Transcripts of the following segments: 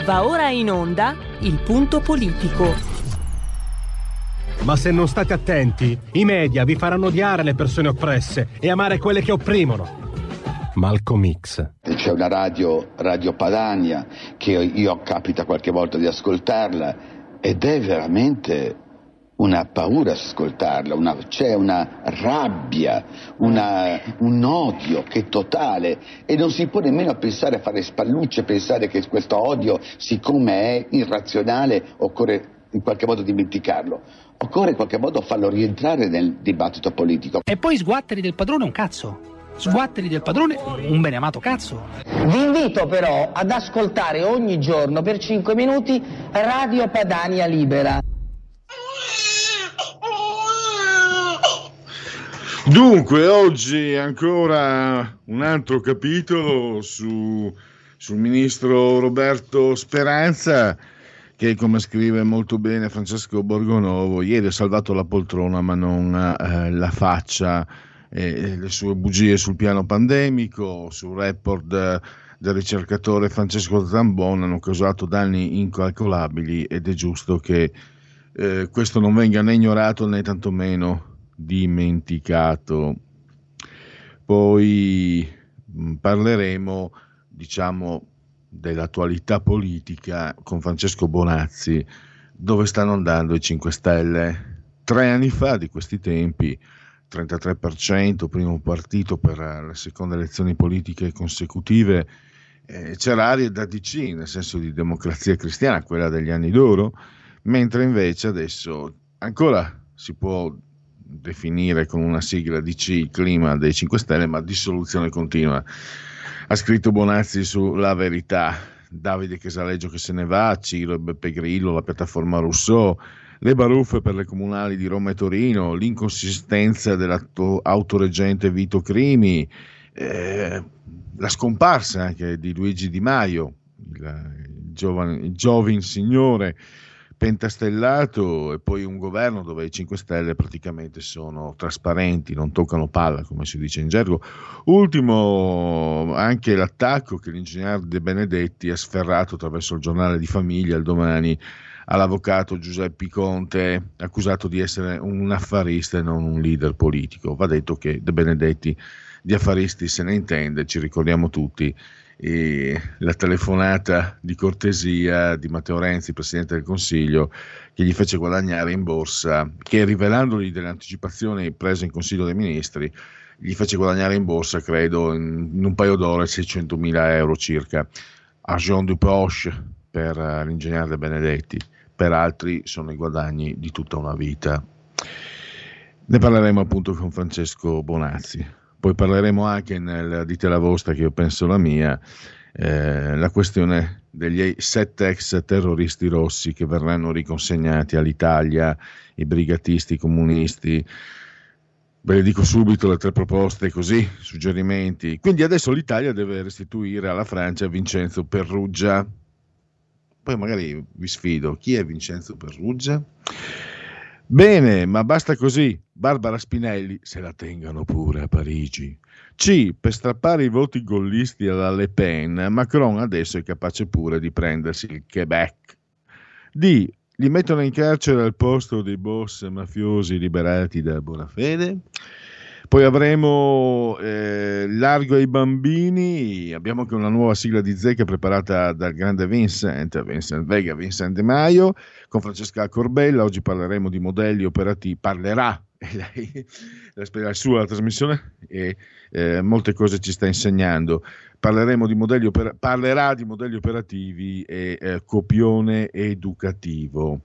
Va ora in onda Il Punto Politico. Ma se non state attenti, i media vi faranno odiare le persone oppresse e amare quelle che opprimono. Malcolm X. C'è una Radio Padania, che io capita qualche volta di ascoltarla, ed è veramente una paura ascoltarla, c'è una rabbia, un odio che è totale, e non si può nemmeno pensare a fare spallucce, pensare che questo odio, siccome è irrazionale, occorre in qualche modo dimenticarlo. Occorre in qualche modo farlo rientrare nel dibattito politico. E poi sguatteri del padrone un cazzo. Sguatteri del padrone un beneamato cazzo. Vi invito però ad ascoltare ogni giorno per 5 minuti Radio Padania Libera. Dunque, oggi ancora un altro capitolo sul ministro Roberto Speranza, che, come scrive molto bene Francesco Borgonovo, ieri ha salvato la poltrona ma non la faccia, le sue bugie sul piano pandemico, sul report del ricercatore Francesco Zambon hanno causato danni incalcolabili, ed è giusto che questo non venga né ignorato né tantomeno dimenticato. Poi parleremo, dell'attualità politica con Francesco Bonazzi. Dove stanno andando i 5 Stelle? 3 anni fa di questi tempi, 33%, primo partito per le seconde elezioni politiche consecutive, c'era aria da DC, nel senso di Democrazia Cristiana, quella degli anni d'oro, mentre invece adesso ancora si può definire con una sigla DC il clima dei 5 Stelle, ma dissoluzione continua. Ha scritto Bonazzi su La Verità. Davide Casaleggio che se ne va, Ciro e Beppe Grillo, la piattaforma Rousseau, le baruffe per le comunali di Roma e Torino, l'inconsistenza dell'autoreggente Vito Crimi, la scomparsa anche di Luigi Di Maio, il giovane signore pentastellato, e poi un governo dove i 5 Stelle praticamente sono trasparenti, non toccano palla, come si dice in gergo. Ultimo anche l'attacco che l'ingegner De Benedetti ha sferrato attraverso il giornale di famiglia, il Domani, all'avvocato Giuseppe Conte, accusato di essere un affarista e non un leader politico. Va detto che De Benedetti di affaristi se ne intende, ci ricordiamo tutti la telefonata di cortesia di Matteo Renzi, Presidente del Consiglio, che gli fece guadagnare in borsa, che rivelandogli delle anticipazioni prese in Consiglio dei Ministri, gli fece guadagnare in borsa, credo, in un paio d'ore 600.000 euro circa. Argent du poche per l'ingegnere De Benedetti, per altri sono i guadagni di tutta una vita. Ne parleremo appunto con Francesco Bonazzi. Poi parleremo anche nel Dite la vostra, che io penso la mia, la questione degli 7 ex terroristi rossi che verranno riconsegnati all'Italia, i brigatisti comunisti. Ve le dico subito le 3 proposte, così, suggerimenti. Quindi adesso l'Italia deve restituire alla Francia Vincenzo Perruggia. Poi magari vi sfido, chi è Vincenzo Perruggia? Bene, ma basta così. Barbara Spinelli se la tengano pure a Parigi. C. Per strappare i voti gollisti alla Le Pen, Macron adesso è capace pure di prendersi il Quebec. D. Li mettono in carcere al posto dei boss mafiosi liberati da Bonafede. Poi avremo Largo ai bambini. Abbiamo anche una nuova sigla di zecca preparata dal grande Vincent Vega, Vincent De Maio, con Francesca Corbella. Oggi parleremo di modelli operativi. Parlerà lei, la sua trasmissione, e molte cose ci sta insegnando. Parlerà di modelli operativi e copione educativo.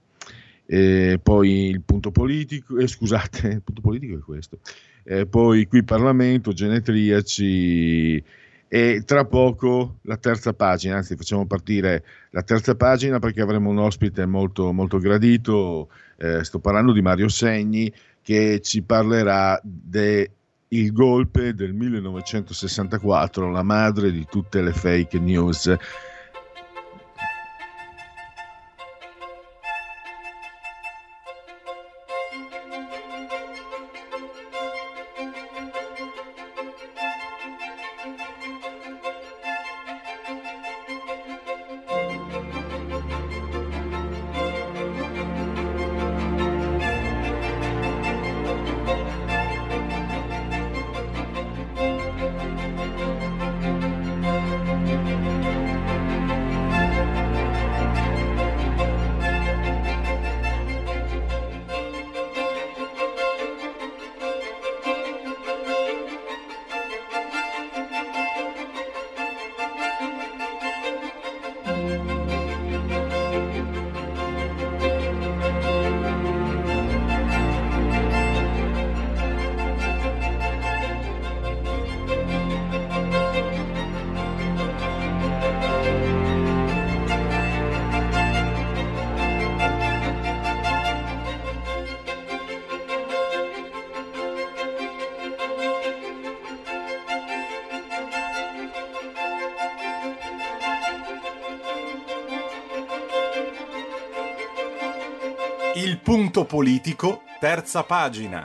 Poi il punto politico, il punto politico è questo. Poi qui Parlamento, genetriaci, e tra poco la terza pagina, anzi facciamo partire la terza pagina perché avremo un ospite molto, molto gradito. Sto parlando di Mario Segni, che ci parlerà del golpe del 1964, la madre di tutte le fake news. Il punto politico, terza pagina.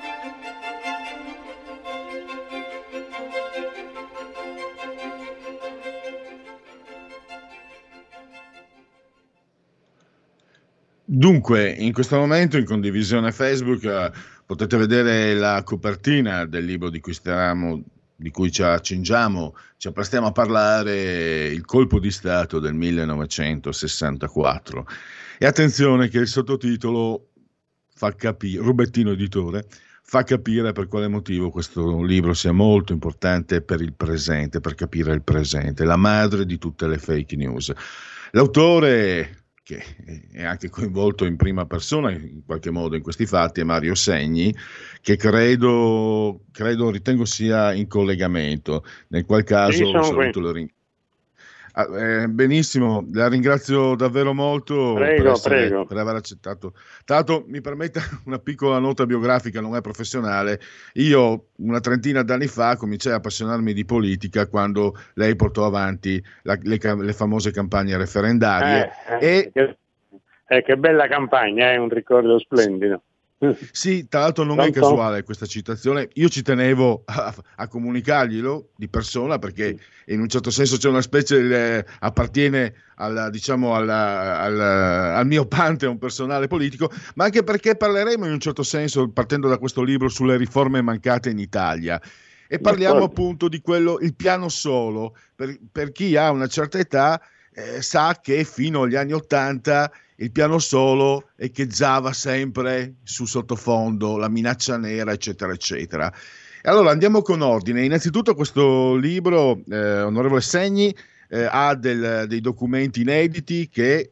Dunque, in questo momento in condivisione Facebook potete vedere la copertina del libro di cui ci accingiamo, ci apprestiamo a parlare, Il colpo di Stato del 1964. E attenzione che il sottotitolo fa capire, Rubettino Editore, fa capire per quale motivo questo libro sia molto importante per il presente, per capire il presente, la madre di tutte le fake news. L'autore, che è anche coinvolto in prima persona in qualche modo in questi fatti, è Mario Segni, che ritengo sia in collegamento, nel qual caso saluto. Benissimo, la ringrazio davvero molto per aver accettato. Tanto mi permetta una piccola nota biografica, non è professionale. Io una trentina d'anni fa cominciai a appassionarmi di politica quando lei portò avanti le famose campagne referendarie. Che bella campagna, è un ricordo splendido. Sì, tra l'altro non è casuale questa citazione, io ci tenevo a comunicarglielo di persona, perché in un certo senso c'è una specie appartiene al mio pantheon personale politico, ma anche perché parleremo in un certo senso, partendo da questo libro, sulle riforme mancate in Italia. E parliamo appunto di quello, il piano solo, per chi ha una certa età sa che fino agli anni '80 il piano solo echeggiava sempre su sottofondo, la minaccia nera, eccetera, eccetera. E allora andiamo con ordine. Innanzitutto questo libro, onorevole Segni, ha dei documenti inediti che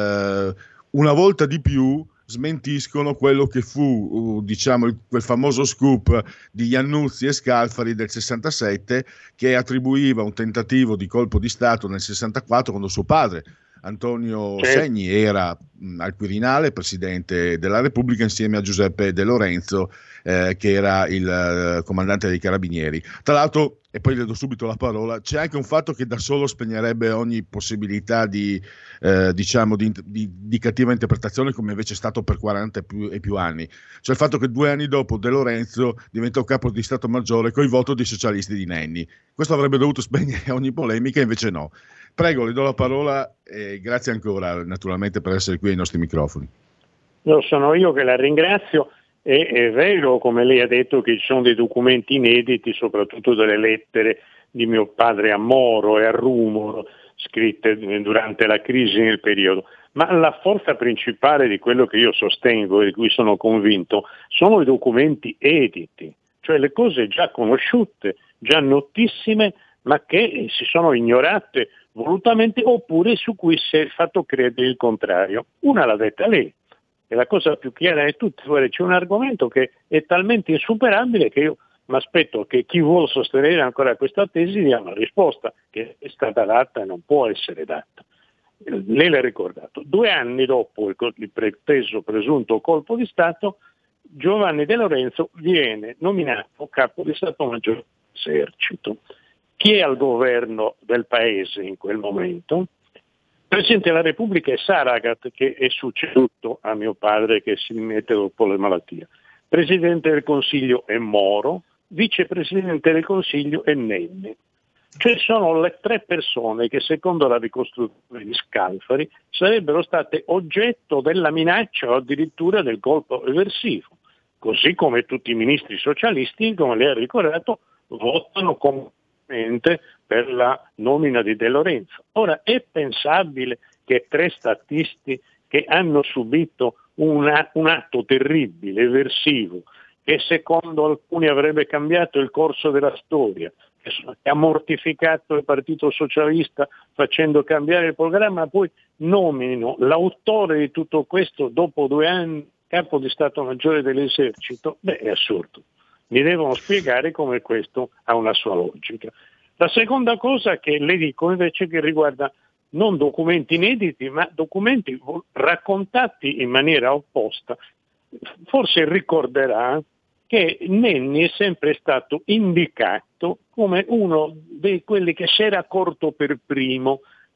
una volta di più smentiscono quello che fu, quel famoso scoop di Iannuzzi e Scalfari del 67, che attribuiva un tentativo di colpo di Stato nel 64, quando suo padre Antonio Segni era al Quirinale, presidente della Repubblica, insieme a Giuseppe De Lorenzo, che era il comandante dei Carabinieri. Tra l'altro, e poi le do subito la parola, c'è anche un fatto che da solo spegnerebbe ogni possibilità di cattiva interpretazione, come invece è stato per 40 e più anni. Cioè il fatto che 2 anni dopo De Lorenzo diventò capo di Stato Maggiore coi voti dei socialisti di Nenni. Questo avrebbe dovuto spegnere ogni polemica, invece no. Prego, le do la parola e grazie ancora naturalmente per essere qui ai nostri microfoni. Sono io che la ringrazio. È vero, come lei ha detto, che ci sono dei documenti inediti, soprattutto delle lettere di mio padre a Moro e a Rumoro, scritte durante la crisi nel periodo, ma la forza principale di quello che io sostengo e di cui sono convinto sono i documenti editi, cioè le cose già conosciute, già notissime, ma che si sono ignorate volutamente oppure su cui si è fatto credere il contrario. Una l'ha detta lei. E la cosa più chiara di tutte, c'è un argomento che è talmente insuperabile che io mi aspetto che chi vuole sostenere ancora questa tesi dia una risposta che è stata data e non può essere data. Lei l'ha ricordato. 2 anni dopo il presunto colpo di Stato, Giovanni De Lorenzo viene nominato capo di Stato Maggiore dell'Esercito. Chi è al governo del paese in quel momento? Presidente della Repubblica è Saragat, che è succeduto a mio padre, che si mette dopo le malattie. Presidente del Consiglio è Moro, vicepresidente del Consiglio è Nenni. Cioè sono le 3 persone che secondo la ricostruzione di Scalfari sarebbero state oggetto della minaccia o addirittura del colpo eversivo. Così come tutti i ministri socialisti, come lei ha ricordato, votano per la nomina di De Lorenzo. Ora, è pensabile che 3 statisti che hanno subito un atto terribile, eversivo, che secondo alcuni avrebbe cambiato il corso della storia, che ha mortificato il Partito Socialista facendo cambiare il programma, poi nominino l'autore di tutto questo dopo 2 anni capo di Stato Maggiore dell'Esercito? È assurdo. Mi devono spiegare come questo ha una sua logica. La seconda cosa che le dico invece che riguarda non documenti inediti, ma documenti raccontati in maniera opposta. Forse ricorderà che Nenni è sempre stato indicato come uno di quelli che si era accorto per primo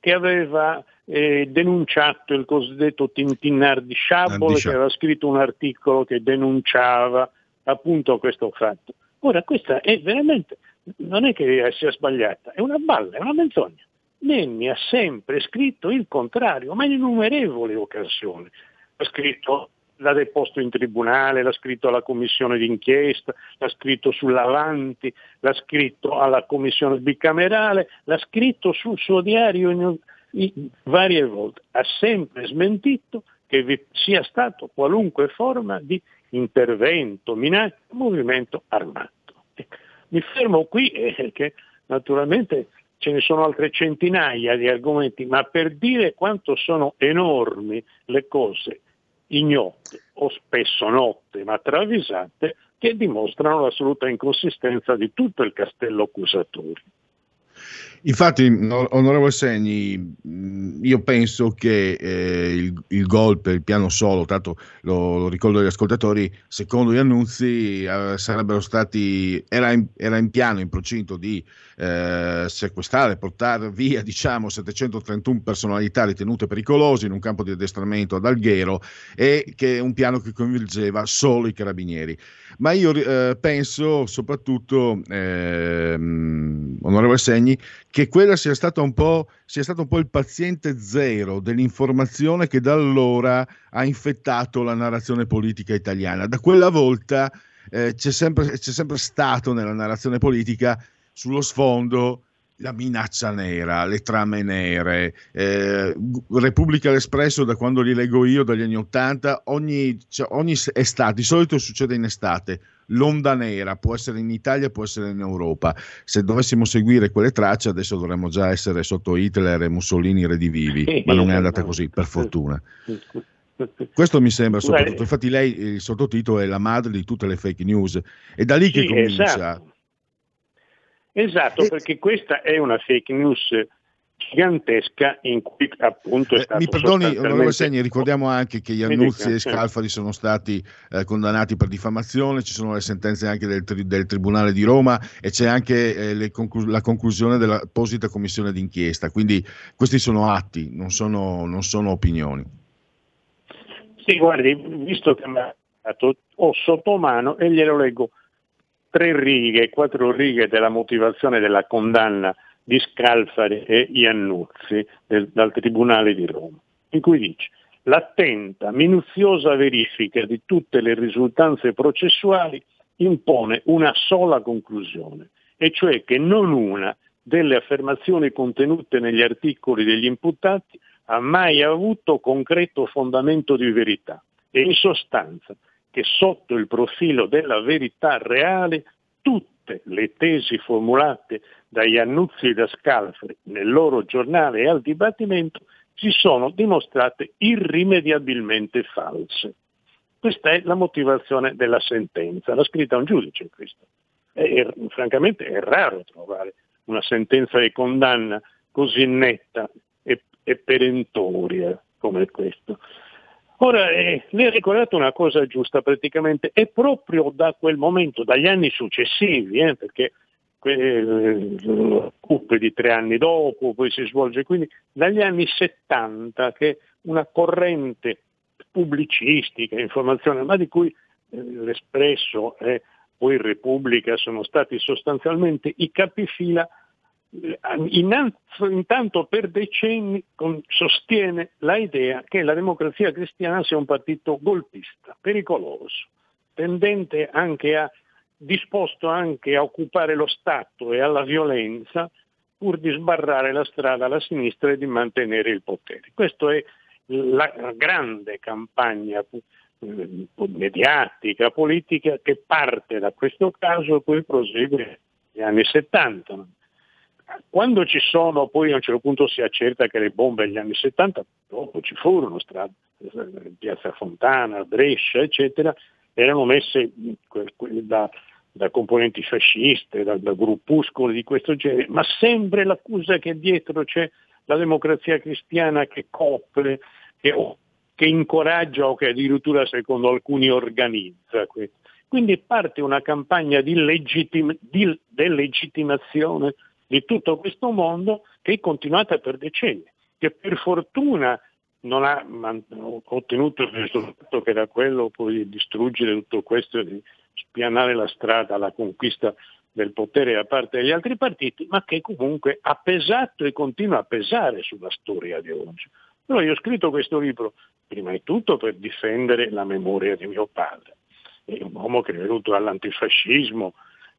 che aveva denunciato il cosiddetto tintinnar di Sciabole, che aveva scritto un articolo che denunciava appunto questo fatto. Ora, questa è veramente, non è che sia sbagliata, è una balla, è una menzogna. Nenni ha sempre scritto il contrario, ma in innumerevoli occasioni. Ha scritto, l'ha deposto in tribunale, l'ha scritto alla commissione d'inchiesta, l'ha scritto sull'Avanti, l'ha scritto alla commissione bicamerale, l'ha scritto sul suo diario varie volte. Ha sempre smentito che vi sia stato qualunque forma di intervento, minaccia, movimento armato. Mi fermo qui che naturalmente ce ne sono altre centinaia di argomenti, ma per dire quanto sono enormi le cose ignote o spesso note ma travisate, che dimostrano l'assoluta inconsistenza di tutto il castello accusatorio. Infatti, onorevole Segni, io penso che il golpe, il piano solo, tanto lo ricordo agli ascoltatori, secondo Iannuzzi sarebbero stati, era in piano, in procinto di sequestrare, portare via 731 personalità ritenute pericolose in un campo di addestramento ad Alghero, e che è un piano che coinvolgeva solo i carabinieri. Ma io penso soprattutto, onorevole Segni, che quella sia stato un po' il paziente zero dell'informazione che da allora ha infettato la narrazione politica italiana. Da quella volta c'è sempre stato nella narrazione politica sullo sfondo la minaccia nera, le trame nere. Repubblica l'Espresso, da quando li leggo io, dagli anni '80, ogni estate, di solito succede in estate, l'onda nera, può essere in Italia, può essere in Europa. Se dovessimo seguire quelle tracce adesso dovremmo già essere sotto Hitler e Mussolini redivivi, ma non è andata così, per fortuna. Questo mi sembra soprattutto. Infatti lei, il sottotitolo è la madre di tutte le fake news, è da lì che comincia. Esatto, perché questa è una fake news gigantesca in cui appunto è stato mi perdoni, onorevole Segni, ricordiamo anche che Iannuzzi e Scalfari sono stati condannati per diffamazione, ci sono le sentenze anche del Tribunale di Roma, e c'è anche la conclusione dell'apposita commissione d'inchiesta, quindi questi sono atti, non sono opinioni. Sì, guardi, visto che mi ha dato, ho sotto mano e glielo leggo 4 righe della motivazione della condanna di Scalfari e Iannuzzi dal Tribunale di Roma, in cui dice: l'attenta, minuziosa verifica di tutte le risultanze processuali impone una sola conclusione, e cioè che non una delle affermazioni contenute negli articoli degli imputati ha mai avuto concreto fondamento di verità, e in sostanza che sotto il profilo della verità reale tutte le tesi formulate da Iannuzzi e da Scalfari nel loro giornale e al dibattimento si sono dimostrate irrimediabilmente false. Questa è la motivazione della sentenza, l'ha scritta un giudice questo. Francamente è raro trovare una sentenza di condanna così netta e perentoria come questo. Ora, lei ha ricordato una cosa giusta, praticamente è proprio da quel momento, dagli anni successivi, perché CUP di 3 anni dopo, poi si svolge, quindi dagli anni 70, che una corrente pubblicistica, informazione, ma di cui l'Espresso e poi Repubblica sono stati sostanzialmente i capifila, intanto per decenni sostiene la idea che la Democrazia Cristiana sia un partito golpista, pericoloso, tendente anche disposto anche a occupare lo Stato e alla violenza pur di sbarrare la strada alla sinistra e di mantenere il potere. Questa è la grande campagna mediatica, politica, che parte da questo caso e poi prosegue negli anni 70. Quando ci sono, poi a un certo punto si accerta che le bombe negli anni 70, dopo ci furono strade, Piazza Fontana, Brescia, eccetera, erano messe da componenti fasciste, da gruppuscoli di questo genere, ma sempre l'accusa che dietro c'è la Democrazia Cristiana che copre, che incoraggia o che addirittura secondo alcuni organizza questo. Quindi parte una campagna di delegittimazione di tutto questo mondo che è continuata per decenni. che per fortuna non ha ottenuto il risultato che era quello poi di distruggere tutto questo e di spianare la strada alla conquista del potere da parte degli altri partiti, ma che comunque ha pesato e continua a pesare sulla storia di oggi. Però io ho scritto questo libro prima di tutto per difendere la memoria di mio padre, è un uomo che è venuto dall'antifascismo,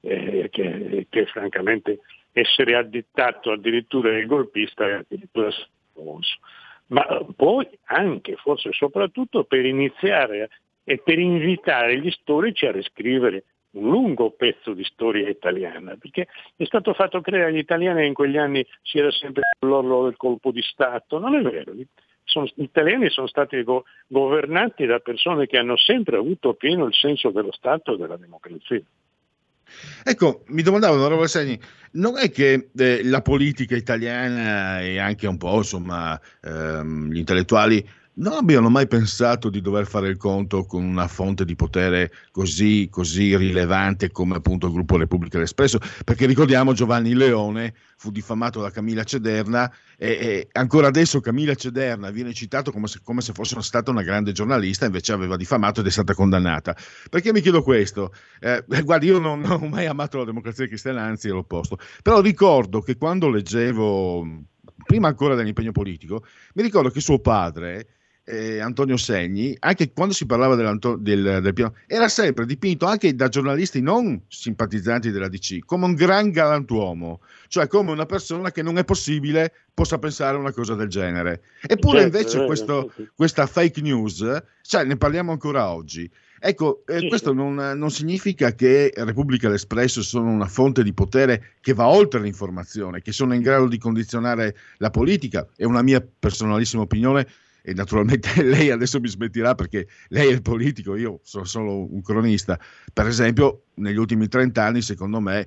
che francamente essere additato addirittura del golpista è addirittura famoso. Ma poi anche, forse soprattutto, per iniziare e per invitare gli storici a riscrivere un lungo pezzo di storia italiana, perché è stato fatto credere agli italiani che in quegli anni si era sempre sull'orlo del colpo di Stato. Non è vero, gli italiani sono stati governati da persone che hanno sempre avuto pieno il senso dello Stato e della democrazia. Ecco, mi domandavo, onorevole Segni, non è che la politica italiana e anche un po', insomma, gli intellettuali non abbiano mai pensato di dover fare il conto con una fonte di potere così rilevante come appunto il gruppo Repubblica l'Espresso? Perché ricordiamo, Giovanni Leone fu diffamato da Camilla Cederna e ancora adesso Camilla Cederna viene citato come se fosse stata una grande giornalista, invece aveva diffamato ed è stata condannata. Perché mi chiedo questo? Guardi, io non ho mai amato la Democrazia Cristiana, anzi è l'opposto, però ricordo che quando leggevo, prima ancora dell'impegno politico, mi ricordo che suo padre, Antonio Segni, anche quando si parlava del piano, era sempre dipinto anche da giornalisti non simpatizzanti della DC come un gran galantuomo, cioè come una persona che non è possibile possa pensare una cosa del genere. Eppure invece questa fake news, cioè ne parliamo ancora oggi. Ecco, questo non significa che Repubblica l'Espresso sono una fonte di potere che va oltre l'informazione, che sono in grado di condizionare la politica. È una mia personalissima opinione. E naturalmente lei adesso mi smetterà perché lei è il politico, io sono solo un cronista. Per esempio, negli ultimi 30 anni, secondo me,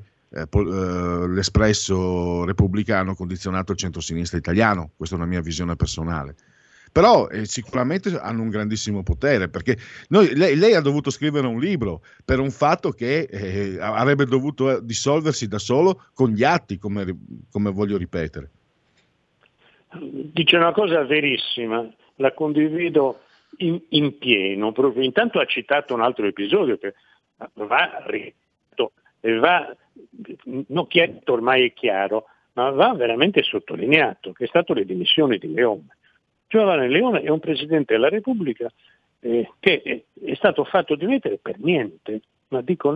l'Espresso repubblicano ha condizionato il centro-sinistra italiano. Questa è una mia visione personale. Però sicuramente hanno un grandissimo potere, perché lei ha dovuto scrivere un libro per un fatto che avrebbe dovuto dissolversi da solo con gli atti, come voglio ripetere. Dice una cosa verissima, la condivido in pieno, proprio intanto ha citato un altro episodio che va non chiaro, ormai è chiaro, ma va veramente sottolineato, che è stato le dimissioni di Leone. Giovanni Leone è un presidente della Repubblica che è stato fatto dimettere per niente, ma dico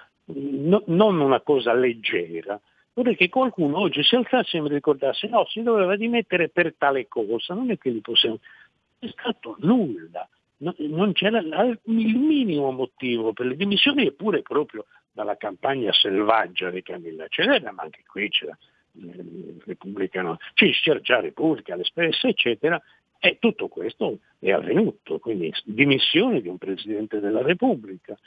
non una cosa leggera. Vorrei che qualcuno oggi si alzasse e mi ricordasse: no, si doveva dimettere per tale cosa, non è che li possiamo. È stato nulla, non c'era il minimo motivo per le dimissioni, eppure proprio dalla campagna selvaggia di Camilla Cederna, ma anche qui c'era Repubblica, c'era già Repubblica, l'Espresso, eccetera, e tutto questo è avvenuto, quindi dimissioni di un Presidente della Repubblica.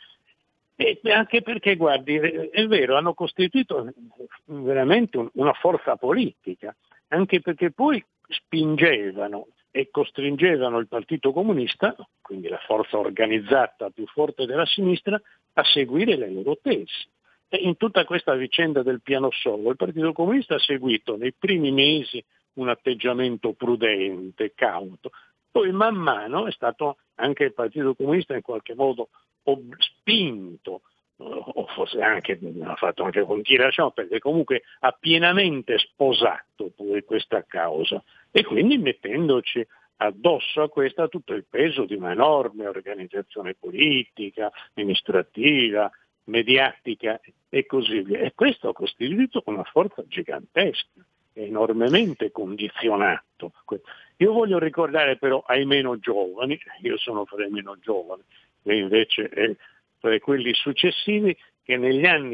E anche perché, guardi, è vero, hanno costituito veramente una forza politica, anche perché poi spingevano e costringevano il Partito Comunista, quindi la forza organizzata più forte della sinistra, a seguire le loro tesi. E in tutta questa vicenda del piano Solo, il Partito Comunista ha seguito nei primi mesi un atteggiamento prudente, cauto. Poi man mano è stato anche il Partito Comunista in qualche modo spinto, o forse anche l'ha fatto anche con chi lasciò, perché comunque ha pienamente sposato pure questa causa, e quindi mettendoci addosso a questa tutto il peso di una enorme organizzazione politica, amministrativa, mediatica e così via. E questo ha costituito una forza gigantesca, enormemente condizionato. Io voglio ricordare però ai meno giovani, io sono fra i meno giovani, e invece tra quelli successivi, che negli anni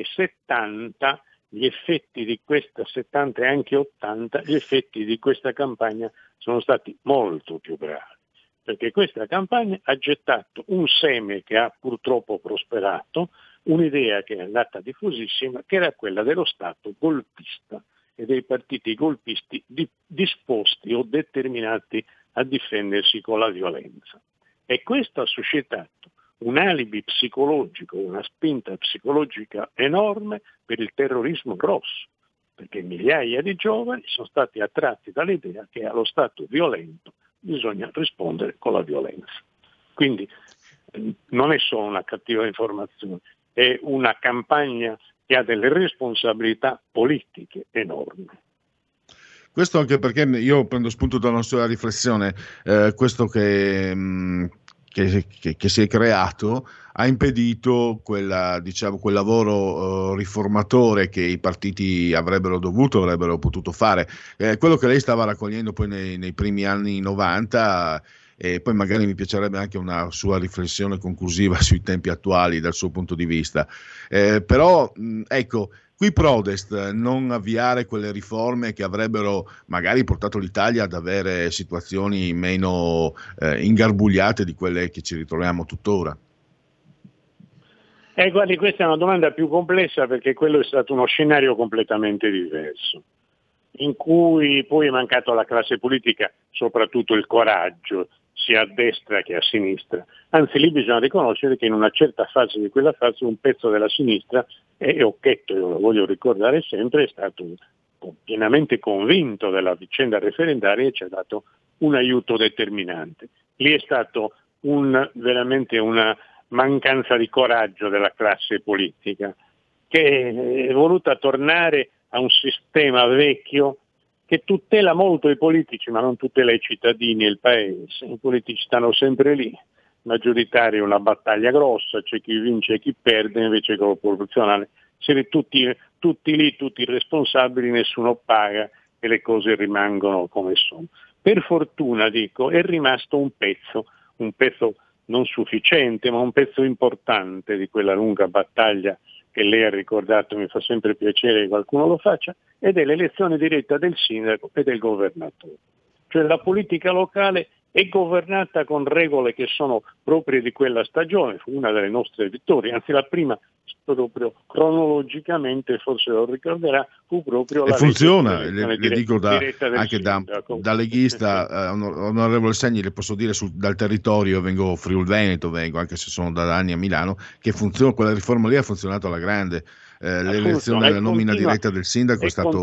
70 gli effetti di questa 70 e anche 80, gli effetti di questa campagna sono stati molto più gravi, perché questa campagna ha gettato un seme che ha purtroppo prosperato, un'idea che è andata diffusissima, che era quella dello Stato golpista e dei partiti golpisti disposti o determinati a difendersi con la violenza. E questo ha suscitato un alibi psicologico, una spinta psicologica enorme per il terrorismo grosso. perché migliaia di giovani sono stati attratti dall'idea che allo stato violento bisogna rispondere con la violenza. Quindi non è solo una cattiva informazione, è una campagna che ha delle responsabilità politiche enormi. Questo anche perché io prendo spunto da una sua riflessione, questo che si è creato ha impedito quel lavoro riformatore che i partiti avrebbero potuto fare. Quello che lei stava raccogliendo poi nei primi anni 90, e poi magari mi piacerebbe anche una sua riflessione conclusiva sui tempi attuali dal suo punto di vista. Però ecco, qui prodest non avviare quelle riforme che avrebbero magari portato l'Italia ad avere situazioni meno ingarbugliate di quelle che ci ritroviamo tuttora? Guardi, questa è una domanda più complessa, perché quello è stato uno scenario completamente diverso, in cui poi è mancato alla classe politica soprattutto il coraggio, sia a destra che a sinistra. Anzi, lì bisogna riconoscere che in una certa fase di quella fase un pezzo della sinistra, e Occhetto, io lo voglio ricordare sempre, è stato pienamente convinto della vicenda referendaria e ci ha dato un aiuto determinante. Lì è stato veramente una mancanza di coraggio della classe politica, che è voluta tornare a un sistema vecchio che tutela molto i politici ma non tutela i cittadini e il paese. I politici stanno sempre lì, maggioritaria è una battaglia grossa, c'è chi vince e chi perde, invece con lo proporzionale siete tutti lì, tutti responsabili, nessuno paga e le cose rimangono come sono. Per fortuna, dico, è rimasto un pezzo non sufficiente, ma un pezzo importante di quella lunga battaglia che lei ha ricordato, mi fa sempre piacere che qualcuno lo faccia, ed è l'elezione diretta del sindaco e del governatore. Cioè la politica locale è governata con regole che sono proprie di quella stagione, fu una delle nostre vittorie, anzi la prima proprio cronologicamente, forse lo ricorderà, fu proprio la funziona, le dico anche sindaco. Da leghista, onorevole Segni, le posso dire dal territorio, vengo Friul-Veneto, anche se sono da anni a Milano, che quella riforma lì ha funzionato alla grande. L'elezione della nomina diretta del sindaco è stato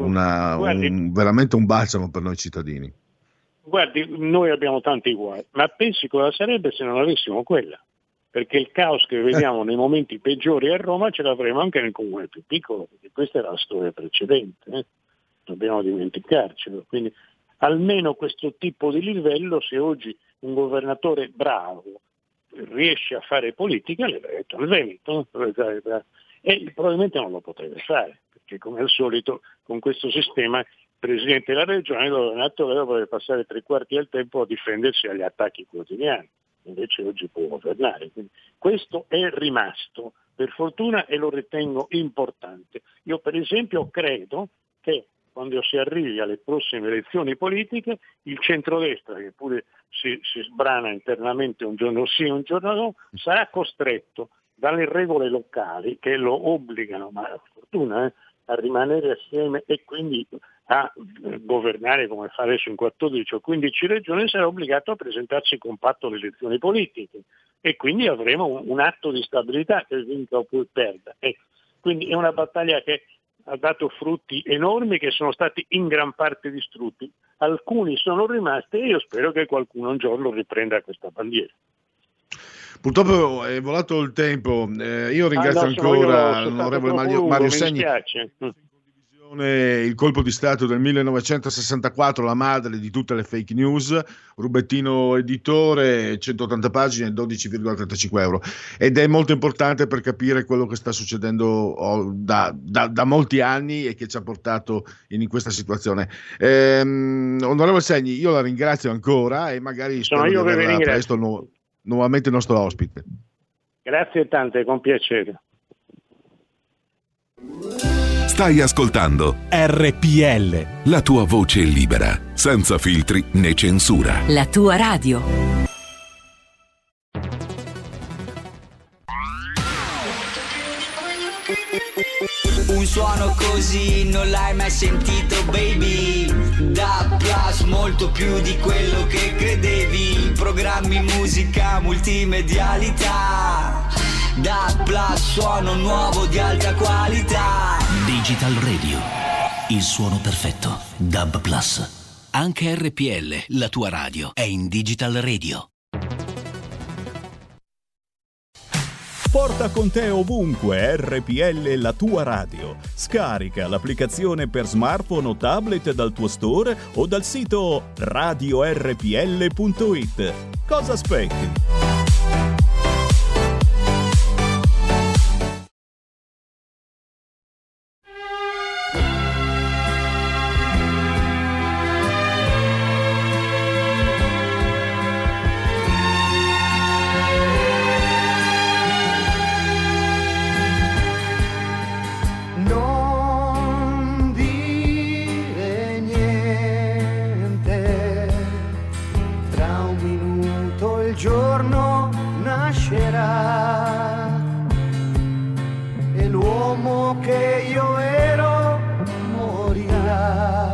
veramente un balsamo per noi cittadini. Guardi, noi abbiamo tanti guai, ma pensi cosa sarebbe se non avessimo quella? Perché il caos che vediamo nei momenti peggiori a Roma ce l'avremo anche nel comune più piccolo, perché questa era la storia precedente, dobbiamo dimenticarcelo. Quindi almeno questo tipo di livello, se oggi un governatore bravo riesce a fare politica, l'avrebbe detto al Veneto, e probabilmente non lo potrebbe fare, perché come al solito con questo sistema il Presidente della Regione, il governatore dovrebbe passare 3/4 del tempo a difendersi agli attacchi quotidiani. Invece oggi può governare. Quindi questo è rimasto, per fortuna, e lo ritengo importante. Io per esempio credo che quando si arrivi alle prossime elezioni politiche, il centrodestra, che pure si sbrana internamente un giorno sì un giorno no, sarà costretto dalle regole locali che lo obbligano, ma per fortuna, a rimanere assieme e quindi a governare come fa adesso in 14 o 15 regioni, sarà obbligato a presentarsi compatto alle elezioni politiche e quindi avremo un atto di stabilità che vinca oppure perda. Quindi è una battaglia che ha dato frutti enormi che sono stati in gran parte distrutti. Alcuni sono rimasti e io spero che qualcuno un giorno riprenda questa bandiera. Purtroppo è volato il tempo, io ringrazio ancora l'onorevole Mario Segni. Il colpo di Stato del 1964, la madre di tutte le fake news, Rubettino editore, 180 pagine, 12,35 euro, ed è molto importante per capire quello che sta succedendo da molti anni e che ci ha portato in questa situazione. Onorevole Segni, io la ringrazio ancora e magari spero di averla presto nuovamente il nostro ospite. Grazie tante, con piacere. Stai ascoltando RPL, la tua voce libera, senza filtri né censura. la tua radio. Un suono così non l'hai mai sentito, baby. Da Plus, molto più di quello che credevi. Programmi, musica, multimedialità. Da Plus, suono nuovo di alta qualità. Digital Radio, il suono perfetto. DAB+. Anche RPL, la tua radio, è in Digital Radio. Porta con te ovunque RPL, la tua radio. Scarica l'applicazione per smartphone o tablet dal tuo store o dal sito radiorpl.it. Cosa aspetti? E l'uomo che io ero morirà.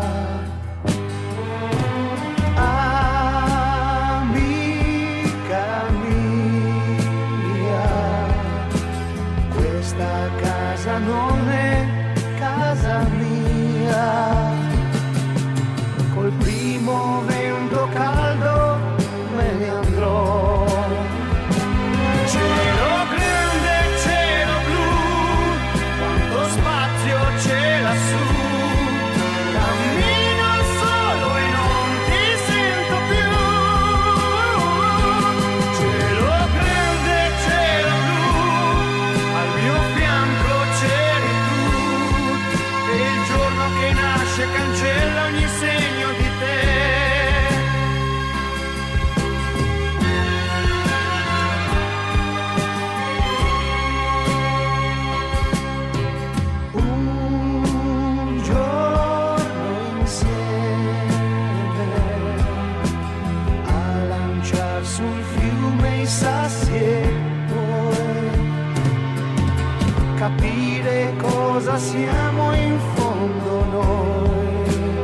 Amica mia, questa casa non è casa mia. Col primo vento caldo me ne andrò. C'è lassù, cammino solo e non ti sento più. Cielo grande, cielo blu, al mio fianco c'eri tu. E il giorno che nasce cancella ogni segno di te. Sul fiume i sassi e poi capire cosa siamo in fondo noi.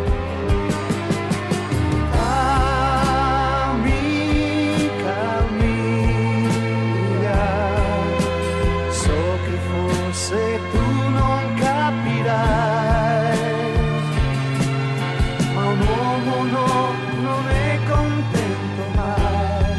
Amica mia, so che forse tu non capirai, ma un uomo no, non è contento mai.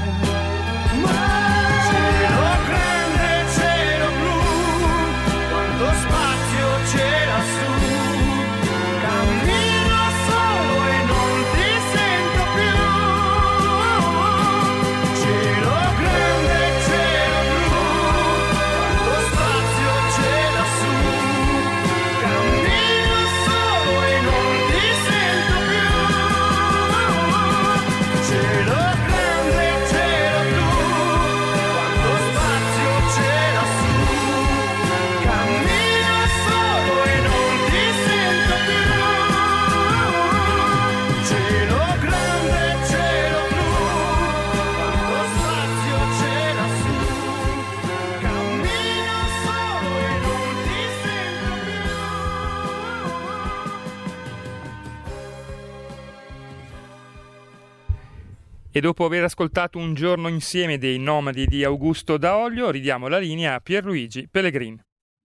E dopo aver ascoltato Un giorno insieme dei Nomadi di Augusto Daolio, ridiamo la linea a Pierluigi Pellegrin.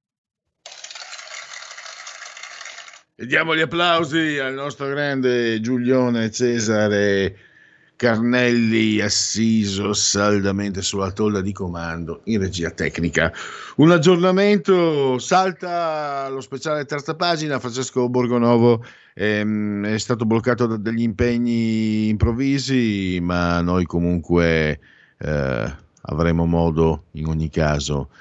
E diamo gli applausi al nostro grande Giulione Cesare Carnelli, assiso saldamente sulla tolla di comando in regia tecnica. Un aggiornamento, salta lo speciale terza pagina. Francesco Borgonovo è stato bloccato da degli impegni improvvisi, ma noi comunque avremo modo in ogni caso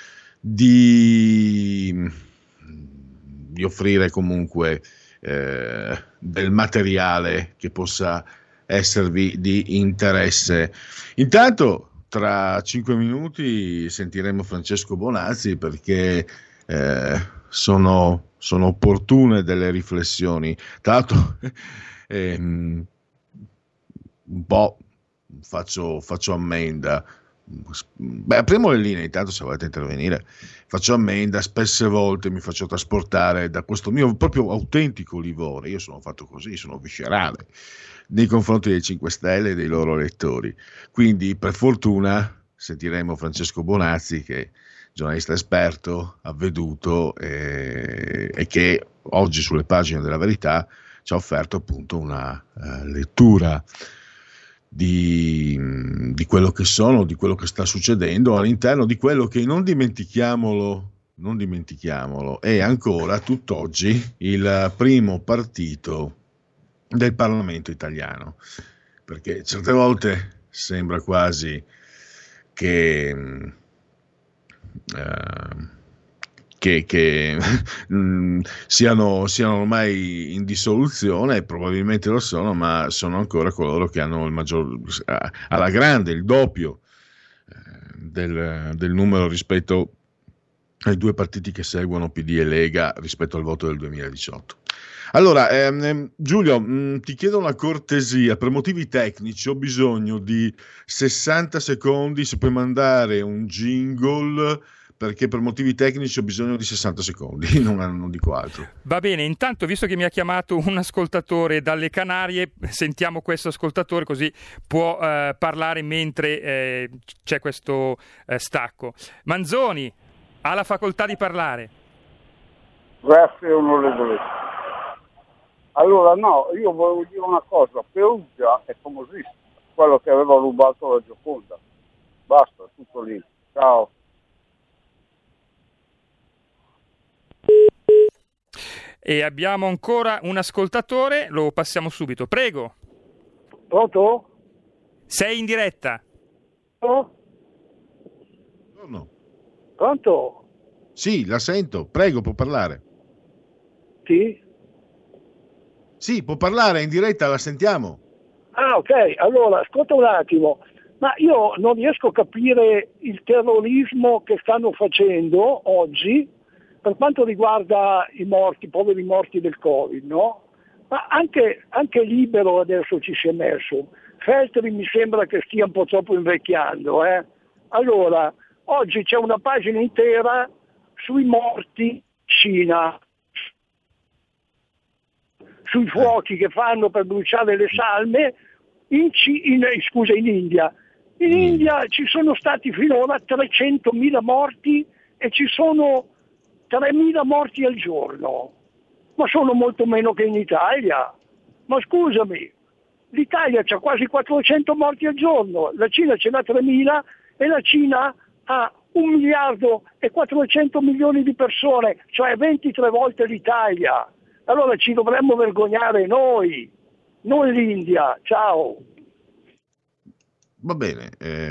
di offrire comunque del materiale che possa esservi di interesse. Intanto tra 5 minuti sentiremo Francesco Bonazzi, perché sono opportune delle riflessioni. Tra l'altro un po' faccio ammenda. Beh, apriamo le linee intanto se volete intervenire. Faccio ammenda, spesse volte mi faccio trasportare da questo mio proprio autentico livore. Io sono fatto così, sono viscerale nei confronti dei 5 Stelle e dei loro elettori. Quindi per fortuna sentiremo Francesco Bonazzi, che giornalista esperto, avveduto, e che oggi sulle pagine della Verità ci ha offerto appunto una lettura di quello che sono, di quello che sta succedendo all'interno di quello che, non dimentichiamolo, è ancora tutt'oggi il primo partito del Parlamento italiano, perché certe volte sembra quasi che siano ormai in dissoluzione, e probabilmente lo sono, ma sono ancora coloro che hanno il maggior, alla grande, il doppio del numero rispetto ai due partiti che seguono, PD e Lega, rispetto al voto del 2018. Allora, Giulio, ti chiedo una cortesia, per motivi tecnici ho bisogno di 60 secondi, se puoi mandare un jingle, perché per motivi tecnici ho bisogno di 60 secondi, non dico altro. Va bene, intanto, visto che mi ha chiamato un ascoltatore dalle Canarie, sentiamo questo ascoltatore, così può parlare mentre c'è questo stacco. Manzoni, ha la facoltà di parlare. Grazie onorevole. Allora no, io volevo dire una cosa, Perugia è famosissima, quello che aveva rubato la Gioconda. Basta, tutto lì. Ciao. E abbiamo ancora un ascoltatore, lo passiamo subito. Prego. Pronto? Sei in diretta. No. Pronto? Sì, la sento, prego, può parlare. Sì? Sì, può parlare, in diretta, la sentiamo. Ah, ok, allora, ascolta un attimo, ma io non riesco a capire il terrorismo che stanno facendo oggi per quanto riguarda i morti, i poveri morti del Covid, no? Ma anche Libero adesso ci si è messo. Feltri mi sembra che stia un po' troppo invecchiando, Allora, oggi c'è una pagina intera sui morti Cina, sui fuochi che fanno per bruciare le salme in India. In India ci sono stati finora 300.000 morti e ci sono 3.000 morti al giorno, ma sono molto meno che in Italia. Ma scusami, l'Italia c'ha quasi 400 morti al giorno, la Cina ce n'ha 3.000 e la Cina ha 1 miliardo e 400 milioni di persone, cioè 23 volte l'Italia. Allora ci dovremmo vergognare noi, non l'India. Ciao. Va bene.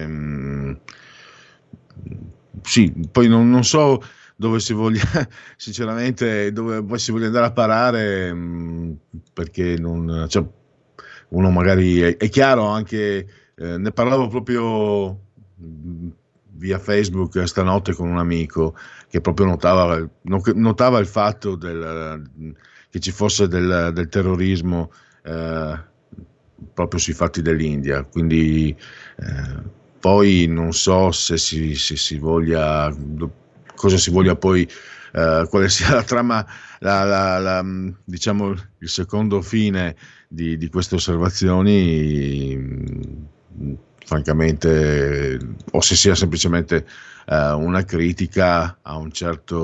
Sì, poi non so dove si voglia, sinceramente, dove poi si voglia andare a parare, perché non, cioè, uno magari è chiaro anche, ne parlavo proprio via Facebook stanotte con un amico che proprio notava il fatto che ci fosse del terrorismo proprio sui fatti dell'India, quindi poi non so se si voglia, cosa si voglia poi, quale sia la trama, diciamo il secondo fine di queste osservazioni, francamente, o se sia semplicemente una critica a una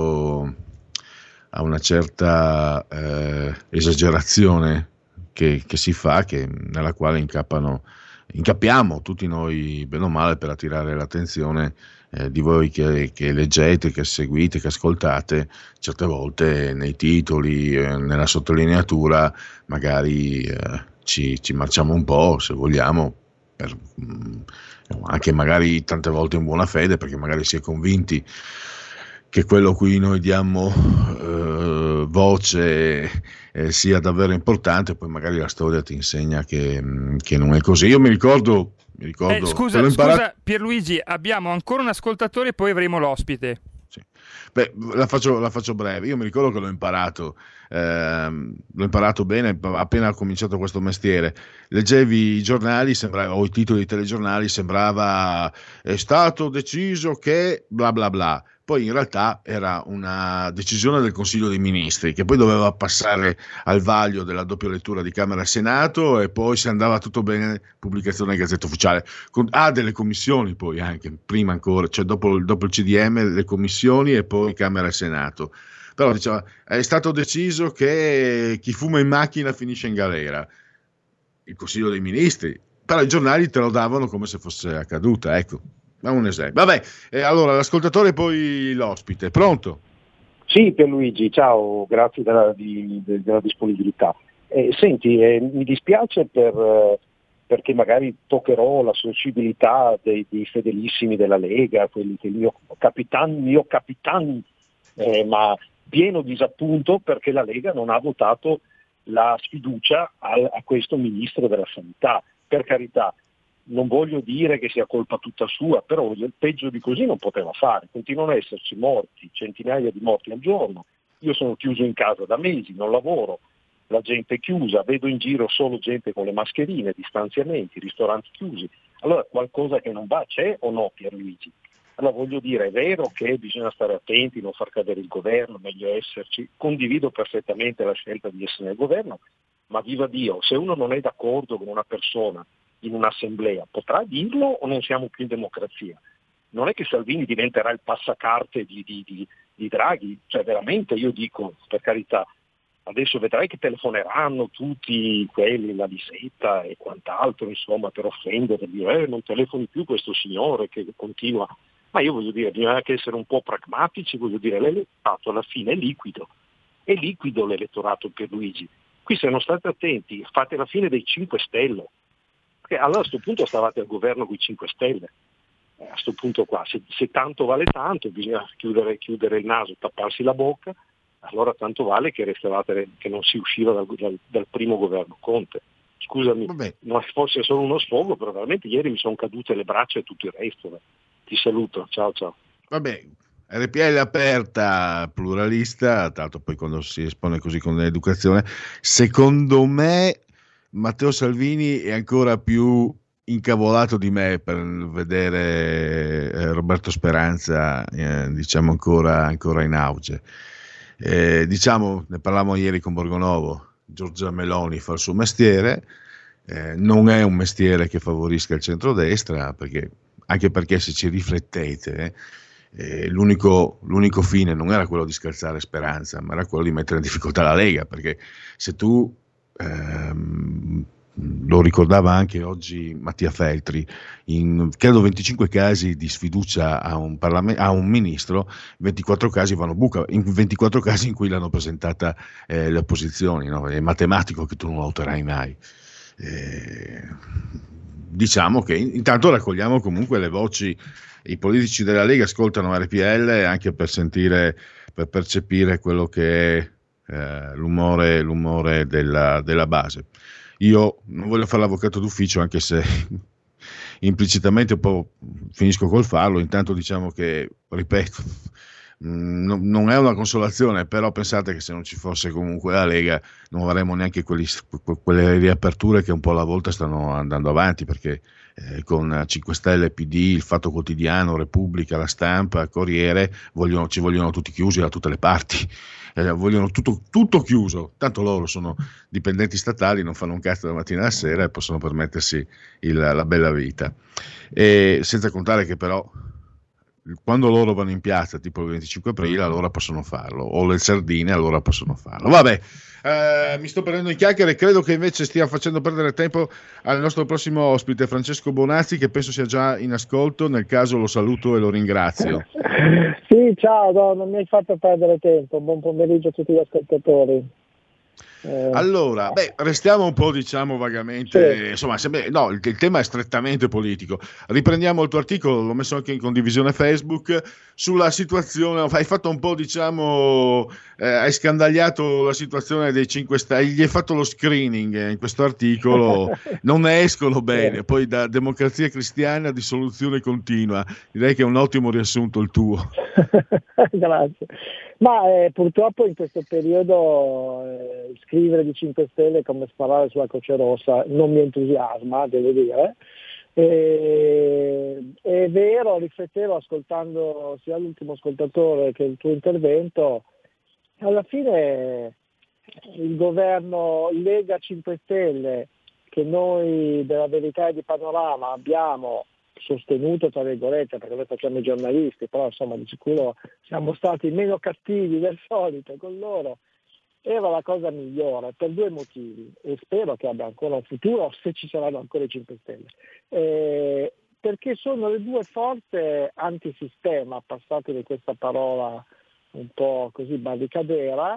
certa esagerazione che si fa, nella quale incappiamo tutti noi bene o male, per attirare l'attenzione di voi che leggete, che seguite, che ascoltate. Certe volte nei titoli, nella sottolineatura magari ci marciamo un po', se vogliamo, anche magari tante volte in buona fede, perché magari si è convinti che quello a cui noi diamo voce sia davvero importante. Poi magari la storia ti insegna che non è così. Io mi ricordo scusa Pierluigi, abbiamo ancora un ascoltatore e poi avremo l'ospite. Sì. Beh, la faccio breve. Io mi ricordo che l'ho imparato bene appena ho cominciato questo mestiere. Leggevi i giornali, o i titoli dei telegiornali, sembrava è stato deciso che bla bla bla. poi in realtà era una decisione del Consiglio dei Ministri che poi doveva passare al vaglio della doppia lettura di Camera e Senato, e poi, se andava tutto bene, pubblicazione in Gazzetta Ufficiale. Delle commissioni poi anche, prima ancora, cioè dopo il CDM, le commissioni e poi Camera e Senato. Però diciamo, è stato deciso che chi fuma in macchina finisce in galera, il Consiglio dei Ministri, però i giornali te lo davano come se fosse accaduta, ecco. È un esempio. Vabbè, allora l'ascoltatore e poi l'ospite. Pronto? Sì, Pierluigi, ciao, grazie della disponibilità. Senti, mi dispiace perché magari toccherò la sensibilità dei fedelissimi della Lega, quelli che mio capitan, ma pieno disappunto perché la Lega non ha votato la sfiducia a questo ministro della Sanità. Per carità, non voglio dire che sia colpa tutta sua, però peggio di così non poteva fare. Continuano ad esserci morti, centinaia di morti al giorno. Io sono chiuso in casa da mesi, non lavoro, la gente è chiusa, vedo in giro solo gente con le mascherine, distanziamenti, ristoranti chiusi. Allora qualcosa che non va c'è o no, Pierluigi? Allora voglio dire, è vero che bisogna stare attenti, non far cadere il governo, meglio esserci, condivido perfettamente la scelta di essere nel governo, ma viva Dio, se uno non è d'accordo con una persona in un'assemblea, potrà dirlo o non siamo più in democrazia? Non è che Salvini diventerà il passacarte di Draghi, cioè veramente io dico, per carità, adesso vedrai che telefoneranno tutti quelli, la Lisetta e quant'altro, insomma, per offendere, dire non telefoni più questo signore che continua. Ma io voglio dire, bisogna anche essere un po' pragmatici, voglio dire, l'elettorato alla fine è liquido l'elettorato Pierluigi. Qui se non state attenti, fate la fine dei 5 Stelle. Allora a questo punto stavate al governo con i 5 Stelle. A questo punto qua, se tanto vale tanto, bisogna chiudere il naso, tapparsi la bocca, allora tanto vale che restavate, che non si usciva dal primo governo Conte. Scusami, non fosse solo uno sfogo, però veramente ieri mi sono cadute le braccia e tutto il resto. Ti saluto, ciao. Vabbè, RPL aperta, pluralista, tanto poi quando si espone così con l'educazione, secondo me Matteo Salvini è ancora più incavolato di me per vedere Roberto Speranza diciamo ancora in auge. Diciamo, ne parlavamo ieri con Borgonovo, Giorgia Meloni fa il suo mestiere, non è un mestiere che favorisca il centrodestra, anche perché se ci riflettete l'unico fine non era quello di scalzare Speranza, ma era quello di mettere in difficoltà la Lega, perché se tu lo ricordava anche oggi Mattia Feltri, in credo 25 casi di sfiducia a un ministro, 24 casi vanno buca, in 24 casi in cui l'hanno presentata le opposizioni, no? È matematico che tu non lo otterrai mai. Diciamo che intanto raccogliamo comunque le voci, i politici della Lega ascoltano RPL anche per percepire quello che è l'umore della base. Io non voglio fare l'avvocato d'ufficio, anche se implicitamente un po' finisco col farlo. Intanto diciamo che, ripeto, non è una consolazione, però pensate che se non ci fosse comunque la Lega non avremmo neanche quelle riaperture che un po' alla volta stanno andando avanti, perché con 5 Stelle, PD, il Fatto Quotidiano, Repubblica, La Stampa, Corriere ci vogliono tutti chiusi da tutte le parti. Vogliono tutto chiuso, tanto loro sono dipendenti statali, non fanno un cazzo da mattina alla sera e possono permettersi la bella vita, e senza contare che però quando loro vanno in piazza tipo il 25 aprile allora possono farlo, o le sardine allora possono farlo. Vabbè, mi sto prendendo in chiacchiere, credo che invece stia facendo perdere tempo al nostro prossimo ospite, Francesco Bonazzi, che penso sia già in ascolto. Nel caso lo saluto e lo ringrazio. Sì, ciao, non mi hai fatto perdere tempo. Buon pomeriggio a tutti gli ascoltatori. Allora, restiamo un po', diciamo, vagamente, sì. Insomma, il tema è strettamente politico. Riprendiamo il tuo articolo, l'ho messo anche in condivisione Facebook, sulla situazione. Hai fatto un po', diciamo, hai scandagliato la situazione dei 5 Stelle, gli hai fatto lo screening in questo articolo, non ne escono bene. Poi da Democrazia Cristiana di soluzione continua, direi che è un ottimo riassunto il tuo. Grazie. Ma purtroppo in questo periodo scrivere di 5 Stelle è come sparare sulla Croce Rossa, non mi entusiasma, devo dire. è vero, riflettevo ascoltando sia l'ultimo ascoltatore che il tuo intervento, alla fine il governo Lega 5 Stelle che noi della Verità e di Panorama abbiamo sostenuto, tra virgolette, perché noi facciamo i giornalisti, però insomma di sicuro siamo stati meno cattivi del solito con loro, era la cosa migliore per due motivi, e spero che abbia ancora un futuro, se ci saranno ancora i 5 Stelle, perché sono le due forze antisistema, passatemi questa parola un po' così barricadera,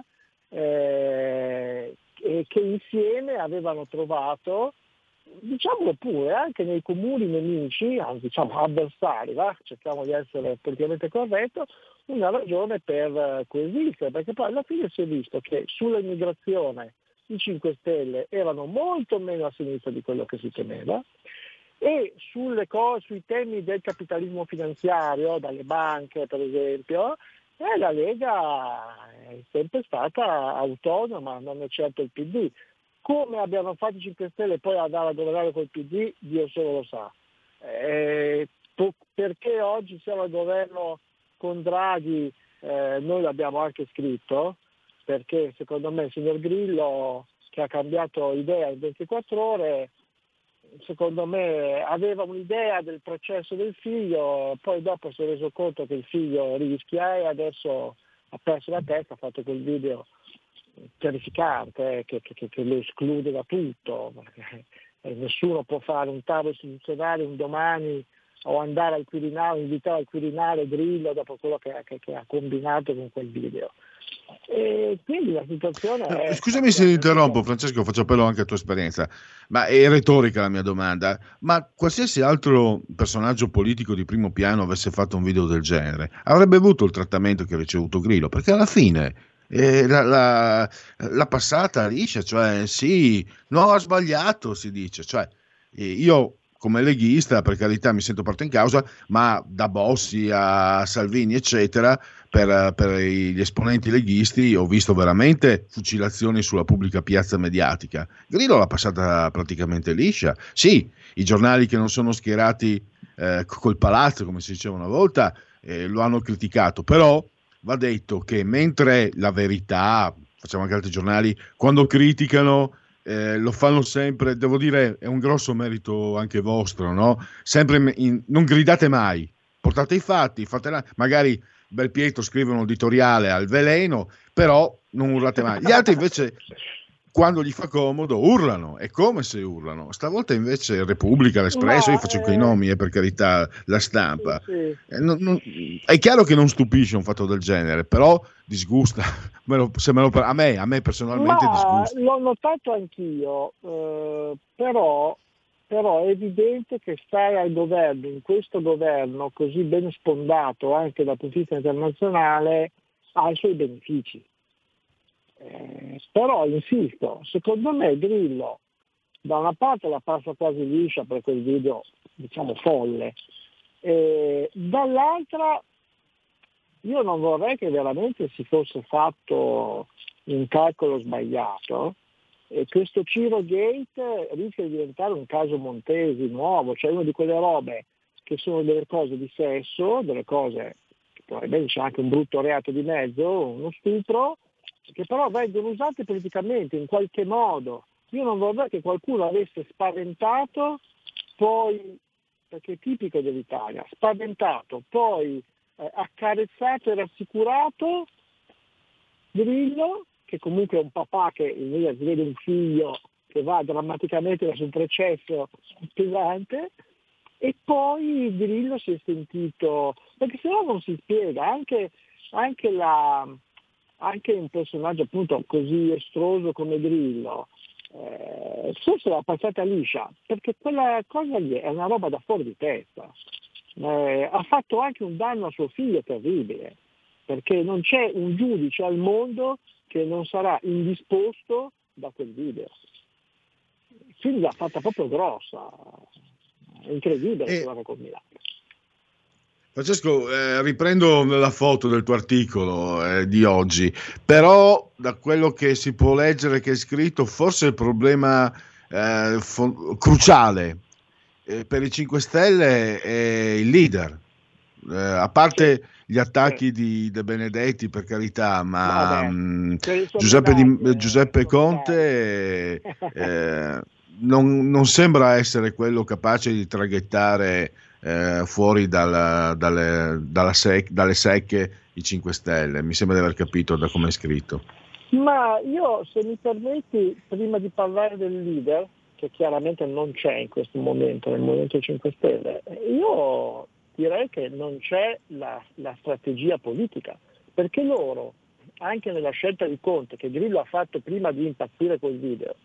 e che insieme avevano trovato, diciamolo pure, anche nei comuni nemici, diciamo avversari, cerchiamo di essere politicamente corretto, una ragione per coesistere, perché poi alla fine si è visto che sull'immigrazione i 5 Stelle erano molto meno a sinistra di quello che si temeva, e sui temi del capitalismo finanziario, dalle banche per esempio, la Lega è sempre stata autonoma, non è certo il PD. Come abbiano fatto i 5 Stelle poi andare a governare col PD, Dio solo lo sa. Perché oggi siamo al governo con Draghi, noi l'abbiamo anche scritto, perché secondo me il signor Grillo, che ha cambiato idea in 24 ore, secondo me aveva un'idea del processo del figlio, poi dopo si è reso conto che il figlio rischia e adesso ha perso la testa, ha fatto quel video terrificante che lo esclude da tutto, perché nessuno può fare un tavolo istituzionale un domani o andare al Quirinale, invitare al Quirinale Grillo dopo quello che ha combinato con quel video. E quindi la situazione è... Scusami se interrompo, Francesco, faccio appello anche a tua esperienza, ma è retorica la mia domanda, ma qualsiasi altro personaggio politico di primo piano avesse fatto un video del genere avrebbe avuto il trattamento che ha ricevuto Grillo, perché alla fine la passata liscia, cioè sì, no, ha sbagliato, si dice, cioè io come leghista, per carità, mi sento parte in causa, ma da Bossi a Salvini eccetera, per gli esponenti leghisti ho visto veramente fucilazioni sulla pubblica piazza mediatica. Grillo l'ha passata praticamente liscia. Sì, i giornali che non sono schierati col palazzo, come si diceva una volta, lo hanno criticato, però va detto che mentre La Verità, facciamo anche altri giornali, quando criticano lo fanno sempre, devo dire, è un grosso merito anche vostro, no? Sempre non gridate mai, portate i fatti, magari Belpietro scrive un editoriale al veleno, però non urlate mai. Gli altri invece, quando gli fa comodo, urlano, è come se urlano. Stavolta invece Repubblica, l'Espresso, io faccio quei nomi, per carità, la stampa. Sì. È chiaro che non stupisce un fatto del genere, però disgusta. A me personalmente disgusta. L'ho notato anch'io, però è evidente che stare al governo, in questo governo così ben sfondato anche dal punto di vista internazionale, ha i suoi benefici. Però insisto, secondo me Grillo da una parte la passa quasi liscia per quel video, diciamo, folle, dall'altra io non vorrei che veramente si fosse fatto un calcolo sbagliato, e questo Ciro Gate rischia di diventare un caso Montesi nuovo, cioè una di quelle robe che sono delle cose di sesso, delle cose che probabilmente c'è anche un brutto reato di mezzo, uno stupro, che però vengono usate politicamente in qualche modo. Io non vorrei che qualcuno avesse spaventato, poi, perché è tipico dell'Italia, spaventato, poi accarezzato e rassicurato Grillo, che comunque è un papà che in Italia si vede un figlio che va drammaticamente verso un processo pesante, e poi Grillo si è sentito, perché se no non si spiega, anche un personaggio appunto così estroso come Grillo, forse l'ha passata liscia, perché quella cosa lì è una roba da fuori di testa. Ha fatto anche un danno a suo figlio terribile, perché non c'è un giudice al mondo che non sarà indisposto da quel video. Quindi l'ha fatta proprio grossa, è incredibile quello che ha combinato. Francesco, riprendo la foto del tuo articolo di oggi, però da quello che si può leggere che è scritto, forse il problema cruciale per i 5 Stelle è il leader, a parte gli attacchi di De Benedetti, per carità, ma Giuseppe Conte non sembra essere quello capace di traghettare fuori dalle secche i 5 Stelle. Mi sembra di aver capito da come è scritto. Ma io, se mi permetti, prima di parlare del leader, che chiaramente non c'è in questo momento nel Movimento 5 Stelle, io direi che non c'è la strategia politica, perché loro, anche nella scelta di Conte, che Grillo ha fatto prima di impazzire col video,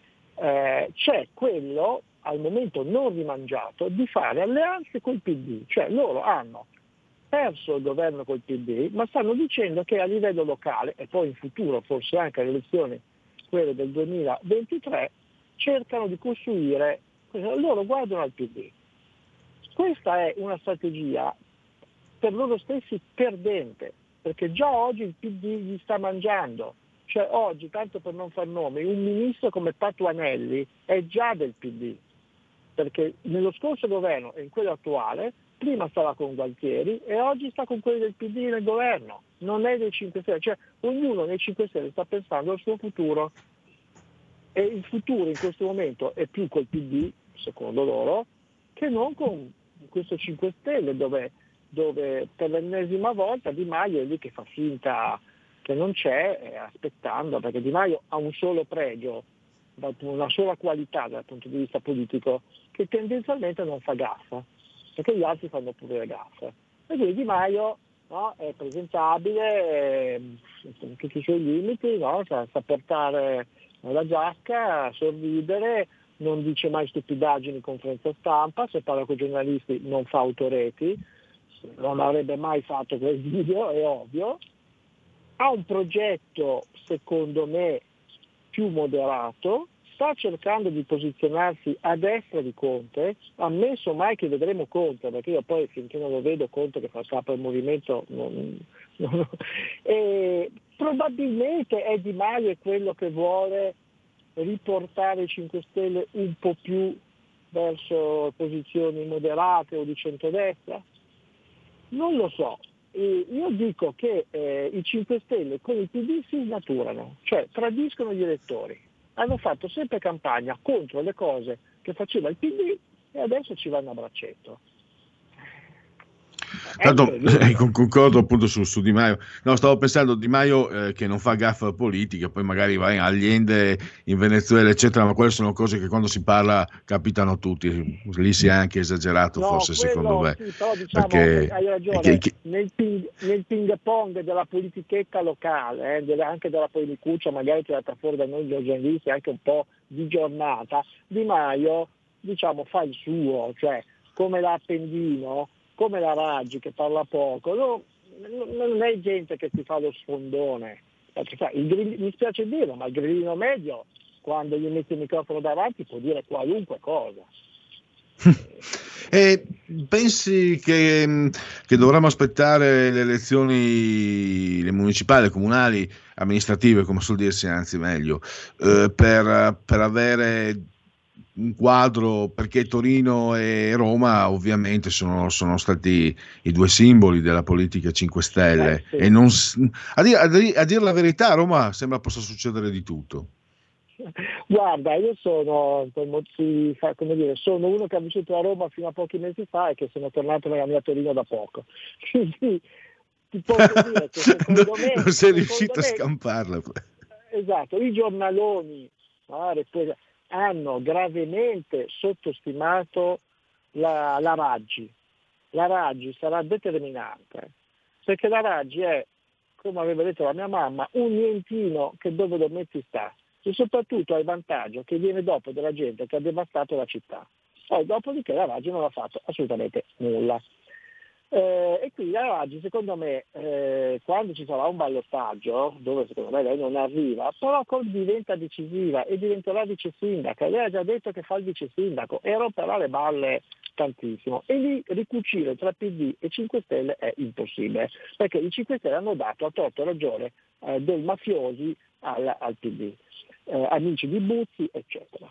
c'è quello al momento non rimangiato di fare alleanze col PD, cioè loro hanno perso il governo col PD, ma stanno dicendo che a livello locale e poi in futuro forse anche alle elezioni, quelle del 2023, cercano di costruire, loro guardano al PD. Questa è una strategia per loro stessi perdente, perché già oggi il PD gli sta mangiando. Cioè oggi, tanto per non far nomi, un ministro come Patuanelli è già del PD, perché nello scorso governo e in quello attuale prima stava con Gualtieri e oggi sta con quelli del PD nel governo, non è dei 5 Stelle, cioè ognuno nei 5 Stelle sta pensando al suo futuro e il futuro in questo momento è più col PD, secondo loro, che non con questo 5 Stelle dove per l'ennesima volta Di Maio è lì che fa finta che non c'è, aspettando, perché Di Maio ha un solo pregio, una sola qualità dal punto di vista politico, che tendenzialmente non fa gaffa, perché gli altri fanno pure gaffa. E quindi Di Maio, no, è presentabile, con tutti i suoi limiti, no, sa portare la giacca, sorridere, non dice mai stupidaggini in conferenza stampa, se parla con i giornalisti non fa autoreti, non avrebbe mai fatto quel video, è ovvio. Ha un progetto, secondo me, più moderato, sta cercando di posizionarsi a destra di Conte, ammesso mai che vedremo Conte, perché io poi finché non lo vedo Conte che fa capo al movimento, e probabilmente è Di Maio è quello che vuole riportare i 5 Stelle un po' più verso posizioni moderate o di centrodestra? Non lo so. Io dico che i 5 Stelle con il PD si snaturano, cioè tradiscono gli elettori. Hanno fatto sempre campagna contro le cose che faceva il PD e adesso ci vanno a braccetto. Tanto concordo appunto su Di Maio. No, stavo pensando Di Maio che non fa gaffa politica, poi magari va in Allende, in Venezuela, eccetera, ma quelle sono cose che quando si parla capitano a tutti. Lì si è anche esagerato, no, forse secondo me. Sì, però diciamo perché hai ragione, nel ping pong della politichetta locale, anche della politicuccia, magari tirata fuori da noi giornalisti, anche un po' di giornata, Di Maio diciamo fa il suo, cioè come l'Appendino, come la Raggi che parla poco, non è gente che si fa lo sfondone, perché sai, mi spiace dirlo, ma il grillino medio quando gli metti il microfono davanti può dire qualunque cosa. E pensi che dovremmo aspettare le elezioni, le municipali, le comunali, amministrative, come suol dirsi, anzi meglio, per avere un quadro, perché Torino e Roma ovviamente sono stati i due simboli della politica 5 Stelle sì. E non, a dire la verità, a Roma sembra possa succedere di tutto. Guarda, io sono sono uno che ha vissuto a Roma fino a pochi mesi fa e che sono tornato nella mia Torino da poco, quindi ti posso dire che secondo me non sei riuscito a scamparla. Esatto, i giornaloni hanno gravemente sottostimato la Raggi. La Raggi sarà determinante, perché la Raggi è, come aveva detto la mia mamma, un nientino che dove lo metti sta, e soprattutto ha il vantaggio che viene dopo della gente che ha devastato la città. Poi dopodiché la Raggi non ha fatto assolutamente nulla. E quindi la Raggi, secondo me, quando ci sarà un ballottaggio, dove secondo me lei non arriva, però diventa decisiva e diventerà vice sindaca. Lei ha già detto che fa il vice sindaco e romperà le balle tantissimo. E lì ricucire tra PD e 5 Stelle è impossibile, perché i 5 Stelle hanno dato a torto e ragione dei mafiosi al PD, amici di Buzzi, eccetera.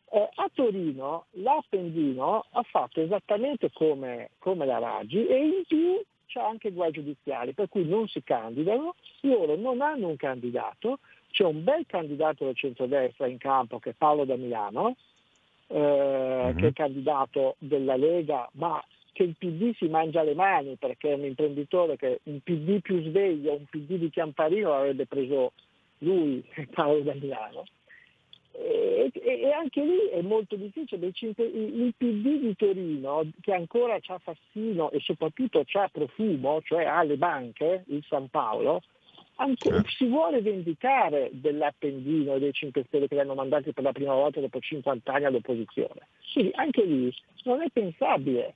A Torino l'Appendino ha fatto esattamente come la Raggi, e in più c'è anche guai giudiziari, per cui non si candidano, loro non hanno un candidato. C'è un bel candidato del centrodestra in campo, che è Paolo da Milano, che è candidato della Lega, ma che il PD si mangia le mani, perché è un imprenditore che un PD più sveglio, un PD di Chiamparino avrebbe preso lui, Paolo da Milano. E anche lì è molto difficile. Il PD di Torino, che ancora c'ha Fassino e soprattutto c'ha Profumo, cioè ha le banche, il San Paolo, si vuole vendicare dell'Appendino e dei 5 Stelle che li hanno mandati per la prima volta dopo 50 anni all'opposizione. Quindi anche lì non è pensabile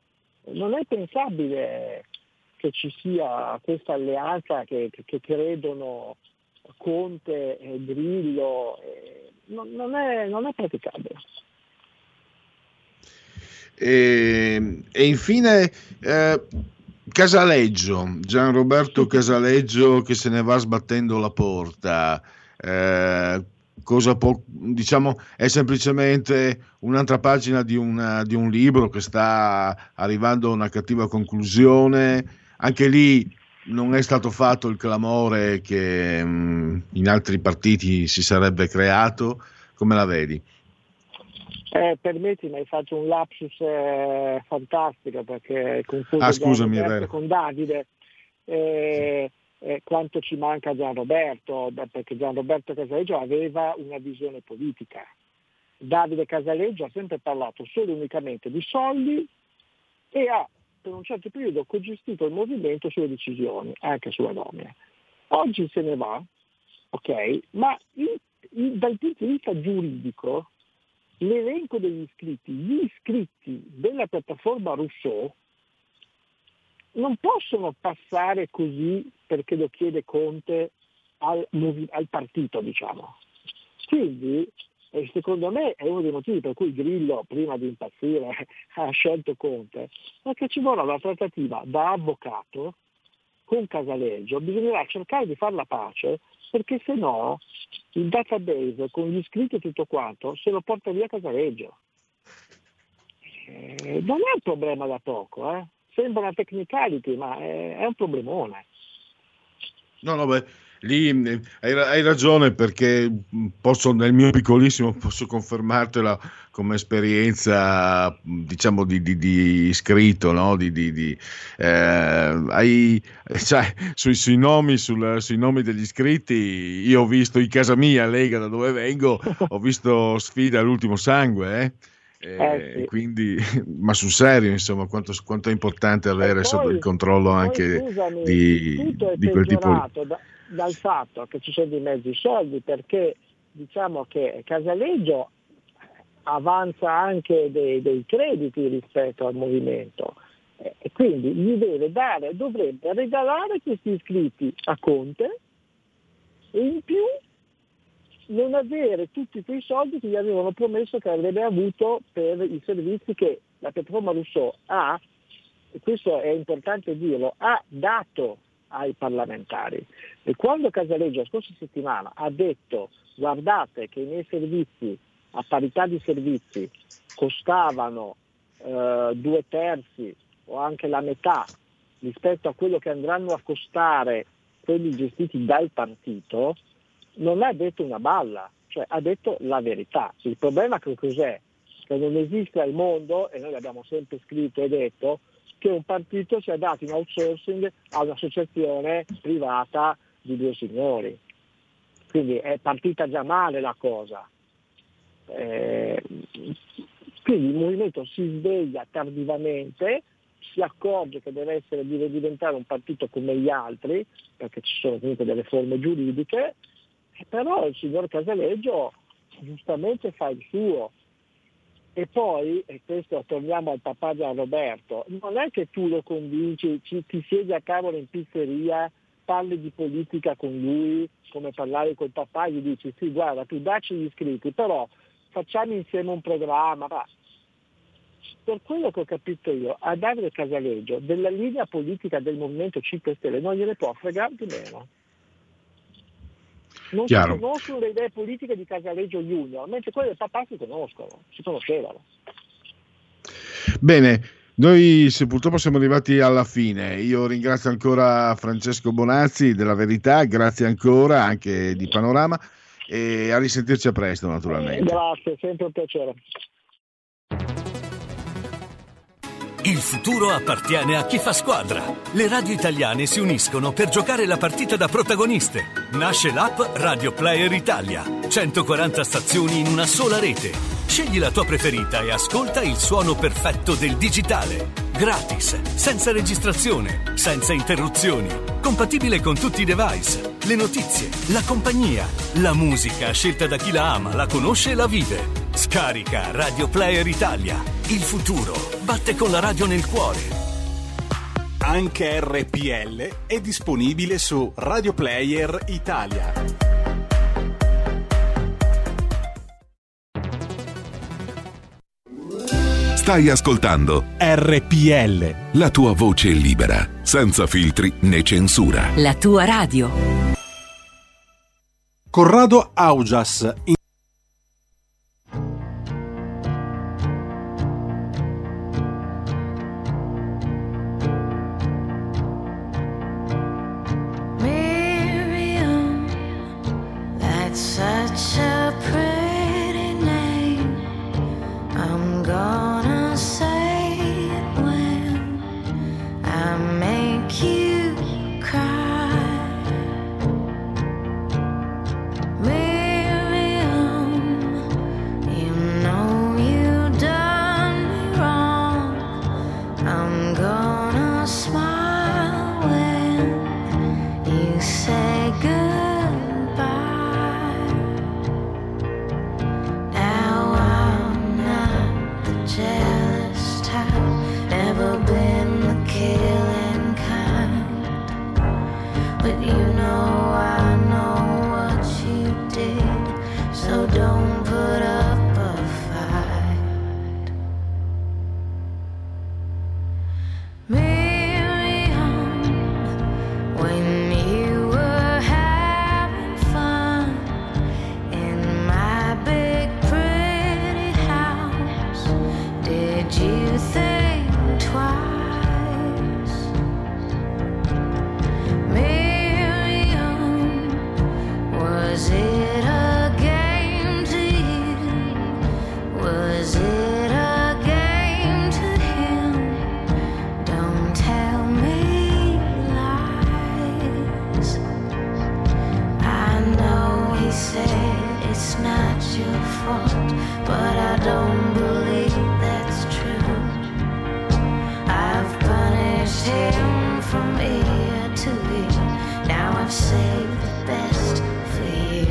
che ci sia questa alleanza che credono Conte e Grillo. Non è praticabile. E infine Casaleggio, Gianroberto Casaleggio, che se ne va sbattendo la porta. Cosa può, diciamo, è semplicemente un'altra pagina di un libro che sta arrivando a una cattiva conclusione? Anche lì non è stato fatto il clamore che in altri partiti si sarebbe creato. Come la vedi? Permettimi, hai fatto un lapsus fantastico, perché confuso scusami, con Davide. Quanto ci manca Gianroberto, perché Gianroberto Casaleggio aveva una visione politica. Davide Casaleggio ha sempre parlato solo e unicamente di soldi e ha per un certo periodo cogestito il movimento sulle decisioni, anche sulla nomina. Oggi se ne va, ok, ma dal punto di vista giuridico l'elenco degli iscritti, gli iscritti della piattaforma Rousseau non possono passare così perché lo chiede Conte al partito, diciamo. Quindi secondo me è uno dei motivi per cui Grillo, prima di impazzire, ha scelto Conte, perché ci vorrà una trattativa da avvocato con Casaleggio. Bisognerà cercare di fare la pace, perché se no il database con gli iscritti e tutto quanto se lo porta via Casaleggio. Non è un problema da poco, Sembra una technicality, ma è un problemone. No, beh, lì hai ragione, perché nel mio piccolissimo posso confermartela come esperienza, diciamo, di iscritto, no? Sui nomi degli iscritti, io ho visto in casa mia, Lega, da dove vengo, ho visto sfida all'ultimo sangue, Sì. Quindi, ma sul serio, insomma, quanto è importante avere sotto il controllo anche di quel tipo dal fatto che ci sono di mezzo i soldi, perché diciamo che Casaleggio avanza anche dei crediti rispetto al movimento, e quindi gli dovrebbe regalare questi iscritti a Conte e in più non avere tutti quei soldi che gli avevano promesso che avrebbe avuto per i servizi che la piattaforma Rousseau ha, e questo è importante dirlo, ha dato ai parlamentari. E quando Casaleggio la scorsa settimana ha detto: guardate che i miei servizi, a parità di servizi, costavano 2/3 o anche la metà rispetto a quello che andranno a costare quelli gestiti dal partito, non ha detto una balla, cioè ha detto la verità. Il problema che cos'è? Che non esiste al mondo, e noi l'abbiamo sempre scritto e detto, che un partito sia dato in outsourcing a un'associazione privata di due signori. Quindi è partita già male la cosa. Quindi il movimento si sveglia tardivamente, si accorge che deve diventare un partito come gli altri, perché ci sono comunque delle forme giuridiche, però il signor Casaleggio giustamente fa il suo. E poi, e questo torniamo al papà di Roberto, non è che tu lo convinci, ti siedi a tavola in pizzeria, parli di politica con lui, come parlare col papà, gli dici: sì, guarda, tu dacci gli iscritti, però facciamo insieme un programma. Per quello che ho capito io, a Davide Casaleggio della linea politica del Movimento 5 Stelle non gliene può fregare di meno. Non si conoscono le idee politiche di Casaleggio Junior, mentre quelle del papà si conoscevano. Bene, noi purtroppo siamo arrivati alla fine. Io ringrazio ancora Francesco Bonazzi della Verità, grazie ancora anche di Panorama, e a risentirci a presto naturalmente. Grazie, sempre un piacere. Il futuro appartiene a chi fa squadra. Le radio italiane si uniscono per giocare la partita da protagoniste. Nasce l'app Radio Player Italia. 140 stazioni in una sola rete. Scegli la tua preferita e ascolta il suono perfetto del digitale. Gratis, senza registrazione, senza interruzioni. Compatibile con tutti i device. Le notizie, la compagnia, la musica scelta da chi la ama, la conosce e la vive. Scarica Radio Player Italia. Il futuro batte con la radio nel cuore. Anche RPL è disponibile su Radio Player Italia. Stai ascoltando RPL, la tua voce libera, senza filtri né censura. La tua radio. Corrado Augias. Miriam, that's such a pretty name. I'm gonna say it when I make you cry. Miriam, you know you done me wrong. I'm gonna smile when you say goodbye. Now I'm not the jealous type, never been the killing kind. But you know I know what you did, so don't put up a fight. Miriam, when you were having fun in my big pretty house, did you think twice? Miriam, was it a game to you? Was it a game to him? Don't tell me lies. I know he said it's not your fault, but I don't believe that's true. I've punished him from ear to ear. Now I've saved the best for you.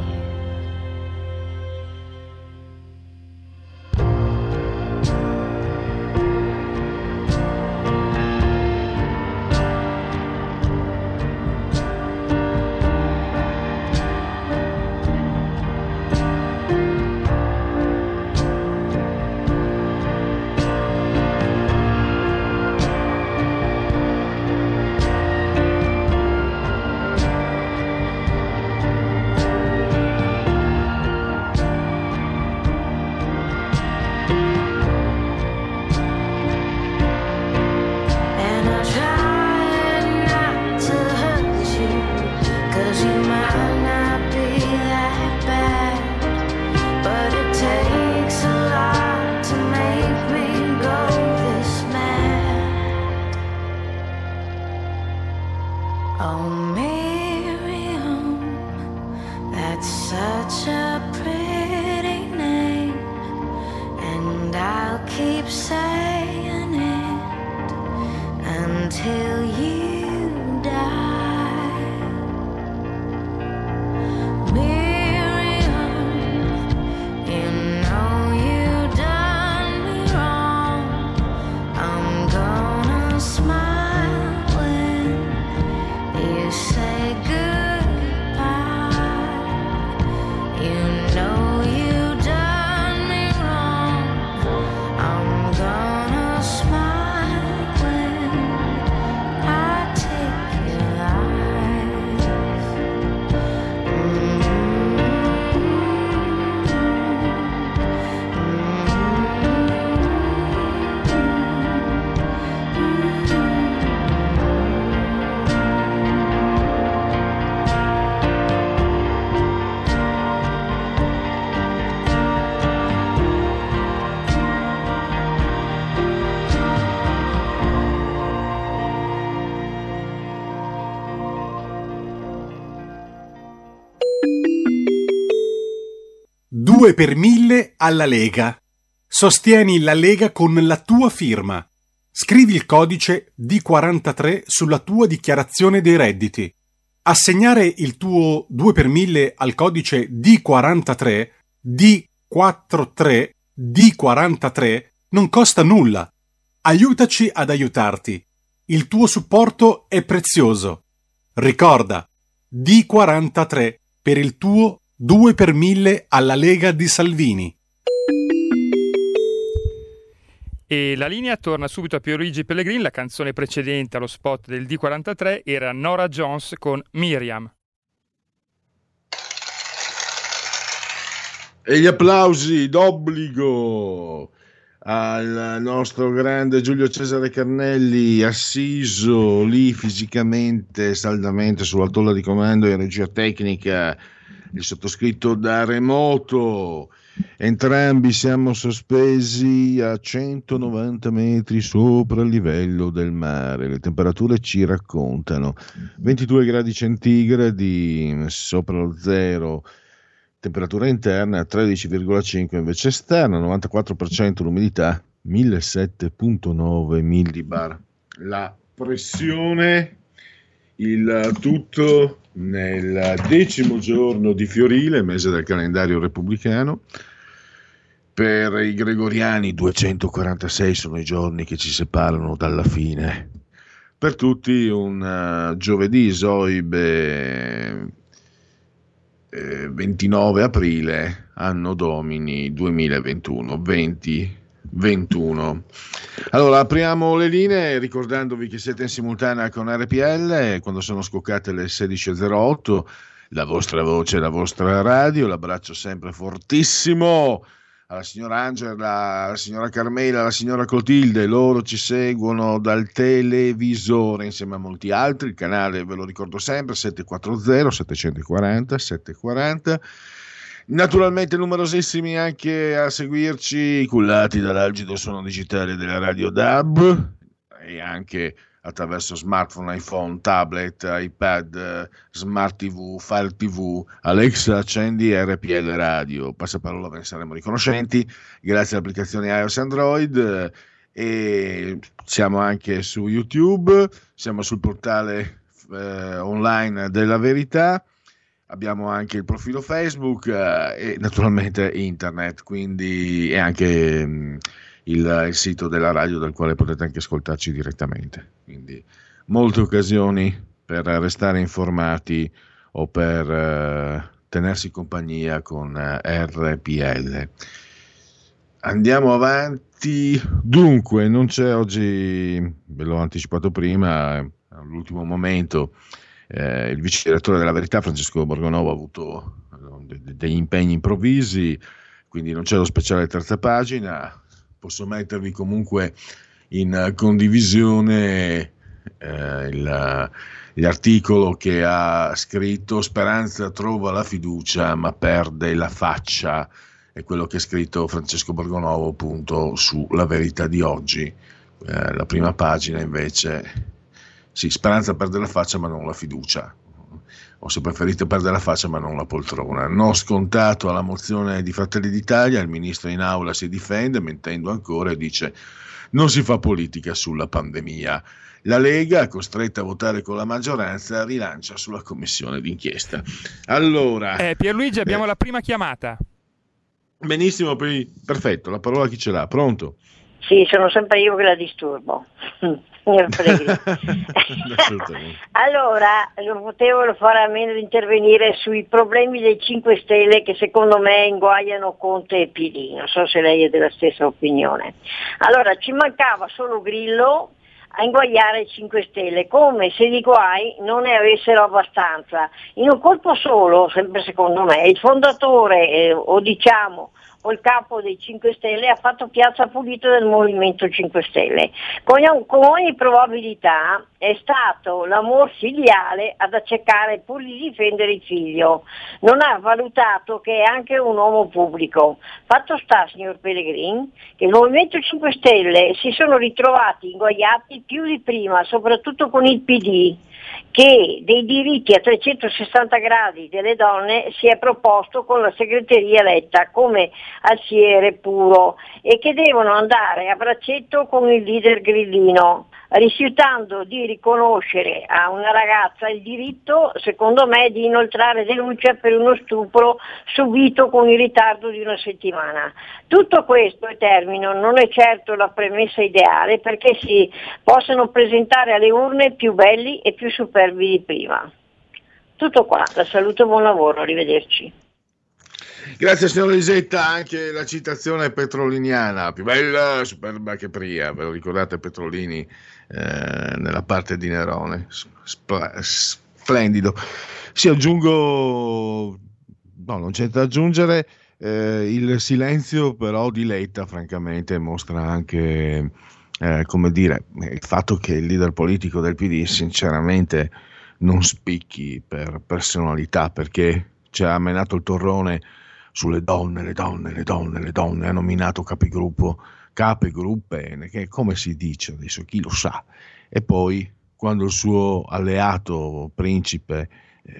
And I try not to hurt you, 'cause you might not be that bad. But it takes a lot to make me go this mad. Oh, Miriam, that's such a pretty name, and I'll keep saying it until you die. Miriam, you know you done me wrong. I'm gonna smile when you say goodbye. You know you done me wrong. I'm gonna smile when 2 per 1000 alla Lega. Sostieni la Lega con la tua firma. Scrivi il codice D43 sulla tua dichiarazione dei redditi. Assegnare il tuo 2 per 1000 al codice D43, D43, D43 non costa nulla. Aiutaci ad aiutarti. Il tuo supporto è prezioso. Ricorda, D43 per il tuo 2 per 1000 alla Lega di Salvini. E la linea torna subito a Pierluigi Pellegrini. La canzone precedente allo spot del D43 era Norah Jones con Miriam. E gli applausi d'obbligo al nostro grande Giulio Cesare Carnelli, assiso lì fisicamente, saldamente sulla tolla di comando in regia tecnica, il sottoscritto da remoto. Entrambi siamo sospesi a 190 metri sopra il livello del mare. Le temperature ci raccontano 22 gradi centigradi sopra lo zero, temperatura interna 13,5 invece esterna, 94% l'umidità, 1007,9 millibar la pressione. Il tutto nel 10° giorno di Fiorile, mese del calendario repubblicano. Per i gregoriani 246 sono i giorni che ci separano dalla fine. Per tutti un giovedì Zoibe 29 aprile, anno domini 2021, 2021. Allora apriamo le linee ricordandovi che siete in simultanea con RPL quando sono scoccate le 16.08, la vostra voce, la vostra radio. L'abbraccio sempre fortissimo alla signora Angela, alla signora Carmela, alla signora Clotilde. Loro ci seguono dal televisore insieme a molti altri. Il canale ve lo ricordo sempre, 740 740 740. Naturalmente numerosissimi anche a seguirci, cullati dall'algido suono digitale della Radio DAB e anche attraverso smartphone, iPhone, tablet, iPad, Smart TV, Fire TV. Alexa, accendi RPL Radio. Passaparola, ve ne saremo riconoscenti. Grazie all'applicazione iOS e Android. E siamo anche su YouTube, siamo sul portale online della Verità. Abbiamo anche il profilo Facebook e naturalmente internet, quindi e anche il sito della radio dal quale potete anche ascoltarci direttamente. Quindi molte occasioni per restare informati o per tenersi compagnia con RPL. Andiamo avanti. Dunque, non c'è oggi, ve l'ho anticipato prima, all'ultimo momento. Il vice direttore della Verità Francesco Borgonovo ha avuto degli impegni improvvisi, quindi non c'è lo speciale terza pagina. Posso mettervi comunque in condivisione l'articolo che ha scritto: Speranza trova la fiducia ma perde la faccia. È quello che ha scritto Francesco Borgonovo appunto sulla Verità di oggi. La prima pagina invece: sì, Speranza perde la faccia ma non la fiducia, o se preferite perde la faccia ma non la poltrona. No scontato alla mozione di Fratelli d'Italia, il ministro in aula si difende mentendo ancora e dice non si fa politica sulla pandemia. La Lega, costretta a votare con la maggioranza, rilancia sulla commissione d'inchiesta. Allora, Pierluigi, abbiamo la prima chiamata. Benissimo, perfetto, la parola a chi ce l'ha? Pronto? Sì, sono sempre io che la disturbo. Signor Pellegrini. Allora, non potevo fare a meno di intervenire sui problemi dei 5 Stelle che secondo me inguaiano Conte e PD. Non so se lei è della stessa opinione. Allora, ci mancava solo Grillo a inguaiare i 5 Stelle, come se di guai non ne avessero abbastanza. In un colpo solo, sempre secondo me, il fondatore o il capo dei 5 Stelle ha fatto piazza pulita del Movimento 5 Stelle. Con ogni probabilità è stato l'amor filiale ad accecare pur di difendere il figlio. Non ha valutato che è anche un uomo pubblico. Fatto sta, signor Pellegrini, che il Movimento 5 Stelle si sono ritrovati inguaiati più di prima, soprattutto con il PD, che dei diritti a 360 gradi delle donne si è proposto con la segreteria eletta come alfiere puro e che devono andare a braccetto con il leader grillino, rifiutando di riconoscere a una ragazza il diritto, secondo me, di inoltrare denuncia per uno stupro subito con il ritardo di una settimana. Tutto questo, e termino, non è certo la premessa ideale perché si possono presentare alle urne più belli e più superbi di prima. Tutto qua, la saluto, buon lavoro, arrivederci. Grazie signora Lisetta, anche la citazione petroliniana, più bella, superba che Pria, ve lo ricordate Petrolini nella parte di Nerone, splendido. Sì, aggiungo, no, non c'è da aggiungere, il silenzio però di Letta francamente mostra anche, come dire, il fatto che il leader politico del PD sinceramente non spicchi per personalità, perché ci ha menato il torrone sulle donne, le donne, ha nominato capigruppe, che come si dice adesso, chi lo sa, e poi quando il suo alleato principe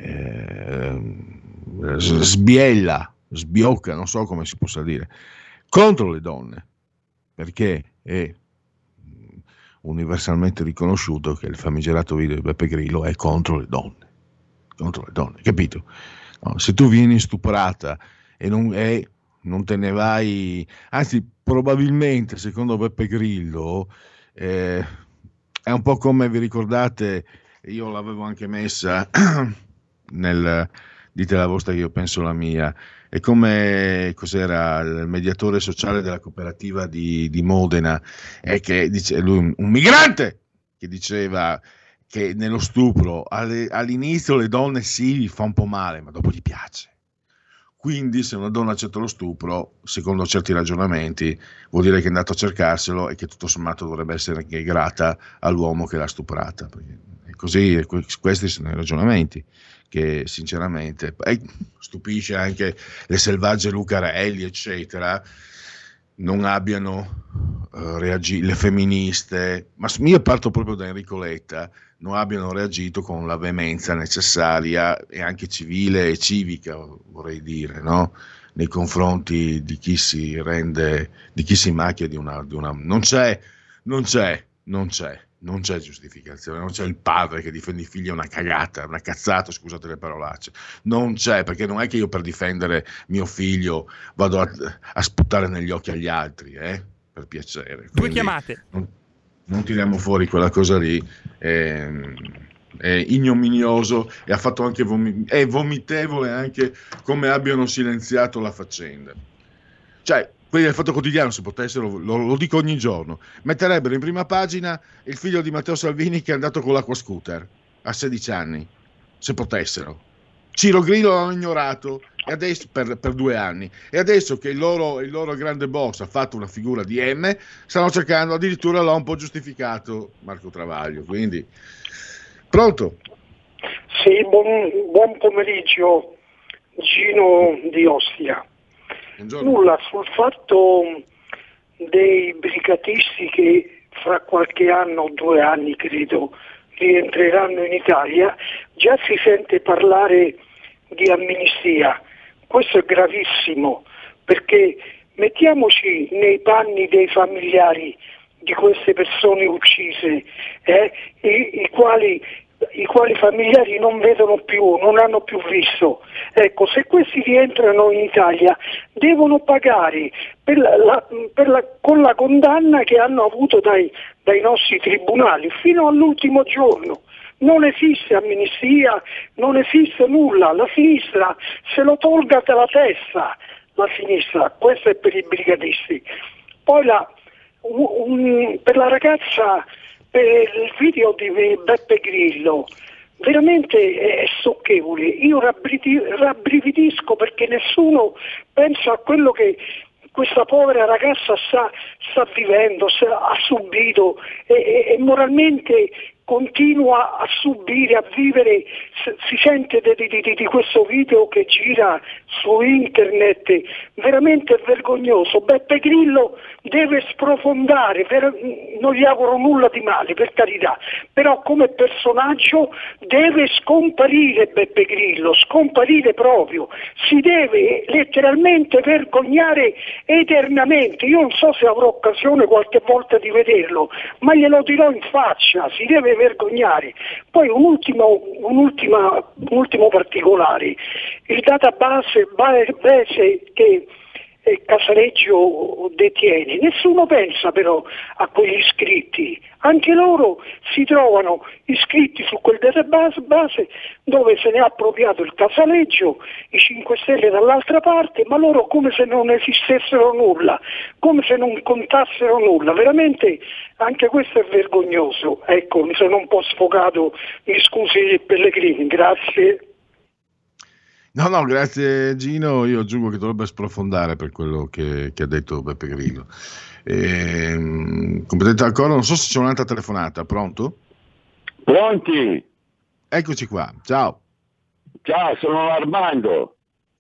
sbiocca, non so come si possa dire, contro le donne, perché è universalmente riconosciuto che il famigerato video di Beppe Grillo è contro le donne, capito? No, se tu vieni stuprata e non te ne vai, anzi probabilmente secondo Beppe Grillo è un po' come, vi ricordate, io l'avevo anche messa nel dite la vostra che io penso la mia, è come cos'era il mediatore sociale della cooperativa di Modena, e che dice lui, un migrante, che diceva che nello stupro all'inizio le donne sì, fa un po' male, ma dopo gli piace. Quindi se una donna accetta lo stupro, secondo certi ragionamenti, vuol dire che è andato a cercarselo e che tutto sommato dovrebbe essere anche grata all'uomo che l'ha stuprata. Perché è così, questi sono i ragionamenti che sinceramente stupisce anche le selvagge Lucarelli, eccetera, non abbiano reagito, le femministe, ma io parto proprio da Enrico Letta, non abbiano reagito con la veemenza necessaria e anche civile e civica, vorrei dire, no? Nei confronti di chi si rende, di chi si macchia di una non c'è giustificazione, non c'è il padre che difende i figli, è una cagata, una cazzata, scusate le parolacce, non c'è, perché non è che io per difendere mio figlio vado a sputare negli occhi agli altri, per piacere. Quindi, 2 chiamate. Non tiriamo fuori quella cosa lì, è ignominioso e ha fatto anche è vomitevole anche come abbiano silenziato la faccenda. Cioè, quelli del Fatto Quotidiano, se potessero, lo dico ogni giorno, metterebbero in prima pagina il figlio di Matteo Salvini che è andato con l'acqua scooter a 16 anni, se potessero. Ciro Grillo l'hanno ignorato e adesso, per 2 anni, e adesso che il loro grande boss ha fatto una figura di M, stanno cercando, addirittura l'ha un po' giustificato Marco Travaglio. Quindi pronto? Sì, buon pomeriggio, Gino di Ostia. Buongiorno. Nulla, sul fatto dei brigatisti che fra qualche anno, 2 anni credo, rientreranno in Italia, già si sente parlare di amnistia. Questo è gravissimo, perché mettiamoci nei panni dei familiari di queste persone uccise, i quali familiari non vedono più, non hanno più visto. Ecco, se questi rientrano in Italia devono pagare con la condanna che hanno avuto dai nostri tribunali fino all'ultimo giorno. Non esiste amnistia, non esiste nulla, la sinistra se lo tolga dalla testa, la sinistra, questo è per i brigatisti. Poi per la ragazza, per il video di Beppe Grillo, veramente è socchevole. Io rabbrividisco perché nessuno pensa a quello che questa povera ragazza sta vivendo, ha subito, e moralmente continua a subire, a vivere, si sente di questo video che gira su internet, veramente vergognoso. Beppe Grillo deve sprofondare, non gli auguro nulla di male, per carità, però come personaggio deve scomparire Beppe Grillo, scomparire proprio, si deve letteralmente vergognare eternamente. Io non so se avrò occasione qualche volta di vederlo, ma glielo dirò in faccia, si deve vergognare. Poi un ultimo particolare, il database che Casaleggio detiene, nessuno pensa però a quegli iscritti, anche loro si trovano iscritti su quel database dove se ne è appropriato il Casaleggio, i 5 Stelle dall'altra parte, ma loro come se non esistessero nulla, come se non contassero nulla. Veramente anche questo è vergognoso. Ecco, mi sono un po' sfogato, mi scusi Pellegrini, grazie. No, grazie Gino, io aggiungo che dovrebbe sprofondare per quello che ha detto Beppe Grillo. Completamente d'accordo, non so se c'è un'altra telefonata, pronto? Pronti? Eccoci qua, ciao. Ciao, sono Armando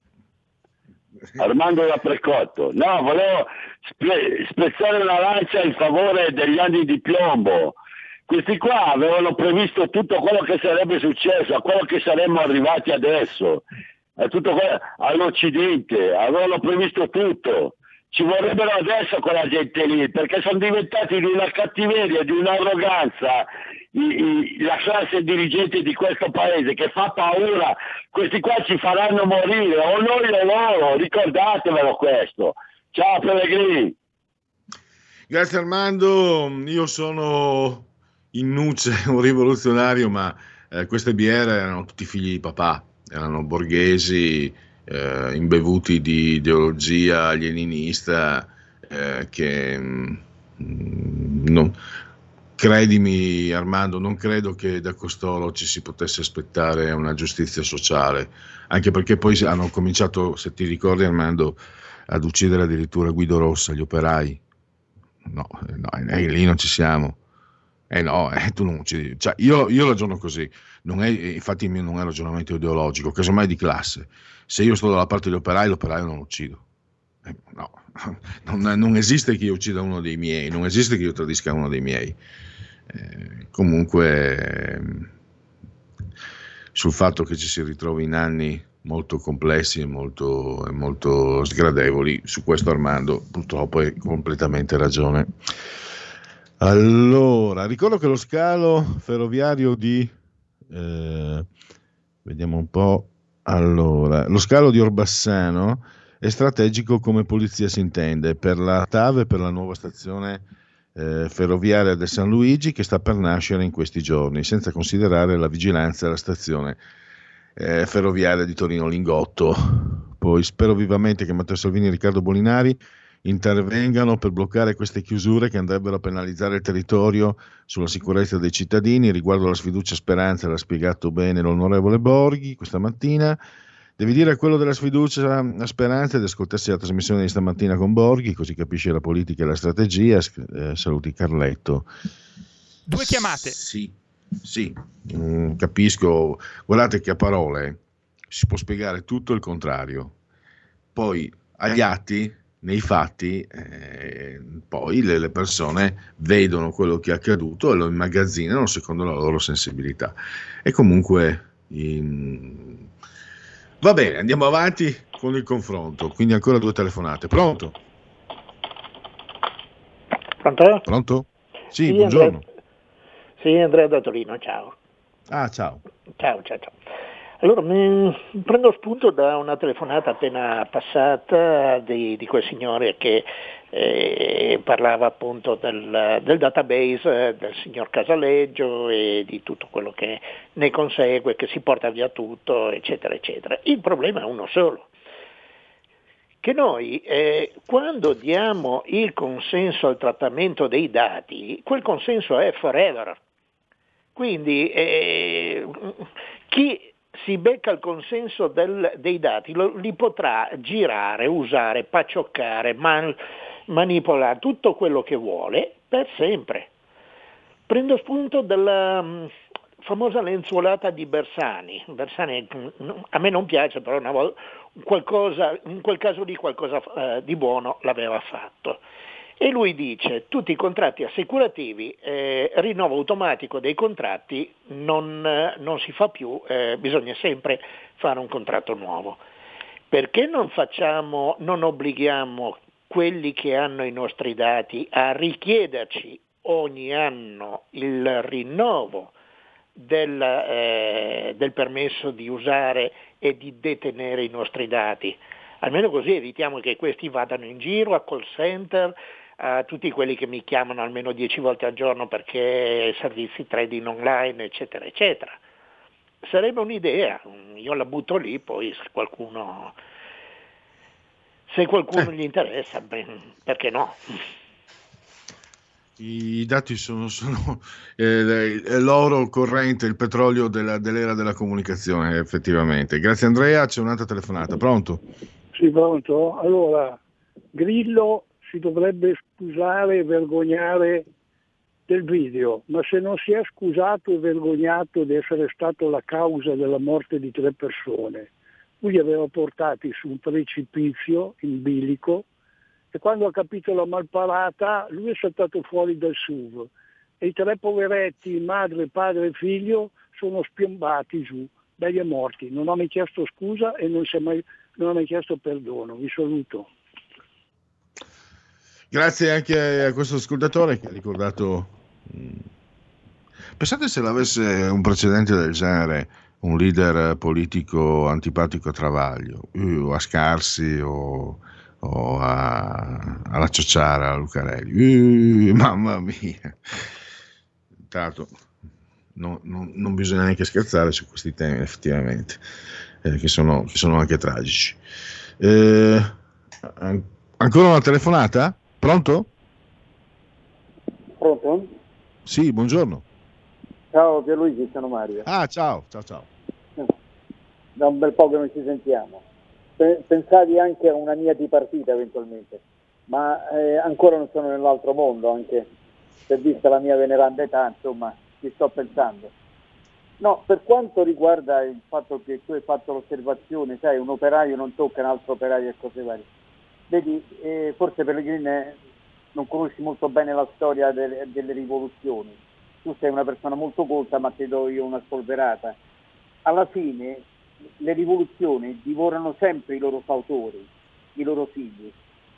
da Precotto. No, volevo spezzare una lancia in favore degli anni di piombo. Questi qua avevano previsto tutto quello che sarebbe successo, a quello che saremmo arrivati adesso. Tutto all'Occidente, avevano previsto tutto. Ci vorrebbero adesso quella gente lì, perché sono diventati di una cattiveria, di un'arroganza la classe dirigente di questo paese, che fa paura. Questi qua ci faranno morire, o noi o loro, ricordatevelo questo. Ciao Pellegrini. Grazie Armando, io sono in nuce un rivoluzionario, ma queste biere erano tutti figli di papà. Erano borghesi imbevuti di ideologia leninista che non, credimi Armando, non credo che da costoro ci si potesse aspettare una giustizia sociale, anche perché poi hanno cominciato, se ti ricordi Armando, ad uccidere addirittura Guido Rossa, gli operai. No, lì non ci siamo. Tu non uccidi. Cioè, io ragiono così, infatti il mio non è ragionamento ideologico, casomai di classe. Se io sto dalla parte degli operai, l'operaio non lo uccido. Non esiste che io uccida uno dei miei, non esiste che io tradisca uno dei miei. Comunque, sul fatto che ci si ritrovi in anni molto complessi e molto sgradevoli, su questo Armando purtroppo hai completamente ragione. Allora, ricordo che lo scalo ferroviario vediamo un po'. Allora, lo scalo di Orbassano è strategico come polizia si intende per la TAV e per la nuova stazione ferroviaria del San Luigi che sta per nascere in questi giorni, senza considerare la vigilanza della stazione ferroviaria di Torino Lingotto. Poi spero vivamente che Matteo Salvini e Riccardo Molinari intervengano per bloccare queste chiusure che andrebbero a penalizzare il territorio sulla sicurezza dei cittadini. Riguardo alla sfiducia Speranza, l'ha spiegato bene l'onorevole Borghi questa mattina. Devi dire quello della sfiducia a Speranza ed ascoltarsi la trasmissione di stamattina con Borghi, così capisce la politica e la strategia. Saluti Carletto. 2 chiamate. Sì, capisco. Guardate che a parole si può spiegare tutto il contrario. Poi agli atti, nei fatti, poi le persone vedono quello che è accaduto e lo immagazzinano secondo la loro sensibilità. E comunque va bene, andiamo avanti con il confronto. Quindi ancora 2 telefonate. Pronto? Pronto? Sì, buongiorno. Andrea da Torino, ciao. Ciao. Ciao. Allora, prendo spunto da una telefonata appena passata di quel signore che parlava appunto del database del signor Casaleggio e di tutto quello che ne consegue, che si porta via tutto, eccetera, eccetera. Il problema è uno solo, che noi quando diamo il consenso al trattamento dei dati, quel consenso è forever. Quindi chi si becca il consenso dei dati li potrà girare, usare, paccioccare, manipolare, tutto quello che vuole per sempre. Prendo spunto dalla famosa lenzuolata di Bersani. Bersani a me non piace, però una volta qualcosa, in quel caso lì qualcosa di buono l'aveva fatto. E lui dice: tutti i contratti assicurativi, rinnovo automatico dei contratti non si fa più, bisogna sempre fare un contratto nuovo. Perché non obblighiamo quelli che hanno i nostri dati a richiederci ogni anno il rinnovo del permesso di usare e di detenere i nostri dati? Almeno così evitiamo che questi vadano in giro a call center, a tutti quelli che mi chiamano almeno 10 volte al giorno perché servizi trading online, eccetera, eccetera. Sarebbe un'idea, io la butto lì, poi se qualcuno gli interessa, perché no? I dati sono l'oro corrente, il petrolio dell'era della comunicazione, effettivamente. Grazie Andrea, c'è un'altra telefonata. Pronto? Sì, pronto. Allora, Grillo si dovrebbe scusare e vergognare del video, ma se non si è scusato e vergognato di essere stato la causa della morte di 3 persone, lui li aveva portati su un precipizio in bilico e quando ha capito la malparata lui è saltato fuori dal SUV e i 3 poveretti, madre, padre e figlio, sono spiombati giù, belli e morti. Non ho mai chiesto scusa e non ho mai chiesto perdono. Vi saluto. Grazie anche a questo ascoltatore che ha ricordato. Pensate se l'avesse un precedente del genere, un leader politico antipatico a Travaglio, o a Scarsi o alla Ciociara, a Lucarelli, mamma mia. Tanto non bisogna neanche scherzare su questi temi, effettivamente, che sono anche tragici. Ancora una telefonata? Pronto? Pronto? Sì, buongiorno. Ciao Pierluigi, sono Mario. Ah, ciao. Da un bel po' che non ci sentiamo. Pensavi anche a una mia di partita eventualmente, ma ancora non sono nell'altro mondo, anche se vista la mia veneranda età, insomma, ci sto pensando. No, per quanto riguarda il fatto che tu hai fatto l'osservazione, sai, un operaio non tocca un altro operaio e cose varie. Vedi, forse Pellegrini non conosci molto bene la storia delle rivoluzioni. Tu sei una persona molto colta, ma ti do io una spolverata. Alla fine le rivoluzioni divorano sempre i loro fautori, i loro figli.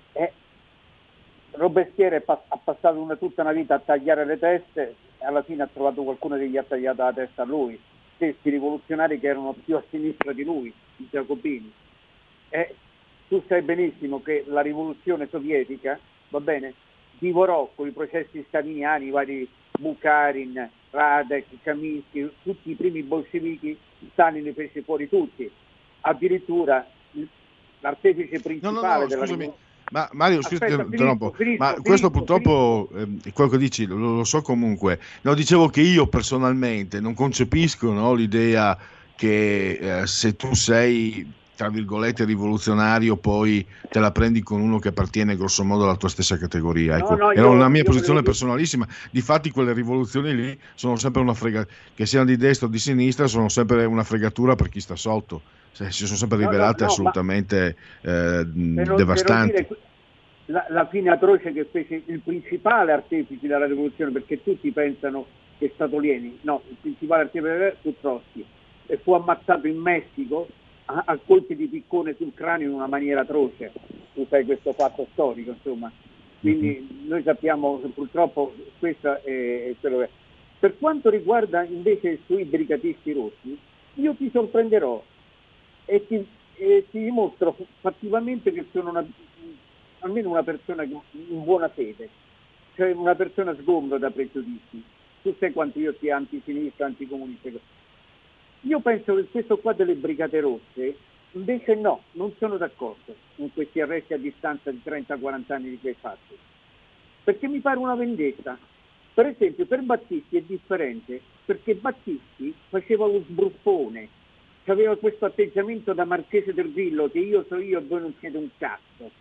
Robespierre ha passato tutta una vita a tagliare le teste e alla fine ha trovato qualcuno che gli ha tagliato la testa a lui. Stessi rivoluzionari che erano più a sinistra di lui, i giacobini. Tu sai benissimo che la rivoluzione sovietica, va bene, divorò con i processi staliniani, i vari Bukharin, Radek, Kaminsky, tutti i primi bolscevichi. Stalin li fece fuori tutti. Addirittura l'artefice principale della rivoluzione. Ma Mario, scusa, ma questo purtroppo quello che dici lo so comunque. No, dicevo che io personalmente non concepisco, no, l'idea che se tu sei tra virgolette rivoluzionario poi te la prendi con uno che appartiene grosso modo alla tua stessa categoria. Ecco. No, era una mia posizione personalissima. Difatti quelle rivoluzioni lì sono sempre una fregatura, che siano di destra o di sinistra, sono sempre una fregatura per chi sta sotto. Si sono sempre rivelate assolutamente devastanti. La fine atroce che fece il principale artefice della rivoluzione, perché tutti pensano che è stato Lenin, no, il principale artefice fu Trotsky e fu ammazzato in Messico a colpi di piccone sul cranio in una maniera atroce. Tu sai questo fatto storico, insomma. Quindi noi sappiamo che purtroppo questo è quello che è. Per quanto riguarda invece sui brigatisti rossi, io ti sorprenderò e ti dimostro fattivamente che sono almeno una persona in buona fede, cioè una persona sgombra da pregiudizi. Tu sai quanto io sia antisinistra, anticomunista. Io penso che questo qua delle Brigate Rosse, invece no, non sono d'accordo con questi arresti a distanza di 30-40 anni di quei fatti, perché mi pare una vendetta. Per esempio per Battisti è differente, perché Battisti faceva lo sbruffone, aveva questo atteggiamento da Marchese del Grillo, che io so io e voi non siete un cazzo.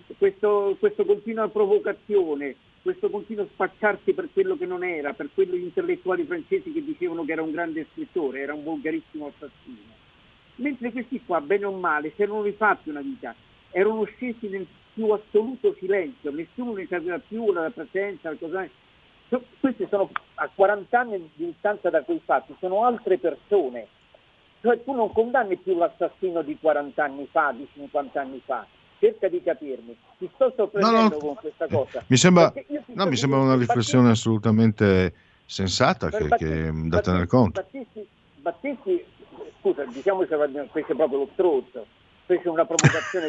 questo continua provocazione, questo continuo spacciarsi per quello che non era, per quello gli intellettuali francesi che dicevano che era un grande scrittore, era un volgarissimo assassino. Mentre questi qua, bene o male, si erano rifatti una vita, erano scesi nel più assoluto silenzio, nessuno ne sapeva più la presenza, la cosa. Questi sono a 40 anni di distanza da quei fatti, sono altre persone. Cioè tu non condanni più l'assassino di 40 anni fa, di 50 anni fa. Cerca di capirmi, ti sto sorprendendo con questa cosa. Mi sembra una riflessione assolutamente sensata che da tenere conto. Battisti, scusa, diciamo che fece proprio lo strozzo, fece una provocazione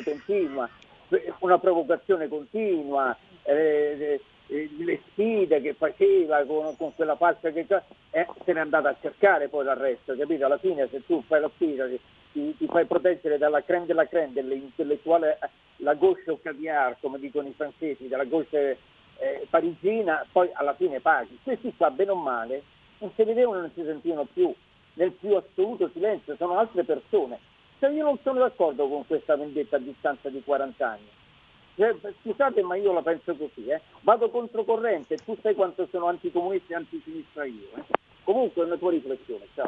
continua, le sfide che faceva con quella faccia che se n'è andata a cercare poi l'arresto, capito? Alla fine se tu fai la sfida ti fai proteggere dalla crème della crème dell'intellettuale, la gauche au caviar, come dicono i francesi, della gauche parigina, poi alla fine paghi. Questi qua, bene o male, non si vedevano, non si sentivano più, nel più assoluto silenzio, sono altre persone. Cioè io non sono d'accordo con questa vendetta a distanza di 40 anni. Scusate, ma io la penso così, vado controcorrente, tu sai quanto sono anticomunista e antisinistra io. Comunque è una tua riflessione, ciao.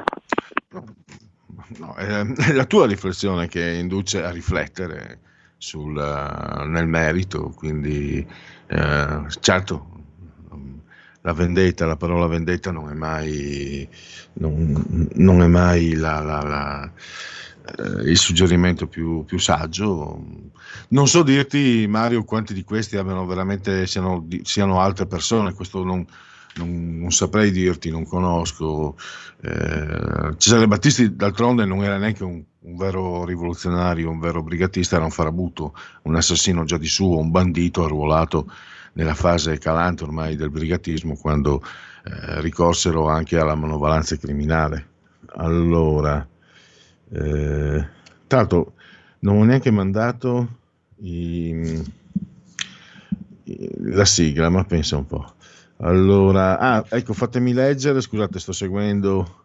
No, è la tua riflessione che induce a riflettere nel merito, quindi certo la parola vendetta non è mai il suggerimento più saggio. Non so dirti, Mario, quanti di questi abbiano veramente siano altre persone, questo non saprei dirti, non conosco. Cesare Battisti d'altronde non era neanche un vero rivoluzionario, un vero brigatista, era un farabutto, un assassino già di suo, un bandito arruolato nella fase calante ormai del brigatismo, quando ricorsero anche alla manovalanza criminale. Allora, tra l'altro non ho neanche mandato la sigla, ma pensa un po'. Allora, ecco, fatemi leggere, scusate, sto seguendo.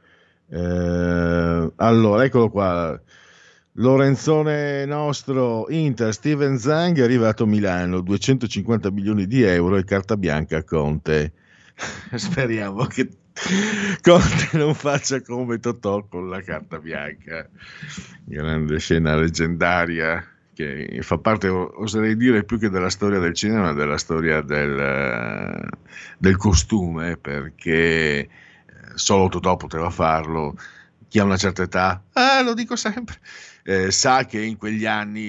Allora, eccolo qua. Lorenzone nostro, Inter, Steven Zang è arrivato a Milano, 250 milioni di euro e carta bianca a Conte. Speriamo che Conte non faccia come Totò con la carta bianca. Grande scena leggendaria che fa parte, oserei dire, più che della storia del cinema, della storia del costume, perché solo Totò poteva farlo. Chi ha una certa età, lo dico sempre, sa che in quegli anni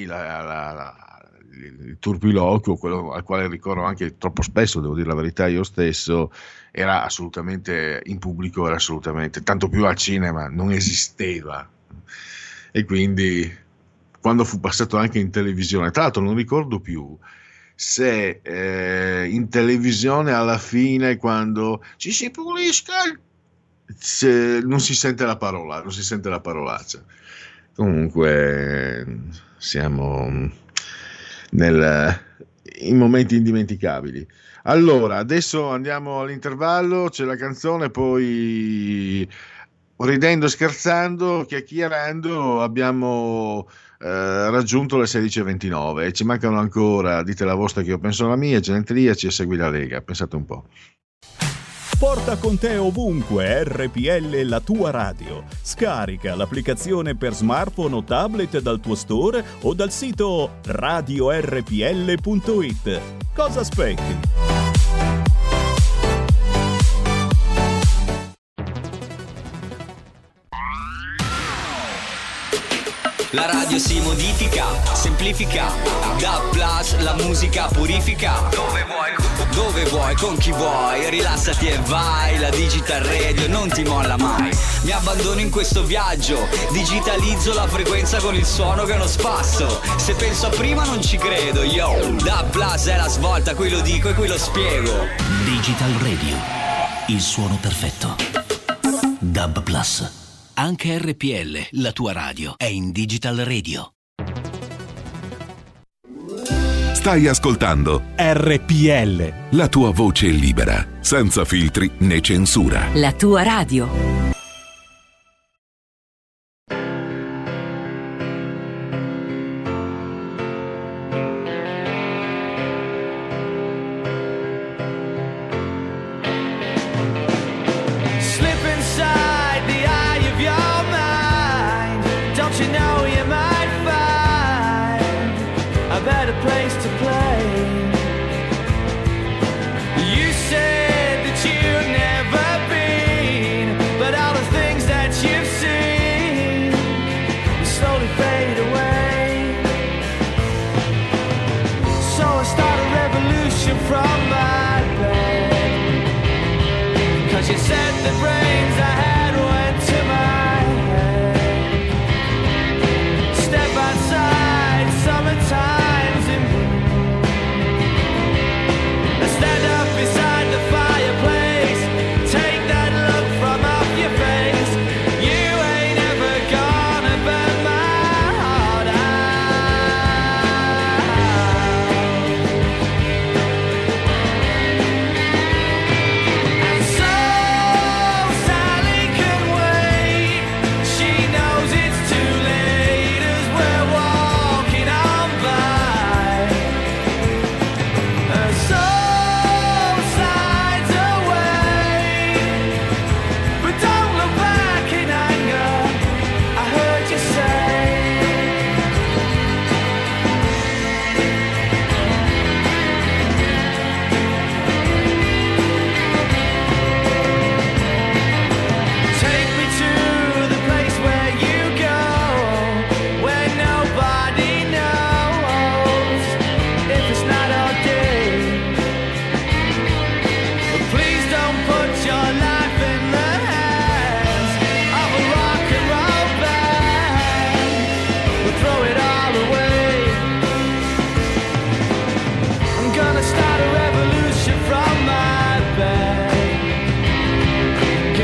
il turpiloquio, quello al quale ricorro anche troppo spesso, devo dire la verità io stesso, era assolutamente in pubblico, era assolutamente, tanto più al cinema, non esisteva. E quindi quando fu passato anche in televisione, tra l'altro non ricordo più se in televisione alla fine, quando ci si pulisca non si sente la parola, non si sente la parolaccia. Comunque siamo in momenti indimenticabili. Allora, adesso andiamo all'intervallo, c'è la canzone, poi ridendo, scherzando, chiacchierando abbiamo raggiunto le 16:29 e ci mancano ancora Dite la vostra che io penso la mia, Genetriaci e Segui la Lega. Pensate un po'. Porta con te ovunque RPL, la tua radio. Scarica l'applicazione per smartphone o tablet dal tuo store o dal sito radiorpl.it. Cosa aspetti? La radio si modifica, semplifica, da plus la musica purifica. Dove vuoi, con chi vuoi, rilassati e vai. La Digital Radio non ti molla mai. Mi abbandono in questo viaggio, digitalizzo la frequenza con il suono che è uno spasso. Se penso a prima non ci credo, yo. Da plus è la svolta, qui lo dico e qui lo spiego. Digital Radio, il suono perfetto. Dub Plus. Anche RPL, la tua radio, è in Digital Radio. Stai ascoltando RPL, la tua voce libera, senza filtri né censura. La tua radio.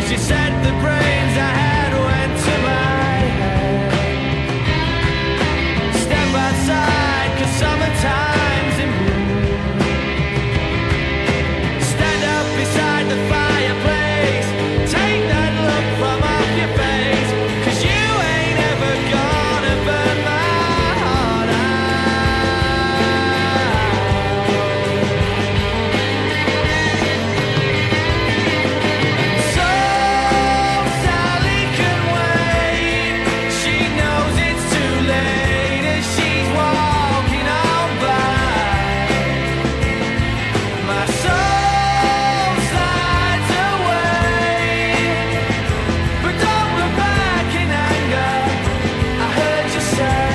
She said the brains I had went to my head. Step outside, 'cause summertime's in bloom. Stand up beside the fireplace. Take that look from off your face. 'Cause you ain't ever gonna burn my heart So Sally can wait. She knows it's too late as she's walking on by. My soul slides away, but don't look back in anger. I heard you say.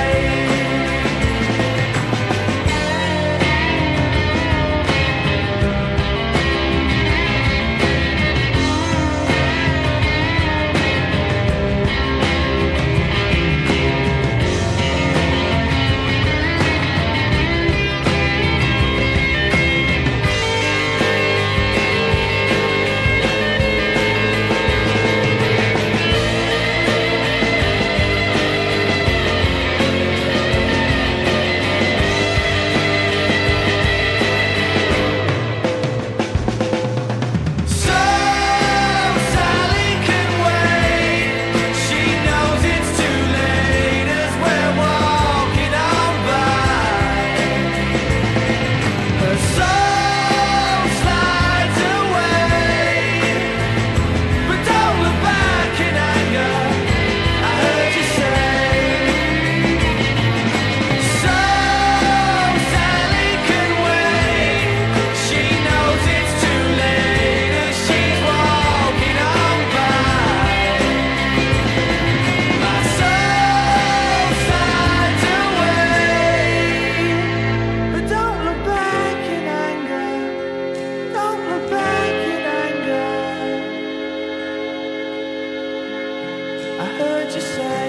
So Sally can wait. She knows it's too late as we're walking on by. Her soul slides away, but don't look back in anger. I heard you say. So Sally can wait. She knows it's too late as she's walking on by. My soul slides away, but don't look back in anger. Don't look back in anger. I heard you say.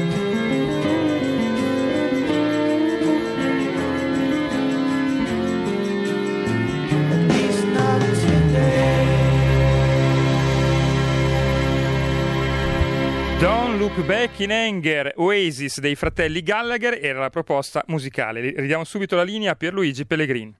At least not today. Don't Look Back in Anger, Oasis dei fratelli Gallagher era la proposta musicale. Ridiamo subito la linea a Pierluigi Pellegrini.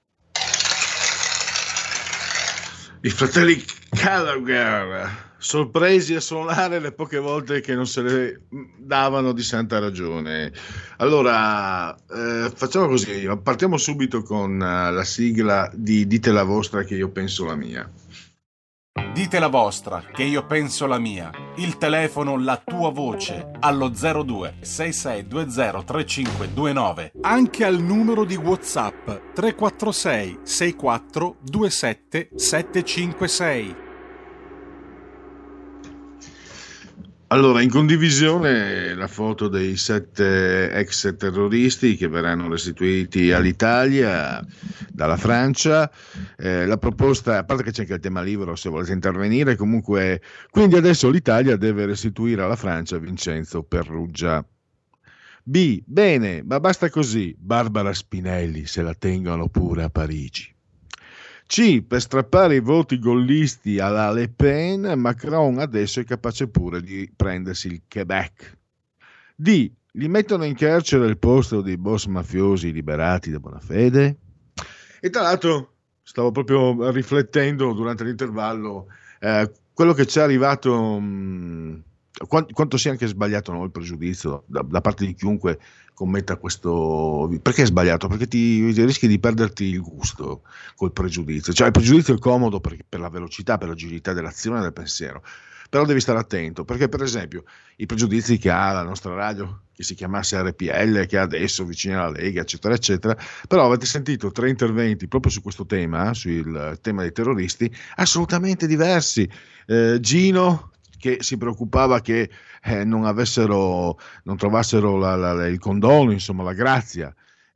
I fratelli Gallagher, sorpresi a suonare le poche volte che non se le davano di santa ragione. Allora, facciamo così, partiamo subito con la sigla di Dite la vostra che io penso la mia. Dite la vostra, che io penso la mia. Il telefono, la tua voce, allo 02 6620 3529. Anche al numero di WhatsApp 346 64 27 756. Allora, in condivisione la foto dei 7 ex terroristi che verranno restituiti all'Italia dalla Francia. La proposta, a parte che c'è anche il tema libero se volete intervenire, comunque, quindi adesso l'Italia deve restituire alla Francia Vincenzo Perrugia. B, bene, ma basta così, Barbara Spinelli se la tengono pure a Parigi. C, per strappare i voti gollisti alla Le Pen, Macron adesso è capace pure di prendersi il Quebec. D, li mettono in carcere al posto dei boss mafiosi liberati da buona fede. E tra l'altro stavo proprio riflettendo durante l'intervallo quello che ci è arrivato, quanto sia anche sbagliato, no, il pregiudizio da parte di chiunque commetta questo. Perché è sbagliato? Perché ti rischi di perderti il gusto col pregiudizio. Cioè il pregiudizio è comodo per la velocità, per l'agilità dell'azione e del pensiero, però devi stare attento, perché per esempio i pregiudizi che ha la nostra radio, che si chiamasse RPL, che è adesso vicina alla Lega, eccetera eccetera, però avete sentito 3 interventi proprio su questo tema, sul tema dei terroristi, assolutamente diversi. Gino che si preoccupava che non trovassero il condono, insomma la grazia.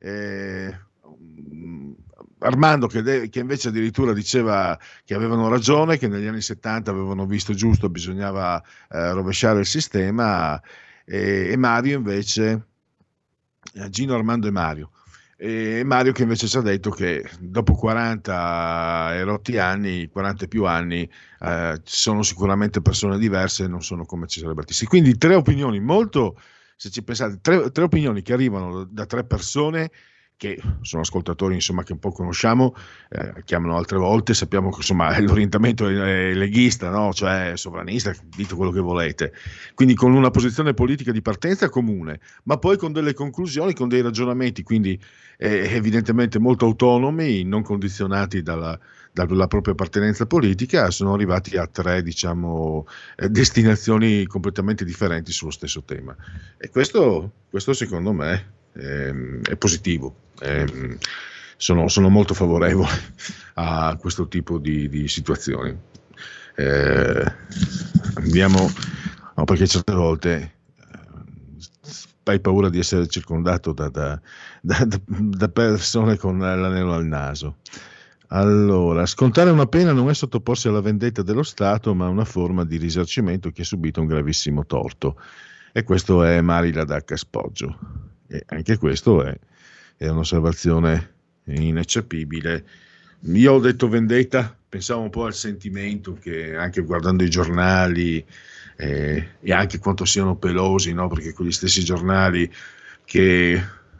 Armando che invece addirittura diceva che avevano ragione, che negli anni 70 avevano visto giusto, bisognava rovesciare il sistema, e Mario invece, Gino, Armando e Mario. E Mario che invece ci ha detto che dopo 40 e rotti anni, 40 e più anni, sono sicuramente persone diverse, non sono come Cesare Battisti. Quindi tre opinioni molto, se ci pensate, tre opinioni che arrivano da tre persone che sono ascoltatori, insomma, che un po' conosciamo, chiamano altre volte, sappiamo che insomma l'orientamento è leghista, no? Cioè sovranista, dite quello che volete, quindi con una posizione politica di partenza comune, ma poi con delle conclusioni, con dei ragionamenti, quindi evidentemente molto autonomi, non condizionati dalla propria appartenenza politica, sono arrivati a tre, diciamo, destinazioni completamente differenti sullo stesso tema, e questo secondo me è positivo. Sono molto favorevole a questo tipo di situazioni. No, perché certe volte hai paura di essere circondato da persone con l'anello al naso. Allora, scontare una pena non è sottoporsi alla vendetta dello Stato, ma una forma di risarcimento chi ha subito un gravissimo torto. E questo è Marila da Caspoggio. E anche questo è un'osservazione ineccepibile. Io ho detto vendetta, pensavo un po' al sentimento che anche guardando i giornali e anche quanto siano pelosi, no? Perché quegli stessi giornali quegli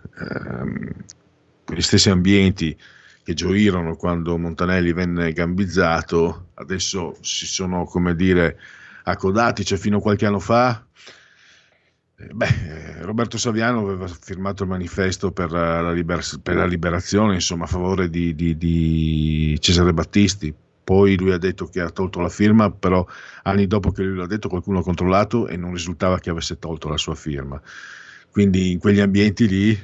stessi ambienti che gioirono quando Montanelli venne gambizzato, adesso si sono, come dire, accodati. Cioè fino a qualche anno fa Roberto Saviano aveva firmato il manifesto per la liberazione, insomma, a favore di Cesare Battisti. Poi lui ha detto che ha tolto la firma, però anni dopo che lui l'ha detto qualcuno ha controllato e non risultava che avesse tolto la sua firma. Quindi in quegli ambienti lì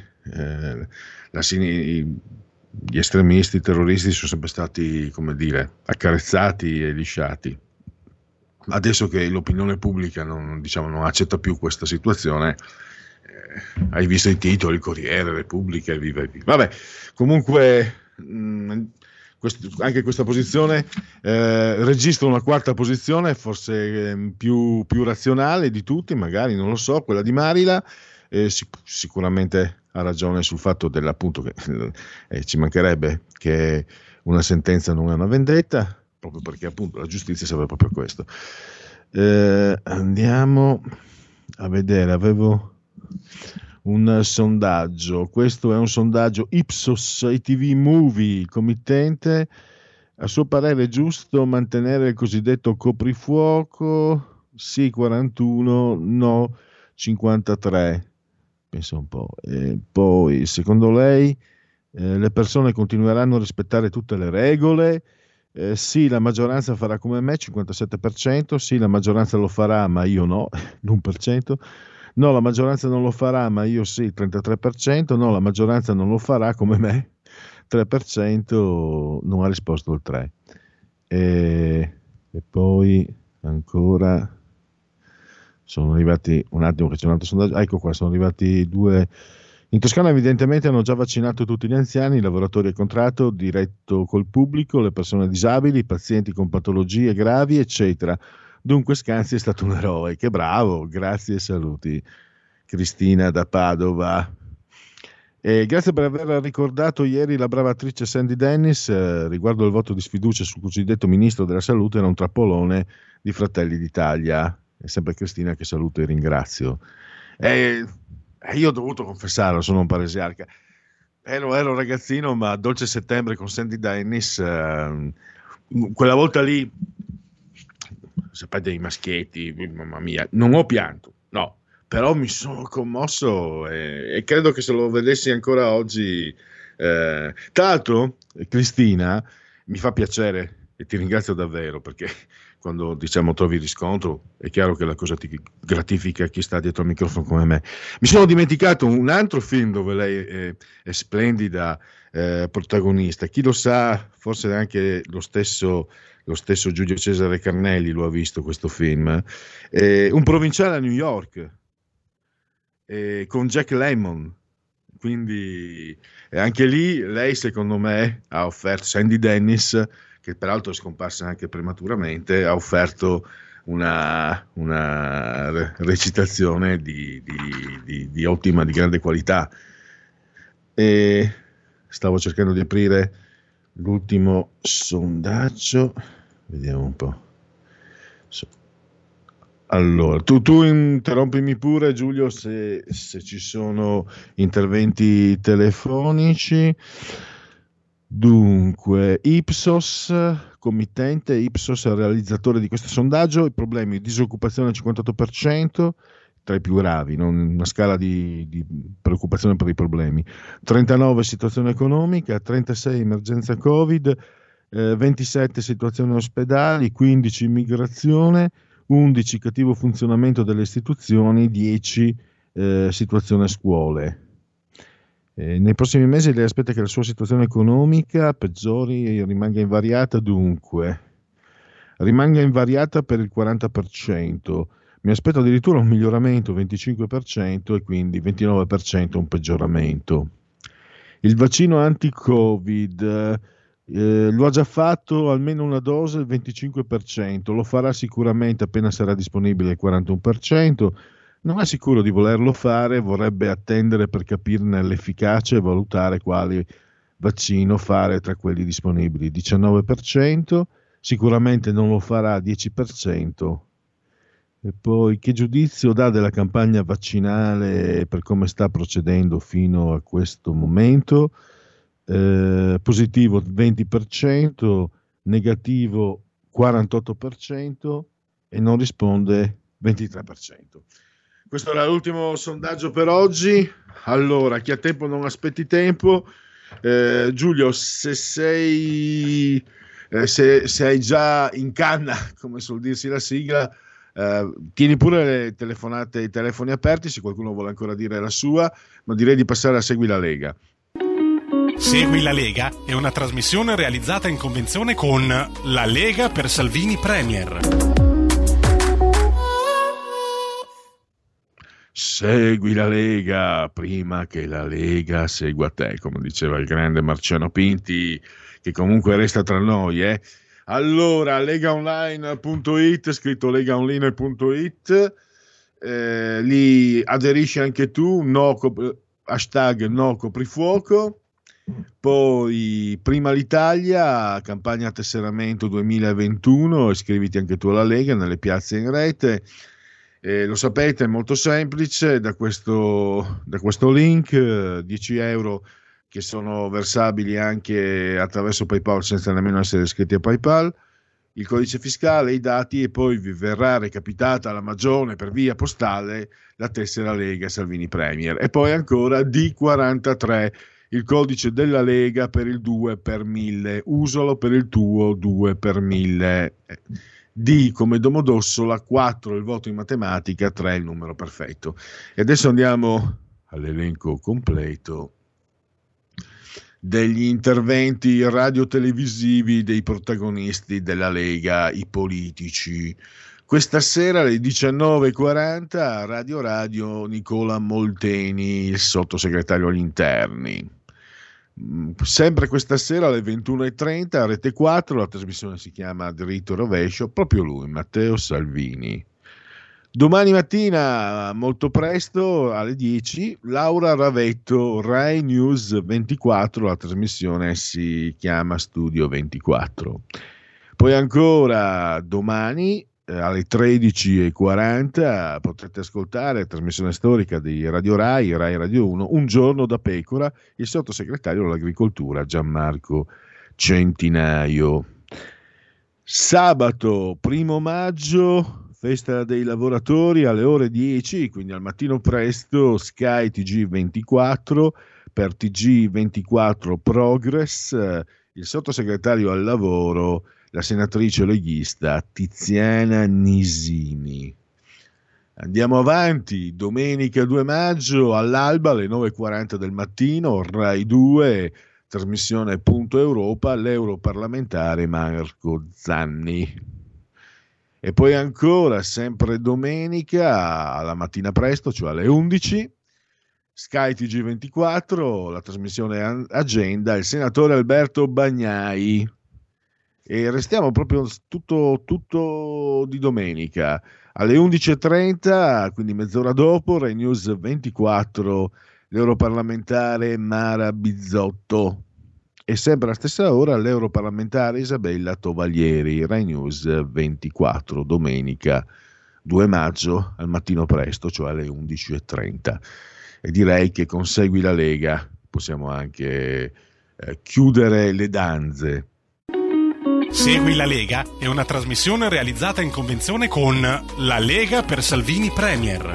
gli estremisti, i terroristi sono sempre stati, come dire, accarezzati e lisciati. Adesso che l'opinione pubblica non accetta più questa situazione, hai visto i titoli, il Corriere, Repubblica e viva. Vabbè, comunque anche questa posizione registra una quarta posizione, forse più razionale di tutti, magari, non lo so, quella di Marila. Sicuramente ha ragione sul fatto appunto che ci mancherebbe che una sentenza non è una vendetta, proprio perché appunto la giustizia serve proprio a questo. Andiamo a vedere, avevo un sondaggio, questo è un sondaggio Ipsos ITV Movie, il committente: a suo parere è giusto mantenere il cosiddetto coprifuoco? Sì 41, no 53, pensa un po'. Poi secondo lei le persone continueranno a rispettare tutte le regole? Sì, la maggioranza farà come me, 57%, sì, la maggioranza lo farà, ma io no, l'1%, no, la maggioranza non lo farà, ma io sì, 33%, no, la maggioranza non lo farà come me, 3%, non ha risposto il 3%. E poi ancora, sono arrivati, un attimo che c'è un altro sondaggio, ecco qua, sono arrivati due. In Toscana evidentemente hanno già vaccinato tutti gli anziani, i lavoratori a contratto diretto col pubblico, le persone disabili, i pazienti con patologie gravi, eccetera. Dunque Scanzi è stato un eroe. Che bravo, grazie e saluti. Cristina da Padova. E grazie per aver ricordato ieri la brava attrice Sandy Dennis riguardo il voto di sfiducia sul cosiddetto ministro della salute, era un trappolone di Fratelli d'Italia. È sempre Cristina che saluto e ringrazio. Io ho dovuto confessarlo, sono un paresiarca. Ero ragazzino, ma Dolce Settembre con Sandy Dennis, quella volta lì, sapete, i maschietti, mamma mia, non ho pianto, no, però mi sono commosso e credo che se lo vedessi ancora oggi. Tra l'altro, Cristina, mi fa piacere e ti ringrazio davvero, perché quando trovi riscontro è chiaro che la cosa ti gratifica chi sta dietro al microfono come me. Mi sono dimenticato un altro film dove lei è splendida protagonista, chi lo sa, forse anche lo stesso Giulio Cesare Carnelli lo ha visto questo film, Un provinciale a New York, con Jack Lemmon. Quindi anche lì lei, secondo me, ha offerto, Sandy Dennis, che peraltro è scomparsa anche prematuramente, ha offerto una recitazione di ottima, di grande qualità. E stavo cercando di aprire l'ultimo sondaggio, vediamo un po'. Allora, tu interrompimi pure, Giulio, se ci sono interventi telefonici. Dunque, Ipsos, committente, Ipsos è realizzatore di questo sondaggio. I problemi: disoccupazione al 58%, tra i più gravi, non una scala di preoccupazione per i problemi. 39 situazione economica, 36 emergenza Covid, 27 situazioni ospedali, 15 immigrazione, 11 cattivo funzionamento delle istituzioni, 10 situazione scuole. Nei prossimi mesi lei aspetta che la sua situazione economica peggiori e rimanga invariata, dunque rimanga invariata per il 40%. Mi aspetto addirittura un miglioramento 25% e quindi 29% un peggioramento. Il vaccino anti-Covid lo ha già fatto almeno una dose il 25%, lo farà sicuramente appena sarà disponibile il 41%. Non è sicuro di volerlo fare, vorrebbe attendere per capirne l'efficacia e valutare quali vaccino fare tra quelli disponibili. 19%, sicuramente non lo farà 10%. E poi che giudizio dà della campagna vaccinale per come sta procedendo fino a questo momento? Positivo 20%, negativo 48% e non risponde 23%. Questo era l'ultimo sondaggio per oggi. Allora, chi ha tempo non aspetti tempo. Giulio, se sei già in canna, come suol dirsi la sigla, tieni pure le telefonate, i telefoni aperti se qualcuno vuole ancora dire la sua, ma direi di passare a Segui la Lega. Segui la Lega è una trasmissione realizzata in convenzione con La Lega per Salvini Premier. Segui la Lega prima che la Lega segua te, come diceva il grande Marciano Pinti, che comunque resta tra noi. Allora, legaonline.it, scritto legaonline.it, lì aderisci anche tu, hashtag no coprifuoco. Poi Prima l'Italia, campagna tesseramento 2021, iscriviti anche tu alla Lega nelle piazze in rete. Lo sapete, è molto semplice, da questo link 10 euro che sono versabili anche attraverso PayPal senza nemmeno essere iscritti a PayPal, il codice fiscale, i dati, e poi vi verrà recapitata la magione per via postale la tessera Lega Salvini Premier. E poi ancora D43, il codice della Lega per il 2 per 1000, usalo per il tuo 2 per 1000. D come Domodossola, 4 il voto in matematica, 3 il numero perfetto. E adesso andiamo all'elenco completo degli interventi radio-televisivi dei protagonisti della Lega, i politici. Questa sera alle 19.40 a Radio Nicola Molteni, il sottosegretario agli interni. Sempre questa sera alle 21.30 a Rete 4, la trasmissione si chiama Dritto e Rovescio, proprio lui, Matteo Salvini. Domani mattina molto presto alle 10 Laura Ravetto, Rai News 24, la trasmissione si chiama Studio 24. Poi ancora domani alle 13.40 potrete ascoltare la trasmissione storica di Radio Rai Radio 1, Un giorno da pecora, il sottosegretario all'agricoltura Gianmarco Centinaio. Sabato 1 maggio, festa dei lavoratori alle ore 10, quindi al mattino presto, Sky TG24 per TG24 Progress, il sottosegretario al lavoro, la senatrice leghista Tiziana Nisini. Andiamo avanti, domenica 2 maggio all'alba alle 9.40 del mattino, Rai 2, trasmissione Punto Europa, l'europarlamentare Marco Zanni. E poi ancora, sempre domenica, alla mattina presto, cioè alle 11, Sky TG24, la trasmissione Agenda, il senatore Alberto Bagnai. E restiamo proprio tutto di domenica alle 11.30, quindi mezz'ora dopo, Rai News 24, l'europarlamentare Mara Bizzotto e sempre alla stessa ora l'europarlamentare Isabella Tovaglieri. Rai News 24, domenica 2 maggio al mattino presto, cioè alle 11:30. E direi che con Segui la Lega possiamo anche chiudere le danze. Segui la Lega è una trasmissione realizzata in convenzione con La Lega per Salvini Premier.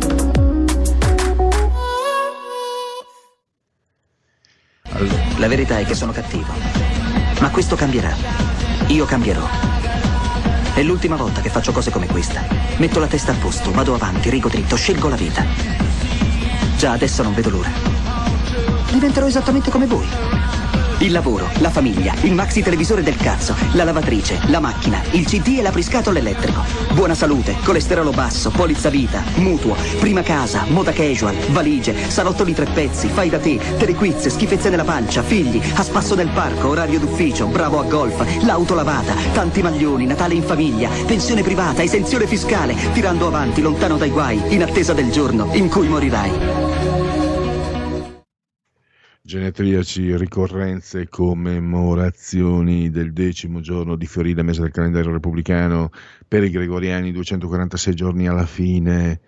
La verità è che sono cattivo, ma questo cambierà. Io cambierò. È l'ultima volta che faccio cose come questa. Metto la testa a posto, vado avanti, rigo dritto, scelgo la vita. Già adesso non vedo l'ora. Diventerò esattamente come voi. Il lavoro, la famiglia, il maxi televisore del cazzo, la lavatrice, la macchina, il CD e l'apriscatole elettrico. Buona salute, colesterolo basso, polizza vita, mutuo, prima casa, moda casual, valigie, salotto di 3 pezzi, fai da te, telequiz, schifezze nella pancia, figli, a spasso nel parco, orario d'ufficio, bravo a golf, l'auto lavata, tanti maglioni, Natale in famiglia, pensione privata, esenzione fiscale, tirando avanti, lontano dai guai, in attesa del giorno in cui morirai. Genetriaci, ricorrenze e commemorazioni del 10° giorno di fiorile mese del calendario repubblicano per i gregoriani, 246 giorni alla fine.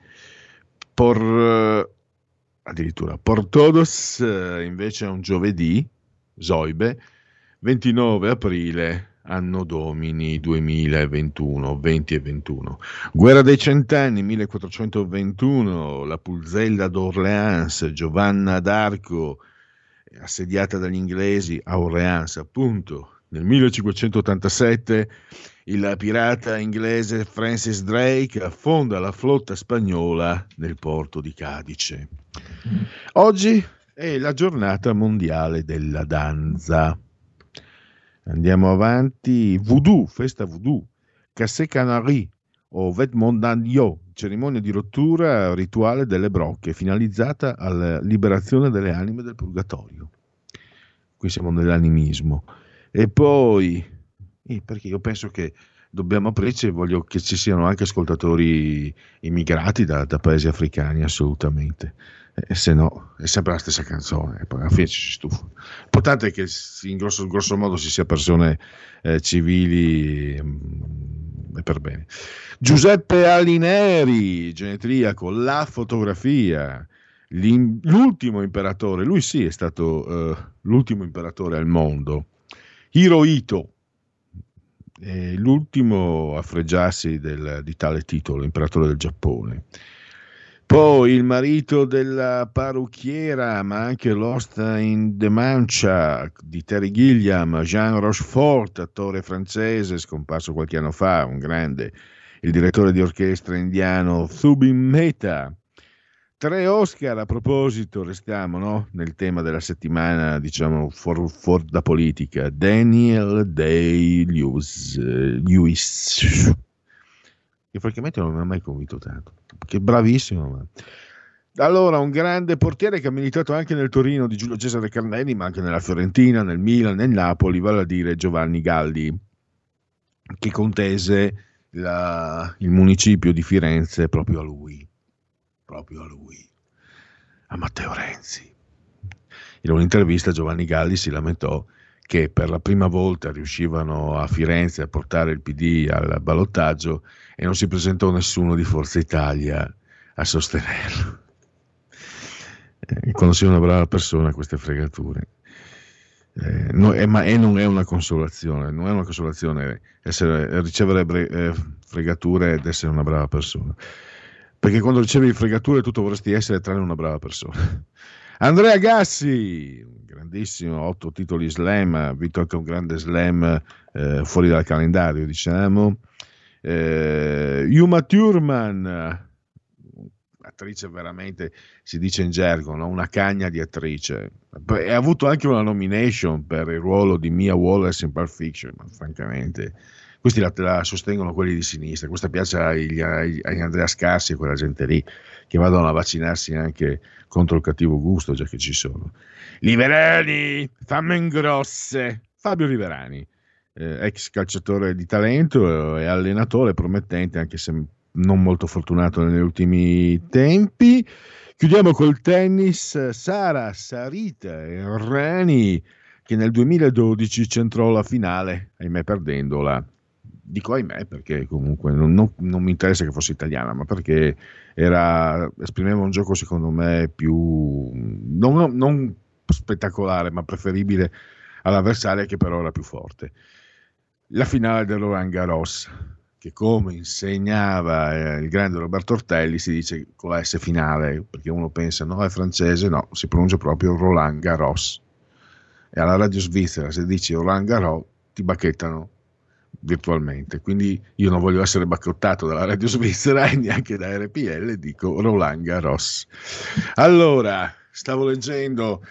Addirittura por todos invece è un giovedì, Zoibe, 29 aprile, anno domini 2021, 20 e 21. Guerra dei Cent'anni, 1421, la Pulzella d'Orléans, Giovanna d'Arco, assediata dagli inglesi a Orleans, appunto. Nel 1587 il pirata inglese Francis Drake affonda la flotta spagnola nel porto di Cadice. Oggi è la giornata mondiale della danza. Andiamo avanti. Voodoo, festa voodoo, Cassé Canary o Vêtements d'Agneau, cerimonia di rottura rituale delle brocche finalizzata alla liberazione delle anime del purgatorio. Qui siamo nell'animismo. E poi, perché io penso che dobbiamo aprirci e voglio che ci siano anche ascoltatori immigrati da paesi africani, assolutamente. Se no è sempre la stessa canzone, poi alla fine ci si stufa. L'importante è che in grosso modo si sia persone civili e per bene. Giuseppe Alineri, genetriaco, la fotografia, l'ultimo imperatore, lui sì è stato l'ultimo imperatore al mondo, Hirohito, l'ultimo a fregiarsi di tale titolo, imperatore del Giappone. Poi il marito della parrucchiera, ma anche Lost in Dementia di Terry Gilliam, Jean Rochefort, attore francese scomparso qualche anno fa, un grande, il direttore di orchestra indiano Zubin Mehta. 3 Oscar, a proposito, restiamo nel tema della settimana, diciamo, fuori da politica. Daniel Day-Lewis, che francamente non mi ha mai convinto tanto, che bravissimo. Allora, un grande portiere che ha militato anche nel Torino di Giulio Cesare Carnelli, ma anche nella Fiorentina, nel Milan, nel Napoli, vale a dire Giovanni Galli, che contese il municipio di Firenze proprio a lui, a Matteo Renzi. In un'intervista Giovanni Galli si lamentò che per la prima volta riuscivano a Firenze a portare il PD al ballottaggio e non si presentò nessuno di Forza Italia a sostenerlo. Quando sei una brava persona, queste fregature. Ma non è una consolazione, ricevere fregature ed essere una brava persona. Perché quando ricevi fregature tutto vorresti essere tranne una brava persona. Andrea Gassi, grandissimo, 8 titoli slam, ha vinto anche un grande slam fuori dal calendario, diciamo. Uma Thurman, attrice veramente, si dice in gergo, una cagna di attrice. Ha avuto anche una nomination per il ruolo di Mia Wallace in Pulp Fiction, ma francamente questi la sostengono quelli di sinistra. Questa piace agli Andrea Scarsi e quella gente lì, che vadano a vaccinarsi anche contro il cattivo gusto, già che ci sono. Liverani, fammi grosse. Fabio Liverani, ex calciatore di talento e allenatore promettente, anche se non molto fortunato negli ultimi tempi. Chiudiamo col tennis. Sara Sarita Errani, che nel 2012 centrò la finale, ahimè perdendola. Dico ahimè perché comunque non mi interessa che fosse italiana, ma perché esprimeva un gioco secondo me più non spettacolare, ma preferibile all'avversaria, che però era più forte. La finale del Roland Garros, che come insegnava il grande Roberto Ortelli si dice con la S finale, perché uno pensa no è francese, no, si pronuncia proprio Roland Garros, e alla radio svizzera se dici Roland Garros ti bacchettano virtualmente, quindi io non voglio essere bacchettato dalla radio svizzera e neanche da RPL, dico Roland Garros. Allora, stavo leggendo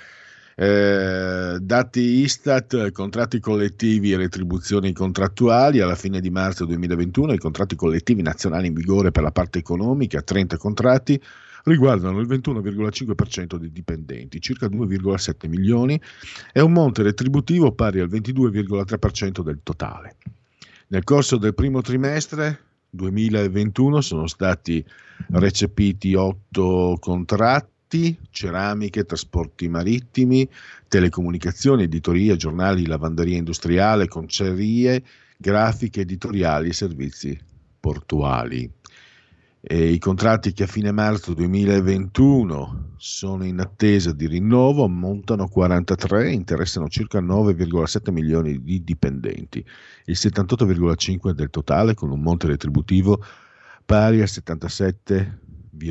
dati Istat, contratti collettivi e retribuzioni contrattuali. Alla fine di marzo 2021 i contratti collettivi nazionali in vigore per la parte economica, 30 contratti, riguardano il 21,5% dei dipendenti, circa 2,7 milioni, e un monte retributivo pari al 22,3% del totale. Nel corso del primo trimestre 2021 sono stati recepiti 8 contratti: ceramiche, trasporti marittimi, telecomunicazioni, editoria, giornali, lavanderia industriale, concerie, grafiche editoriali e servizi portuali. E i contratti che a fine marzo 2021 sono in attesa di rinnovo ammontano a 43 e interessano circa 9,7 milioni di dipendenti, il 78,5% del totale, con un monte retributivo pari a 77,7.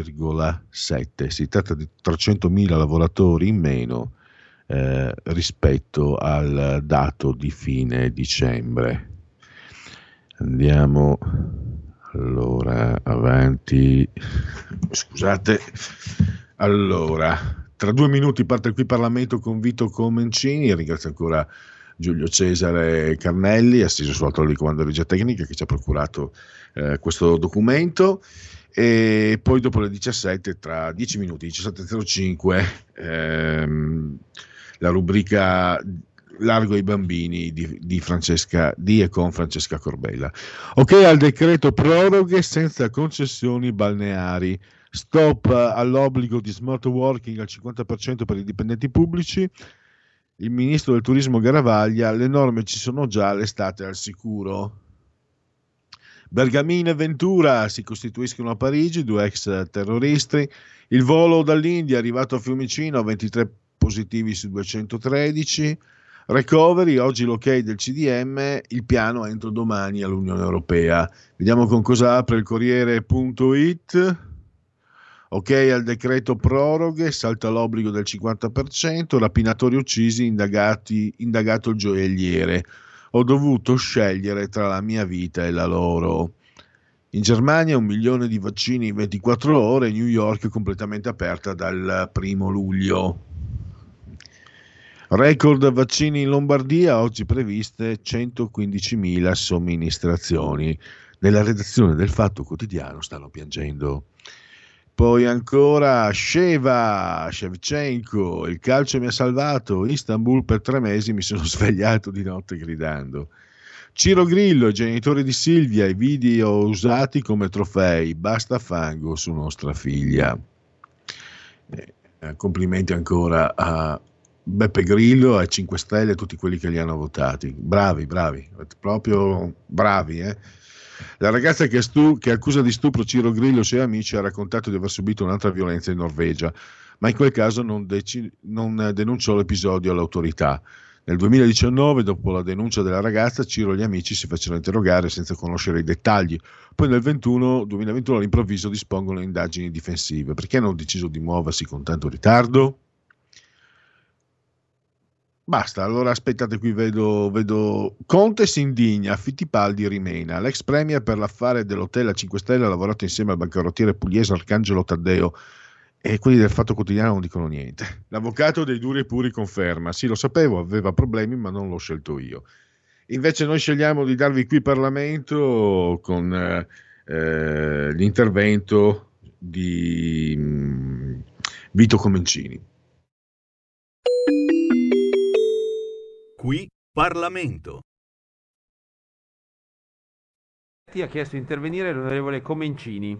Si tratta di 300.000 lavoratori in meno rispetto al dato di fine dicembre. Andiamo allora avanti. Scusate. Allora, tra 2 minuti parte il Qui Parlamento con Vito Comencini. Ringrazio ancora Giulio Cesare Carnelli, assiso sulla tolla di comando di regia tecnica, che ci ha procurato questo documento. E poi dopo le 17, tra 10 minuti, 17.05, la rubrica Largo ai bambini di Francesca di e con Francesca Corbella. Ok al decreto proroghe senza concessioni balneari, stop all'obbligo di smart working al 50% per i dipendenti pubblici. Il ministro del turismo Garavaglia: le norme ci sono già, l'estate al sicuro. Bergamini e Ventura si costituiscono a Parigi, 2 ex terroristi. Il volo dall'India è arrivato a Fiumicino, 23 positivi su 213. Recovery, oggi l'ok del CDM, il piano entro domani all'Unione Europea. Vediamo con cosa apre il Corriere.it. Ok al decreto proroghe, salta l'obbligo del 50%, rapinatori uccisi, indagato il gioielliere. Ho dovuto scegliere tra la mia vita e la loro. In Germania 1 milione di vaccini in 24 ore, New York completamente aperta dal 1 luglio. Record vaccini in Lombardia, oggi previste 115.000 somministrazioni. Nella redazione del Fatto Quotidiano stanno piangendo. Poi ancora Shevchenko, il calcio mi ha salvato, Istanbul per 3 mesi mi sono svegliato di notte gridando. Ciro Grillo, genitore di Silvia, i video usati come trofei, basta fango su nostra figlia. Complimenti ancora a Beppe Grillo, ai 5 Stelle e a tutti quelli che li hanno votati. Bravi, proprio bravi, La ragazza che accusa di stupro Ciro Grillo e i suoi amici ha raccontato di aver subito un'altra violenza in Norvegia, ma in quel caso non denunciò l'episodio all'autorità. Nel 2019, dopo la denuncia della ragazza, Ciro e gli amici si fecero interrogare senza conoscere i dettagli. Poi nel 2021 all'improvviso dispongono indagini difensive. Perché hanno deciso di muoversi con tanto ritardo? Basta, allora aspettate, qui vedo Conte si indigna, Fittipaldi rimena. L'ex premier per l'affare dell'hotel a 5 Stelle ha lavorato insieme al bancarottiere pugliese Arcangelo Taddeo, e quelli del Fatto Quotidiano non dicono niente. L'avvocato dei duri e puri conferma: sì, lo sapevo, aveva problemi, ma non l'ho scelto io. Invece noi scegliamo di darvi qui Parlamento con l'intervento di Vito Comencini. Qui Parlamento. Uniti. Ha chiesto di intervenire l'onorevole Comencini.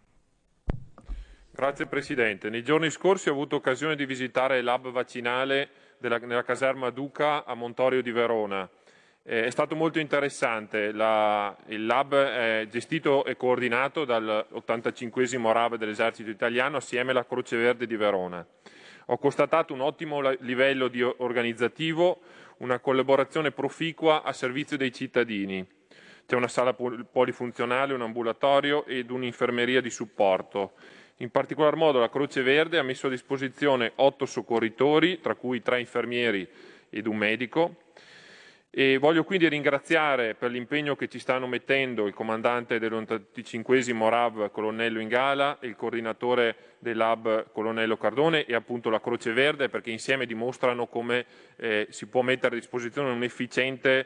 Grazie Presidente. Nei giorni scorsi ho avuto occasione di visitare il lab vaccinale nella caserma Duca a Montorio di Verona. È stato molto interessante. Il lab è gestito e coordinato dal 85° RAV dell'Esercito Italiano assieme alla Croce Verde di Verona. Ho constatato un ottimo livello organizzativo, una collaborazione proficua a servizio dei cittadini. C'è una sala polifunzionale, un ambulatorio ed un'infermeria di supporto. In particolar modo la Croce Verde ha messo a disposizione 8 soccorritori, tra cui 3 infermieri ed un medico. E voglio quindi ringraziare per l'impegno che ci stanno mettendo il comandante dell'85° RAV Colonnello Ingala e il coordinatore del lab Colonnello Cardone e appunto la Croce Verde, perché insieme dimostrano come si può mettere a disposizione un efficiente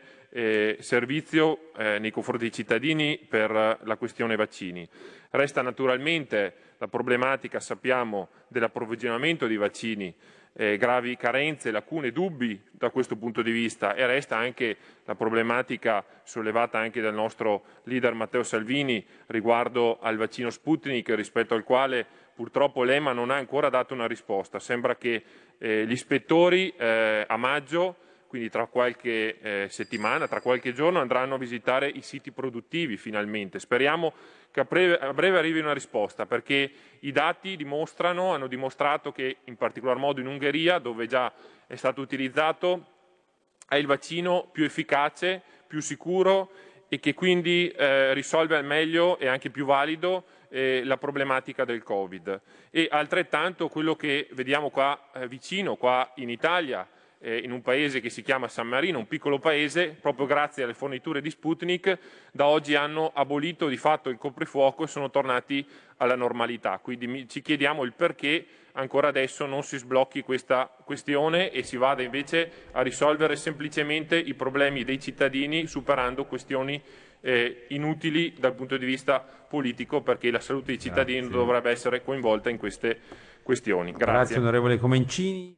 servizio nei confronti dei cittadini per la questione vaccini. Resta naturalmente la problematica, sappiamo, dell'approvvigionamento di vaccini, gravi carenze, lacune, dubbi da questo punto di vista, e resta anche la problematica sollevata anche dal nostro leader Matteo Salvini riguardo al vaccino Sputnik, rispetto al quale purtroppo l'EMA non ha ancora dato una risposta. Sembra che gli ispettori a maggio, quindi tra qualche settimana, tra qualche giorno, andranno a visitare i siti produttivi finalmente. Speriamo che a breve arrivi una risposta, perché i dati hanno dimostrato che in particolar modo in Ungheria, dove già è stato utilizzato, è il vaccino più efficace, più sicuro e che quindi risolve al meglio e anche più valido la problematica del Covid. E altrettanto quello che vediamo qua vicino, qua in Italia, in un paese che si chiama San Marino, un piccolo paese, proprio grazie alle forniture di Sputnik, da oggi hanno abolito di fatto il coprifuoco e sono tornati alla normalità. Quindi ci chiediamo il perché ancora adesso non si sblocchi questa questione e si vada invece a risolvere semplicemente i problemi dei cittadini, superando questioni inutili dal punto di vista politico, perché la salute dei cittadini non dovrebbe essere coinvolta in queste questioni. Grazie onorevole Comencini.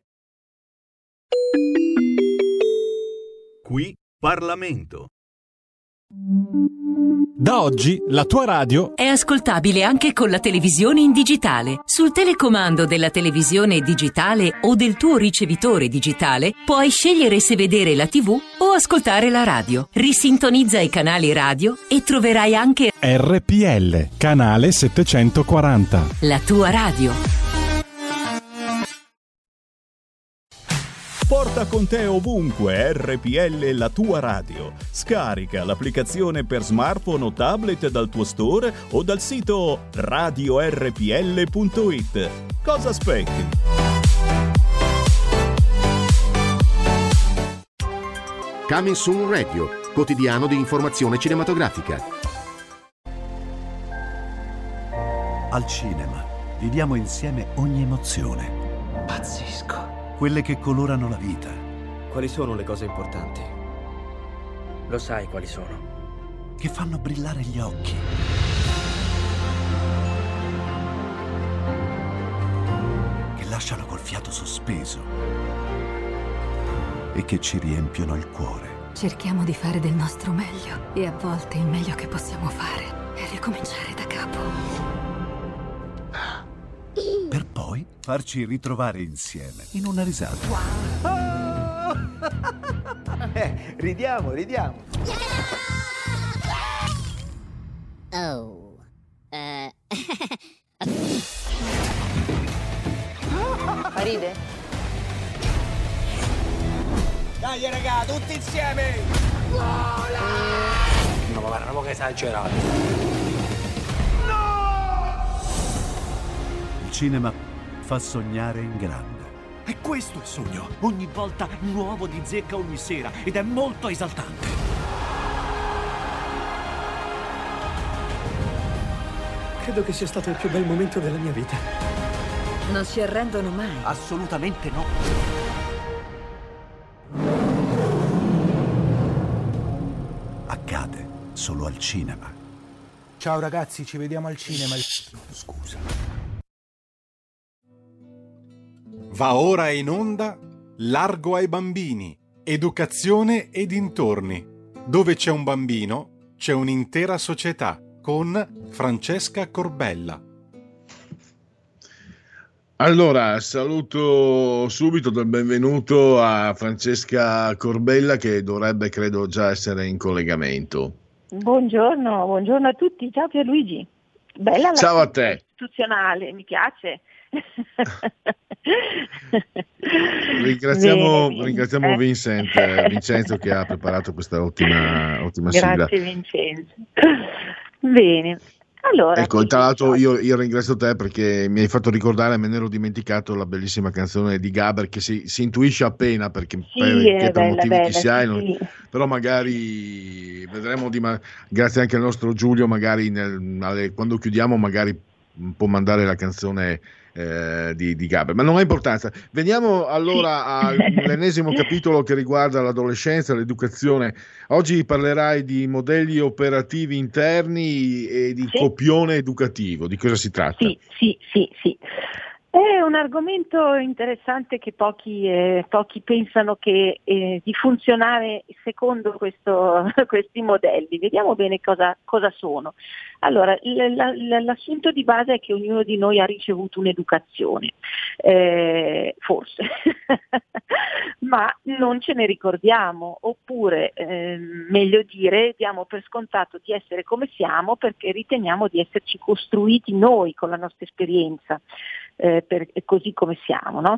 Qui Parlamento. Da oggi la tua radio è ascoltabile anche con la televisione in digitale. Sul telecomando della televisione digitale o del tuo ricevitore digitale puoi scegliere se vedere la TV o ascoltare la radio. Risintonizza i canali radio e troverai anche RPL, canale 740. La tua radio. Porta con te ovunque RPL, la tua radio. Scarica l'applicazione per smartphone o tablet dal tuo store o dal sito radiorpl.it. Cosa aspetti? Coming Soon Radio, quotidiano di informazione cinematografica. Al cinema viviamo insieme ogni emozione. Pazzesco. Quelle che colorano la vita. Quali sono le cose importanti? Lo sai quali sono. Che fanno brillare gli occhi. Che lasciano col fiato sospeso. E che ci riempiono il cuore. Cerchiamo di fare del nostro meglio. E a volte il meglio che possiamo fare è ricominciare da capo. Per poi farci ritrovare insieme in una risata. Ridiamo. Oh. Ride? Dai raga, tutti insieme! Vola! No, ma guarda, che esagerato. Il cinema fa sognare in grande. E questo è il sogno. Ogni volta nuovo di zecca ogni sera. Ed è molto esaltante. Credo che sia stato il più bel momento della mia vita. Non si arrendono mai. Assolutamente no. Accade solo al cinema. Ciao ragazzi, ci vediamo al cinema. Scusa. Va ora in onda Largo ai bambini, educazione e dintorni. Dove c'è un bambino, c'è un'intera società con Francesca Corbella. Allora, saluto subito del benvenuto a Francesca Corbella che dovrebbe, credo, già essere in collegamento. Buongiorno a tutti, ciao Pierluigi. Bella la Ciao a te. Istituzionale, mi piace. Ringraziamo Vincenzo che ha preparato questa ottima sigla. Grazie Vincenzo. Bene. Allora, ecco, tra l'altro io ringrazio te perché mi hai fatto ricordare, me ne ero dimenticato, la bellissima canzone di Gaber che si intuisce appena perché per motivi che si ha, sì. Però magari vedremo grazie anche al nostro Giulio, magari quando chiudiamo magari può mandare la canzone di Gaber, ma non ha importanza. Veniamo allora all'ennesimo capitolo che riguarda l'adolescenza, l'educazione. Oggi parlerai di modelli operativi interni e di copione educativo. Di cosa si tratta? Sì. È un argomento interessante che pochi pensano che di funzionare secondo questi modelli. Vediamo bene cosa sono. Allora, l'assunto di base è che ognuno di noi ha ricevuto un'educazione, forse, ma non ce ne ricordiamo, oppure, meglio dire, diamo per scontato di essere come siamo perché riteniamo di esserci costruiti noi con la nostra esperienza. Così come siamo, no?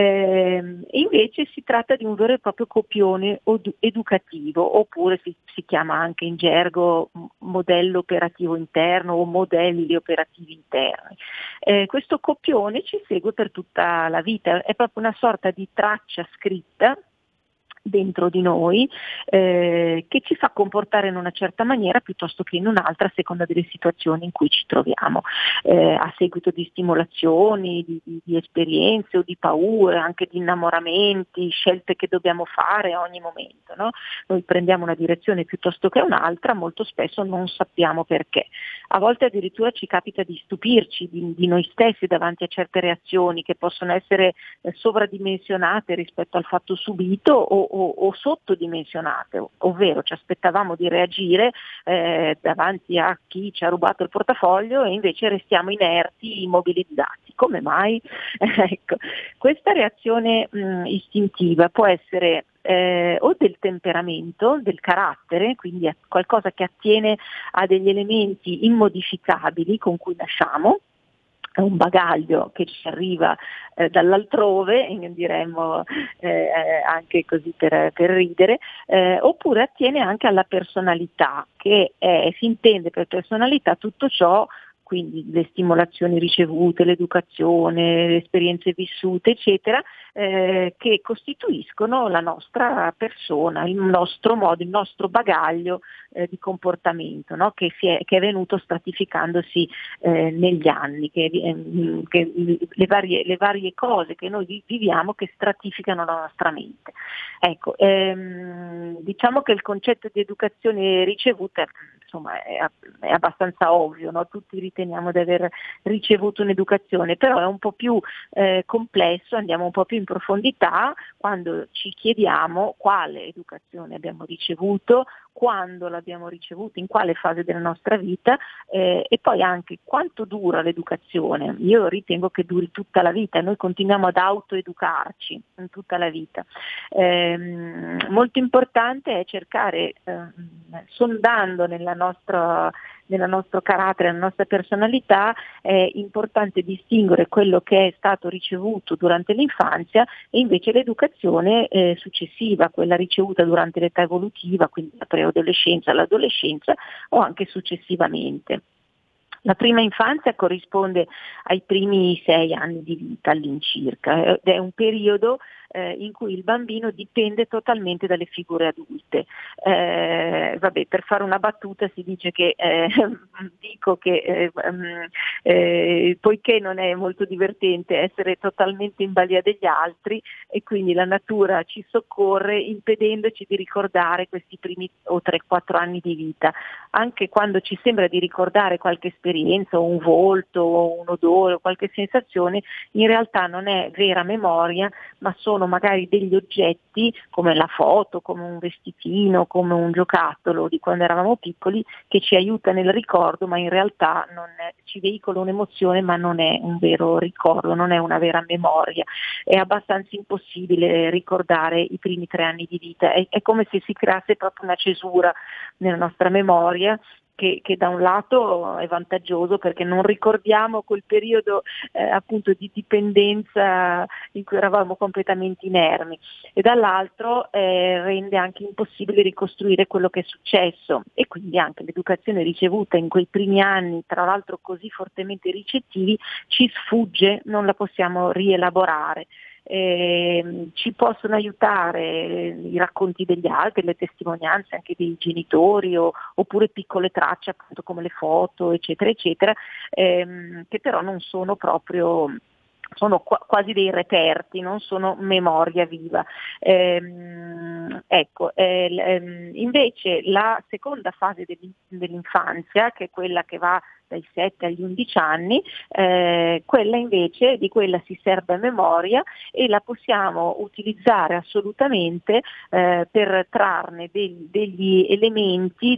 Invece si tratta di un vero e proprio copione educativo, oppure si chiama anche in gergo modello operativo interno o modelli operativi interni. Questo copione ci segue per tutta la vita, è proprio una sorta di traccia scritta dentro di noi che ci fa comportare in una certa maniera piuttosto che in un'altra a seconda delle situazioni in cui ci troviamo, a seguito di stimolazioni, di esperienze o di paure, anche di innamoramenti, scelte che dobbiamo fare a ogni momento, no? Noi prendiamo una direzione piuttosto che un'altra, molto spesso non sappiamo perché. A volte addirittura ci capita di stupirci di noi stessi davanti a certe reazioni che possono essere sovradimensionate rispetto al fatto subito o sottodimensionate, ovvero ci aspettavamo di reagire davanti a chi ci ha rubato il portafoglio e invece restiamo inerti, immobilizzati. Come mai? Ecco, questa reazione istintiva può essere o del temperamento, del carattere, quindi è qualcosa che attiene a degli elementi immodificabili con cui nasciamo, è un bagaglio che ci arriva dall'altrove, diremmo anche così per ridere, oppure attiene anche alla personalità, che si intende per personalità tutto ciò, quindi le stimolazioni ricevute, l'educazione, le esperienze vissute, eccetera, che costituiscono la nostra persona, il nostro modo, il nostro bagaglio di comportamento, no? che è venuto stratificandosi negli anni, che le varie cose che noi viviamo che stratificano la nostra mente. Ecco, diciamo che il concetto di educazione ricevuta insomma è abbastanza ovvio, no? Tutti riteniamo di aver ricevuto un'educazione, però è un po' più complesso, andiamo un po' più in profondità quando ci chiediamo quale educazione abbiamo ricevuto, quando l'abbiamo ricevuta, in quale fase della nostra vita e poi anche quanto dura l'educazione. Io ritengo che duri tutta la vita, noi continuiamo ad autoeducarci in tutta la vita. Molto importante è cercare, sondando nel nostro carattere, nella nostra personalità, è importante distinguere quello che è stato ricevuto durante l'infanzia e invece l'educazione successiva, quella ricevuta durante l'età evolutiva, quindi la preadolescenza, l'adolescenza o anche successivamente. La prima infanzia corrisponde ai primi 6 anni di vita all'incirca ed è un periodo in cui il bambino dipende totalmente dalle figure adulte. Per fare una battuta si dice che poiché non è molto divertente essere totalmente in balia degli altri e quindi la natura ci soccorre impedendoci di ricordare questi primi o 3-4 anni di vita. Anche quando ci sembra di ricordare qualche esperienza un'esperienza, un volto, un odore o qualche sensazione, in realtà non è vera memoria, ma sono magari degli oggetti come la foto, come un vestitino, come un giocattolo di quando eravamo piccoli, che ci aiuta nel ricordo, ma in realtà ci veicola un'emozione, ma non è un vero ricordo, non è una vera memoria. È abbastanza impossibile ricordare i primi 3 anni di vita, è come se si creasse proprio una cesura nella nostra memoria, che da un lato è vantaggioso perché non ricordiamo quel periodo appunto di dipendenza in cui eravamo completamente inermi, e dall'altro rende anche impossibile ricostruire quello che è successo, e quindi anche l'educazione ricevuta in quei primi anni, tra l'altro così fortemente ricettivi, ci sfugge, non la possiamo rielaborare. Ci possono aiutare i racconti degli altri, le testimonianze anche dei genitori oppure piccole tracce appunto come le foto eccetera eccetera, che però non sono proprio, sono quasi dei reperti, non sono memoria viva. Invece la seconda fase dell'infanzia, che è quella che va dai 7 agli 11 anni, quella invece di quella si serve a memoria e la possiamo utilizzare assolutamente per trarne degli elementi,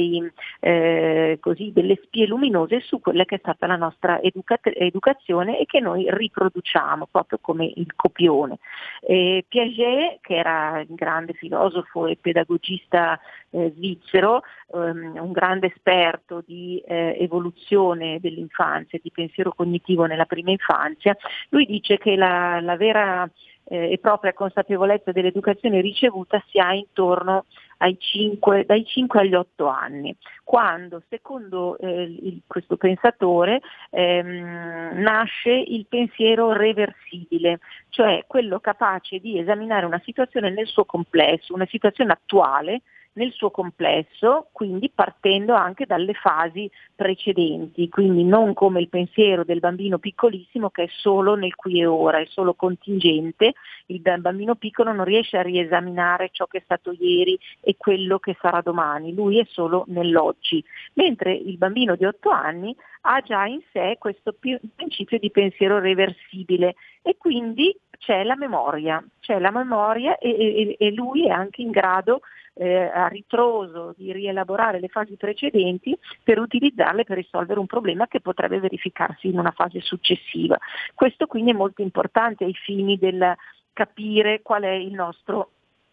delle spie luminose su quella che è stata la nostra educazione e che noi riproduciamo proprio come il copione. Piaget, che era il grande filosofo e pedagogista svizzero, un grande esperto di evoluzione dell'infanzia, di pensiero cognitivo nella prima infanzia, lui dice che la vera e propria consapevolezza dell'educazione ricevuta si ha intorno dai 5 agli 8 anni, quando secondo questo pensatore nasce il pensiero reversibile, cioè quello capace di esaminare una situazione nel suo complesso, una situazione attuale nel suo complesso, quindi partendo anche dalle fasi precedenti, quindi non come il pensiero del bambino piccolissimo che è solo nel qui e ora, è solo contingente. Il bambino piccolo non riesce a riesaminare ciò che è stato ieri e quello che sarà domani, lui è solo nell'oggi, mentre il bambino di 8 anni ha già in sé questo principio di pensiero reversibile e quindi c'è la memoria e lui è anche in grado a ritroso di rielaborare le fasi precedenti per utilizzarle per risolvere un problema che potrebbe verificarsi in una fase successiva. Questo quindi è molto importante ai fini del capire qual è il nostro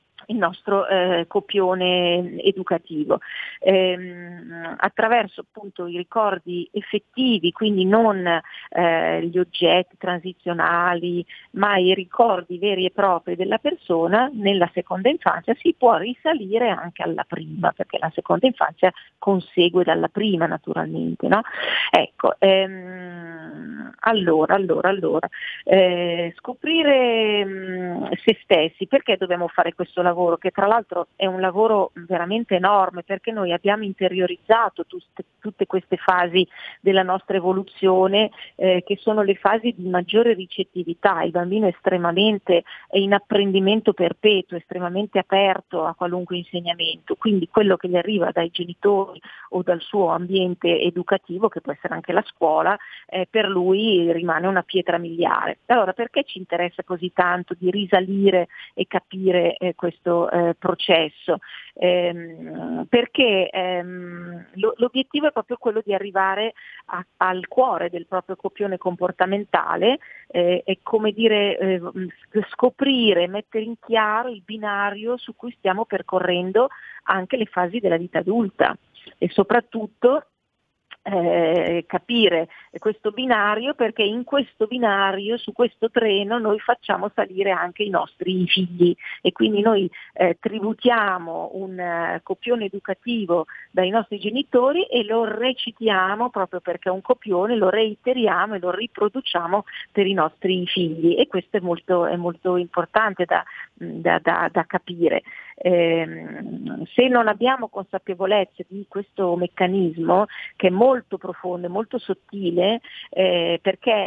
copione educativo, attraverso appunto i ricordi effettivi, quindi non gli oggetti transizionali, ma i ricordi veri e propri della persona. Nella seconda infanzia si può risalire anche alla prima, perché la seconda infanzia consegue dalla prima naturalmente, no? Ecco, allora, scoprire se stessi, perché dobbiamo fare questo lavoro, che tra l'altro è un lavoro veramente enorme, perché noi abbiamo interiorizzato tutte queste fasi della nostra evoluzione, che sono le fasi di maggiore ricettività. Il bambino è in apprendimento perpetuo, estremamente aperto a qualunque insegnamento, quindi quello che gli arriva dai genitori o dal suo ambiente educativo, che può essere anche la scuola, per lui rimane una pietra miliare. Allora, perché ci interessa così tanto di risalire e capire questo processo? Perché l'obiettivo è proprio quello di arrivare al cuore del proprio copione comportamentale, è come dire scoprire, mettere in chiaro il binario su cui stiamo percorrendo anche le fasi della vita adulta e soprattutto capire questo binario, perché in questo binario, su questo treno, noi facciamo salire anche i nostri figli e quindi noi tributiamo un copione educativo dai nostri genitori e lo recitiamo, proprio perché è un copione, lo reiteriamo e lo riproduciamo per i nostri figli, e questo è molto importante da capire. Se non abbiamo consapevolezza di questo meccanismo, che è molto molto profondo e molto sottile, perché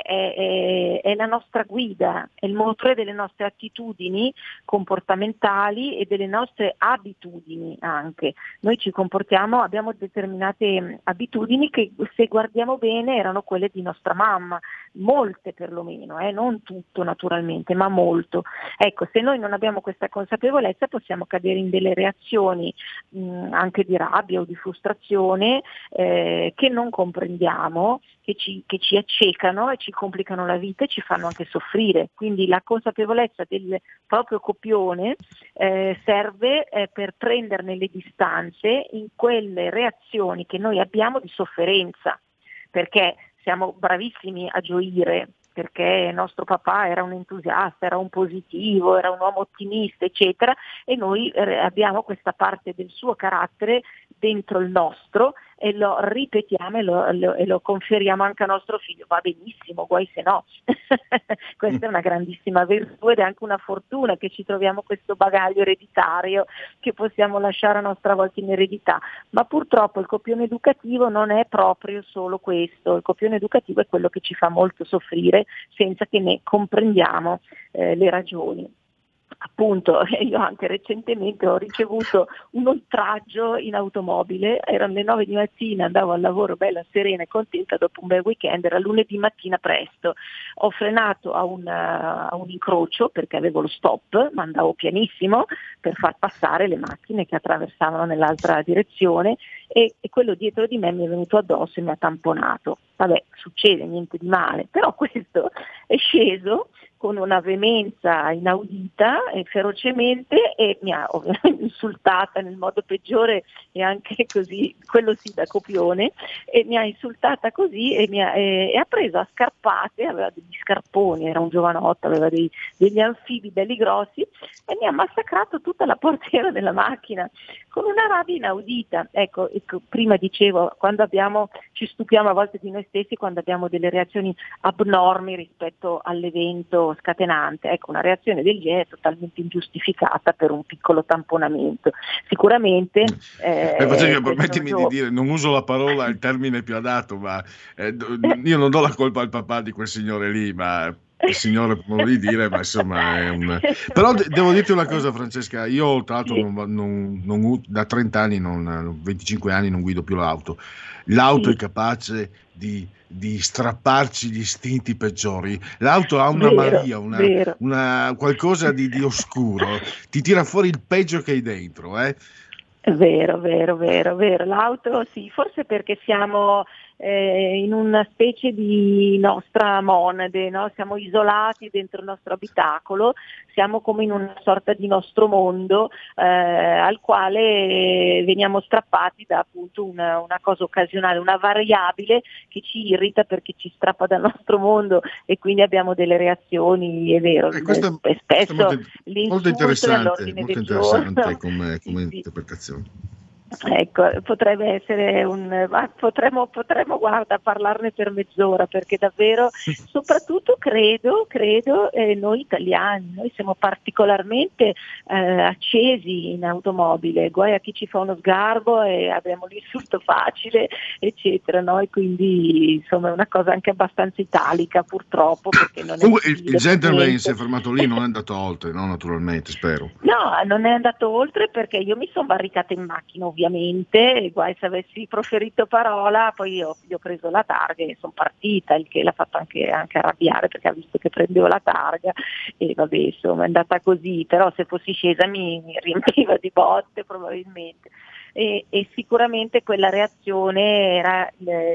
è la nostra guida, è il motore delle nostre attitudini comportamentali e delle nostre abitudini anche. Noi ci comportiamo, abbiamo determinate abitudini che, se guardiamo bene, erano quelle di nostra mamma, molte perlomeno, non tutto naturalmente, ma molto. Ecco, se noi non abbiamo questa consapevolezza possiamo cadere in delle reazioni anche di rabbia o di frustrazione che non comprendiamo, che ci accecano e ci complicano la vita e ci fanno anche soffrire. Quindi la consapevolezza del proprio copione serve per prenderne le distanze in quelle reazioni che noi abbiamo di sofferenza, perché siamo bravissimi a gioire, perché nostro papà era un entusiasta, era un positivo, era un uomo ottimista, eccetera, e noi abbiamo questa parte del suo carattere dentro il nostro e lo ripetiamo e lo conferiamo anche a nostro figlio. Va benissimo, guai se no. Questa è una grandissima virtù ed è anche una fortuna che ci troviamo questo bagaglio ereditario che possiamo lasciare a nostra volta in eredità. Ma purtroppo il copione educativo non è proprio solo questo. Il copione educativo è quello che ci fa molto soffrire senza che ne comprendiamo le ragioni. Appunto, io anche recentemente ho ricevuto un oltraggio in automobile, erano le 9 di mattina, andavo al lavoro bella serena e contenta dopo un bel weekend, era lunedì mattina presto, ho frenato a un incrocio perché avevo lo stop, ma andavo pianissimo per far passare le macchine che attraversavano nell'altra direzione e quello dietro di me mi è venuto addosso e mi ha tamponato. Vabbè, succede, niente di male, però questo è sceso con una veemenza inaudita e ferocemente e mi ha ovviamente insultata nel modo peggiore e anche così, quello sì da copione, e mi ha insultata così e ha preso a scarpate, aveva degli scarponi, era un giovanotto, aveva degli anfibi belli grossi e mi ha massacrato tutta la portiera della macchina con una rabbia inaudita. Ecco, prima dicevo, quando ci stupiamo a volte di noi stessi quando abbiamo delle reazioni abnormi rispetto all'evento scatenante. Ecco, una reazione del genere è totalmente ingiustificata per un piccolo tamponamento. Sicuramente permettimi di dire, non uso la parola, il termine più adatto, ma io non do la colpa al papà di quel signore lì, ma il signore può di dire, ma insomma è un... Però devo dirti una cosa, Francesca, io tra l'altro da 30 anni, 25 anni non guido più l'auto. L'auto è capace di strapparci gli istinti peggiori. L'auto ha una magia, una qualcosa di oscuro, ti tira fuori il peggio che hai dentro, Vero. L'auto sì, forse perché siamo in una specie di nostra monade, no? Siamo isolati dentro il nostro abitacolo, siamo come in una sorta di nostro mondo al quale veniamo strappati da appunto una cosa occasionale, una variabile che ci irrita perché ci strappa dal nostro mondo e quindi abbiamo delle reazioni, è vero, spesso molto interessante come interpretazione. Ecco, potrebbe essere potremmo guarda parlarne per mezz'ora, perché davvero soprattutto credo noi italiani, noi siamo particolarmente accesi in automobile, guai a chi ci fa uno sgarbo e abbiamo l'insulto facile eccetera, no? E quindi insomma è una cosa anche abbastanza italica purtroppo, perché non è il gentleman si è fermato lì, non è andato oltre, no? Naturalmente, spero. No, non è andato oltre perché io mi sono barricata in macchina ovviamente, guai se avessi proferito parola, poi io ho preso la targa e sono partita, il che l'ha fatto anche arrabbiare perché ha visto che prendevo la targa e vabbè, insomma è andata così, però se fossi scesa mi riempiva di botte probabilmente e sicuramente quella reazione era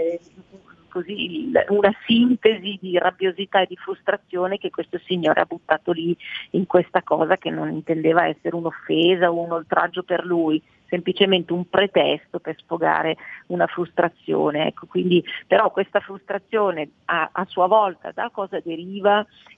così una sintesi di rabbiosità e di frustrazione che questo signore ha buttato lì in questa cosa che non intendeva essere un'offesa o un oltraggio per lui, semplicemente un pretesto per sfogare una frustrazione. Ecco, quindi, però questa frustrazione a sua volta da cosa deriva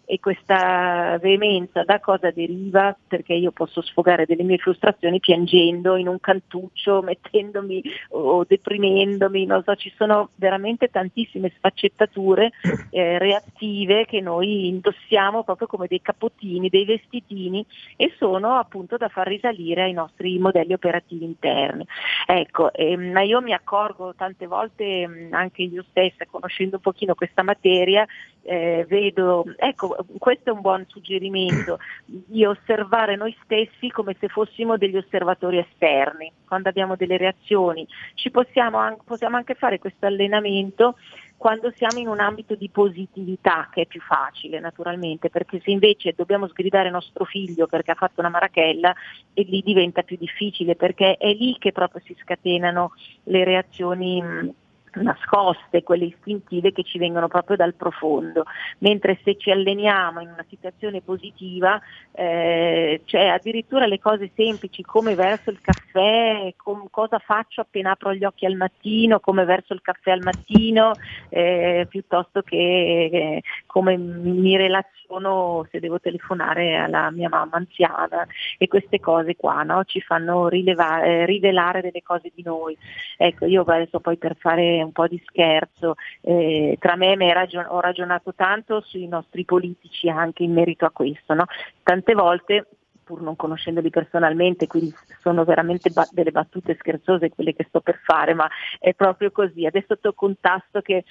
E questa veemenza da cosa deriva? Perché io posso sfogare delle mie frustrazioni piangendo in un cantuccio, mettendomi o deprimendomi, non so, ci sono veramente tantissime sfaccettature reattive che noi indossiamo proprio come dei capottini, dei vestitini, e sono appunto da far risalire ai nostri modelli operativi interni. Ecco, ma io mi accorgo tante volte, anche io stessa, conoscendo un pochino questa materia, vedo, ecco, questo è un buon suggerimento, di osservare noi stessi come se fossimo degli osservatori esterni. Quando abbiamo delle reazioni possiamo anche fare questo allenamento quando siamo in un ambito di positività, che è più facile naturalmente, perché se invece dobbiamo sgridare nostro figlio perché ha fatto una marachella, e lì diventa più difficile, perché è lì che proprio si scatenano le reazioni nascoste, quelle istintive che ci vengono proprio dal profondo, mentre se ci alleniamo in una situazione positiva, cioè addirittura le cose semplici come verso il caffè, cosa faccio appena apro gli occhi al mattino, come verso il caffè al mattino, piuttosto che come mi relaziono se devo telefonare alla mia mamma anziana, e queste cose qua, no? Ci fanno rivelare delle cose di noi. Ecco, io adesso poi, per fare un po' di scherzo, tra me ho ragionato tanto sui nostri politici anche in merito a questo, no? Tante volte, pur non conoscendoli personalmente, quindi sono veramente delle battute scherzose quelle che sto per fare, ma è proprio così. Adesso tocco un tasto che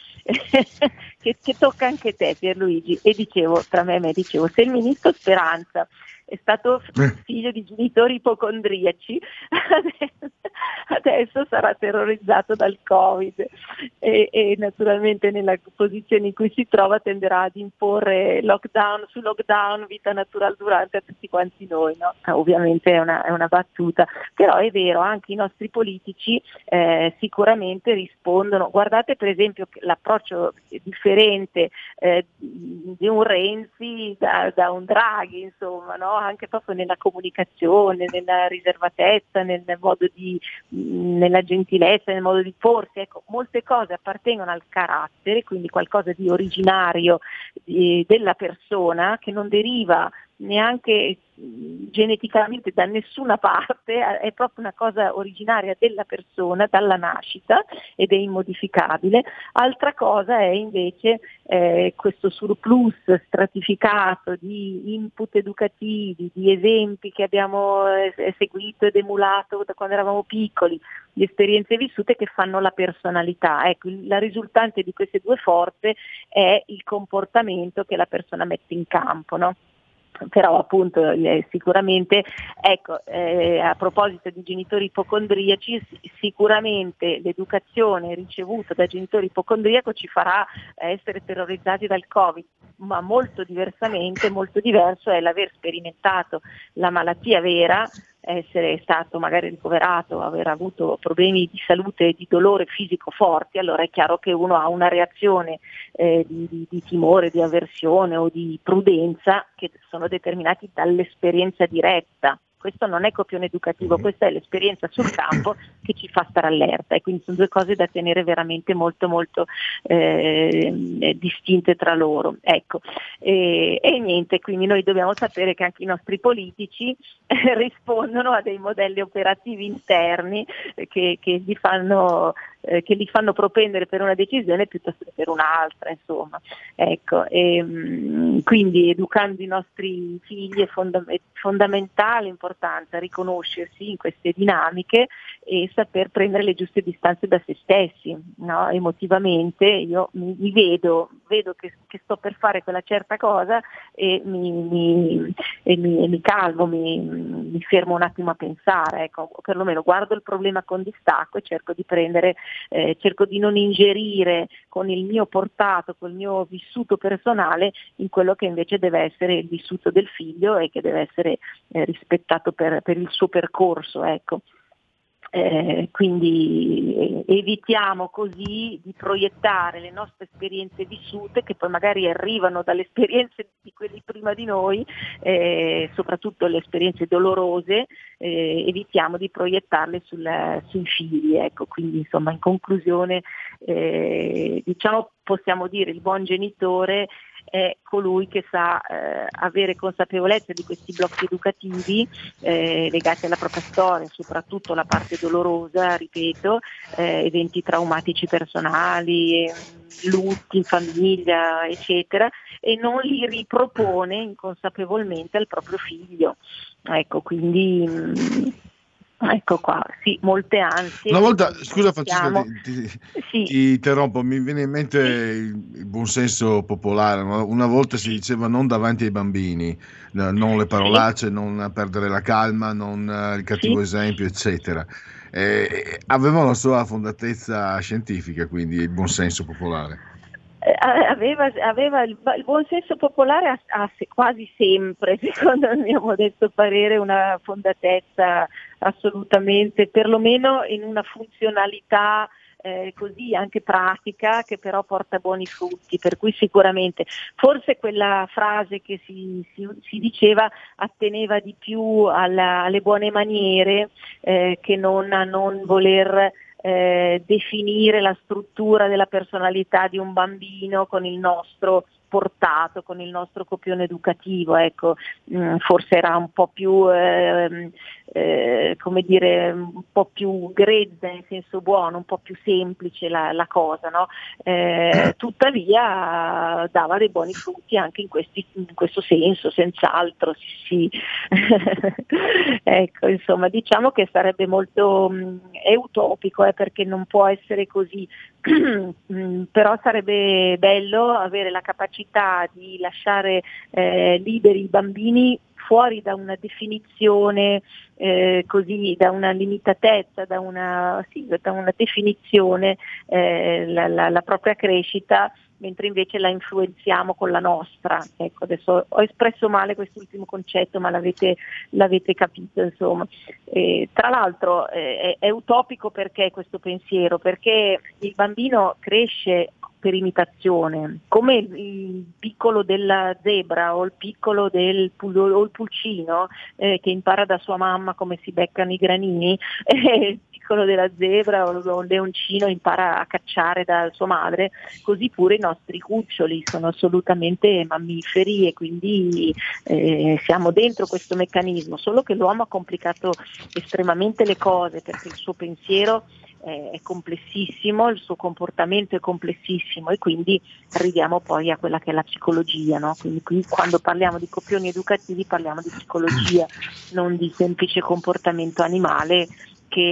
tocca anche te, Pierluigi, e dicevo, tra me e me, dicevo, se il ministro Speranza è stato figlio di genitori ipocondriaci, adesso sarà terrorizzato dal Covid e naturalmente nella posizione in cui si trova tenderà ad imporre lockdown su lockdown, vita natural durante a tutti quanti noi, no? Ovviamente è una battuta, però è vero, anche i nostri politici sicuramente rispondono. Guardate per esempio l'approccio differente di un Renzi da un Draghi, insomma, no? Anche proprio nella comunicazione, nella riservatezza, nella gentilezza, nel modo di porsi. Ecco, molte cose appartengono al carattere, quindi qualcosa di originario della persona, che non deriva neanche geneticamente da nessuna parte, è proprio una cosa originaria della persona dalla nascita ed è immodificabile. Altra cosa è invece questo surplus stratificato di input educativi, di esempi che abbiamo seguito ed emulato da quando eravamo piccoli, di esperienze vissute che fanno la personalità. Ecco, la risultante di queste due forze è il comportamento che la persona mette in campo, no? Però appunto sicuramente, ecco, a proposito di genitori ipocondriaci, sicuramente l'educazione ricevuta da genitori ipocondriaco ci farà essere terrorizzati dal Covid, ma molto diverso è l'aver sperimentato la malattia vera, essere stato magari ricoverato, aver avuto problemi di salute e di dolore fisico forti. Allora è chiaro che uno ha una reazione di timore, di avversione o di prudenza che sono determinati dall'esperienza diretta. Questo non è copione educativo, questa è l'esperienza sul campo che ci fa stare allerta, e quindi sono due cose da tenere veramente molto molto distinte tra loro. Ecco. E niente, quindi noi dobbiamo sapere che anche i nostri politici rispondono a dei modelli operativi interni che li fanno propendere per una decisione piuttosto che per un'altra, insomma. Ecco, quindi educando i nostri figli è fondamentale, importanza riconoscersi in queste dinamiche e saper prendere le giuste distanze da se stessi, no? Emotivamente io mi vedo che sto per fare quella certa cosa e mi calmo, mi fermo un attimo a pensare, ecco, perlomeno guardo il problema con distacco e cerco di non ingerire con il mio portato, col mio vissuto personale, in quello che invece deve essere il vissuto del figlio e che deve essere rispettato per il suo percorso, ecco. Quindi evitiamo così di proiettare le nostre esperienze vissute, che poi magari arrivano dalle esperienze di quelli prima di noi, soprattutto le esperienze dolorose, evitiamo di proiettarle sui figli, ecco. Quindi insomma, in conclusione, diciamo, possiamo dire il buon genitore è colui che sa avere consapevolezza di questi blocchi educativi legati alla propria storia, soprattutto la parte dolorosa, ripeto, eventi traumatici personali, lutti in famiglia, eccetera, e non li ripropone inconsapevolmente al proprio figlio. Ecco, quindi ecco qua, sì, molte ansie. Una volta, scusa Francesca, ti interrompo, mi viene in mente il buonsenso popolare. Una volta si diceva non davanti ai bambini, non le parolacce, non perdere la calma, non il cattivo esempio, eccetera. Aveva la sua fondatezza scientifica, quindi il buonsenso popolare. Aveva il buon senso popolare ha quasi sempre, secondo il mio modesto parere, una fondatezza assolutamente, perlomeno in una funzionalità così anche pratica, che però porta buoni frutti, per cui sicuramente forse quella frase che si diceva atteneva di più alle buone maniere che non a non voler definire la struttura della personalità di un bambino con il nostro portato, con il nostro copione educativo, ecco, forse era un po' più come dire, un po' più grezza in senso buono, un po' più semplice la cosa, no? Tuttavia dava dei buoni frutti anche in questo senso, senz'altro, sì. Ecco, insomma, diciamo che sarebbe molto è utopico, perché non può essere così, però sarebbe bello avere la capacità di lasciare liberi i bambini fuori da una definizione così, da una limitatezza, da una definizione, la propria crescita, mentre invece la influenziamo con la nostra. Ecco, adesso ho espresso male quest'ultimo concetto, ma l'avete capito, insomma. Tra l'altro è utopico perché questo pensiero? Perché il bambino cresce per imitazione, come il piccolo della zebra o il piccolo o il pulcino che impara da sua mamma come si beccano i granini, il piccolo della zebra o il leoncino impara a cacciare da sua madre, così pure i nostri cuccioli sono assolutamente mammiferi e quindi siamo dentro questo meccanismo, solo che l'uomo ha complicato estremamente le cose, perché il suo pensiero è complessissimo, il suo comportamento è complessissimo, e quindi arriviamo poi a quella che è la psicologia, no? Quindi qui, quando parliamo di copioni educativi, parliamo di psicologia, non di semplice comportamento animale che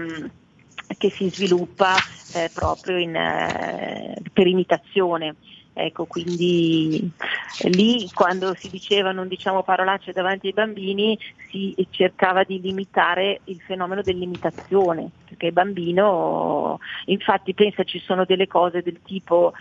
si sviluppa proprio per imitazione. Ecco, quindi lì, quando si diceva non diciamo parolacce davanti ai bambini, si cercava di limitare il fenomeno dell'imitazione, perché il bambino, infatti, pensa, ci sono delle cose del tipo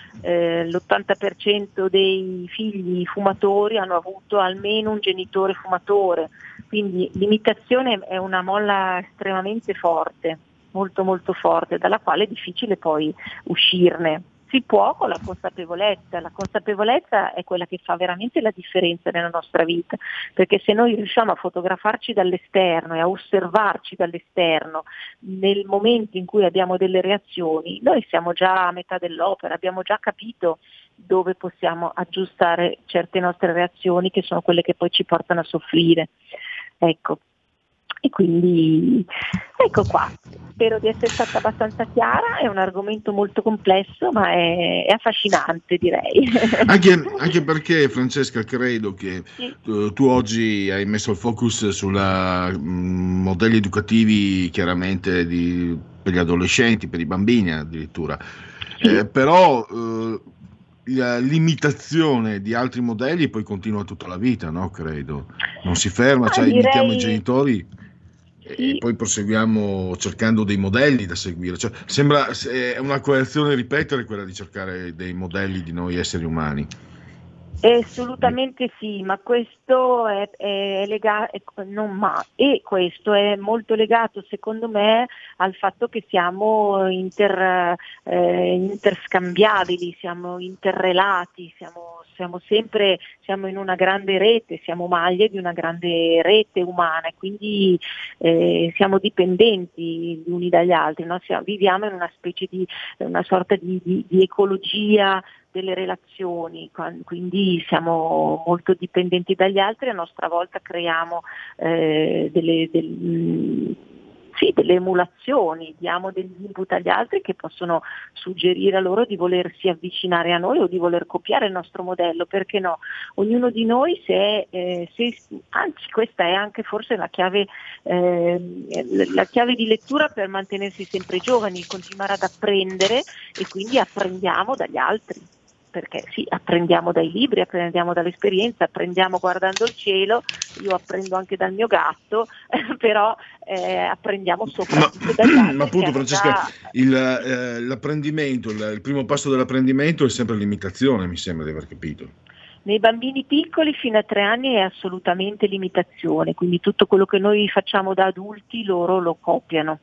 l'80% dei figli fumatori hanno avuto almeno un genitore fumatore, quindi l'imitazione è una molla estremamente forte, molto molto forte, dalla quale è difficile poi uscirne. Si può con la consapevolezza è quella che fa veramente la differenza nella nostra vita, perché se noi riusciamo a fotografarci dall'esterno e a osservarci dall'esterno nel momento in cui abbiamo delle reazioni, noi siamo già a metà dell'opera, abbiamo già capito dove possiamo aggiustare certe nostre reazioni, che sono quelle che poi ci portano a soffrire. Ecco. E quindi ecco qua, spero di essere stata abbastanza chiara, è un argomento molto complesso ma è affascinante, direi. Anche perché, Francesca, credo che tu oggi hai messo il focus sulla modelli educativi chiaramente per gli adolescenti, per i bambini addirittura, però l'imitazione di altri modelli poi continua tutta la vita, no? Credo, non si ferma, imitiamo i genitori. E poi proseguiamo cercando dei modelli da seguire, cioè, sembra è una coazione ripetere quella di cercare dei modelli di noi esseri umani. Assolutamente sì, ma questo è legato, questo è molto legato, secondo me, al fatto che siamo interscambiabili, siamo interrelati, siamo in una grande rete, siamo maglie di una grande rete umana, e quindi siamo dipendenti gli uni dagli altri, no? Viviamo in una specie di una sorta di ecologia delle relazioni, quindi siamo molto dipendenti dagli altri, a nostra volta creiamo delle emulazioni, diamo degli input agli altri che possono suggerire a loro di volersi avvicinare a noi o di voler copiare il nostro modello, perché no? Ognuno di noi anzi questa è anche forse la chiave di lettura per mantenersi sempre giovani, continuare ad apprendere, e quindi apprendiamo dagli altri. Perché sì, apprendiamo dai libri, apprendiamo dall'esperienza, apprendiamo guardando il cielo, io apprendo anche dal mio gatto, però apprendiamo soprattutto dagli altri. Ma appunto, Francesca, l'apprendimento, il primo passo dell'apprendimento è sempre l'imitazione, mi sembra di aver capito. Nei bambini piccoli fino a 3 anni è assolutamente l'imitazione, quindi tutto quello che noi facciamo da adulti loro lo copiano.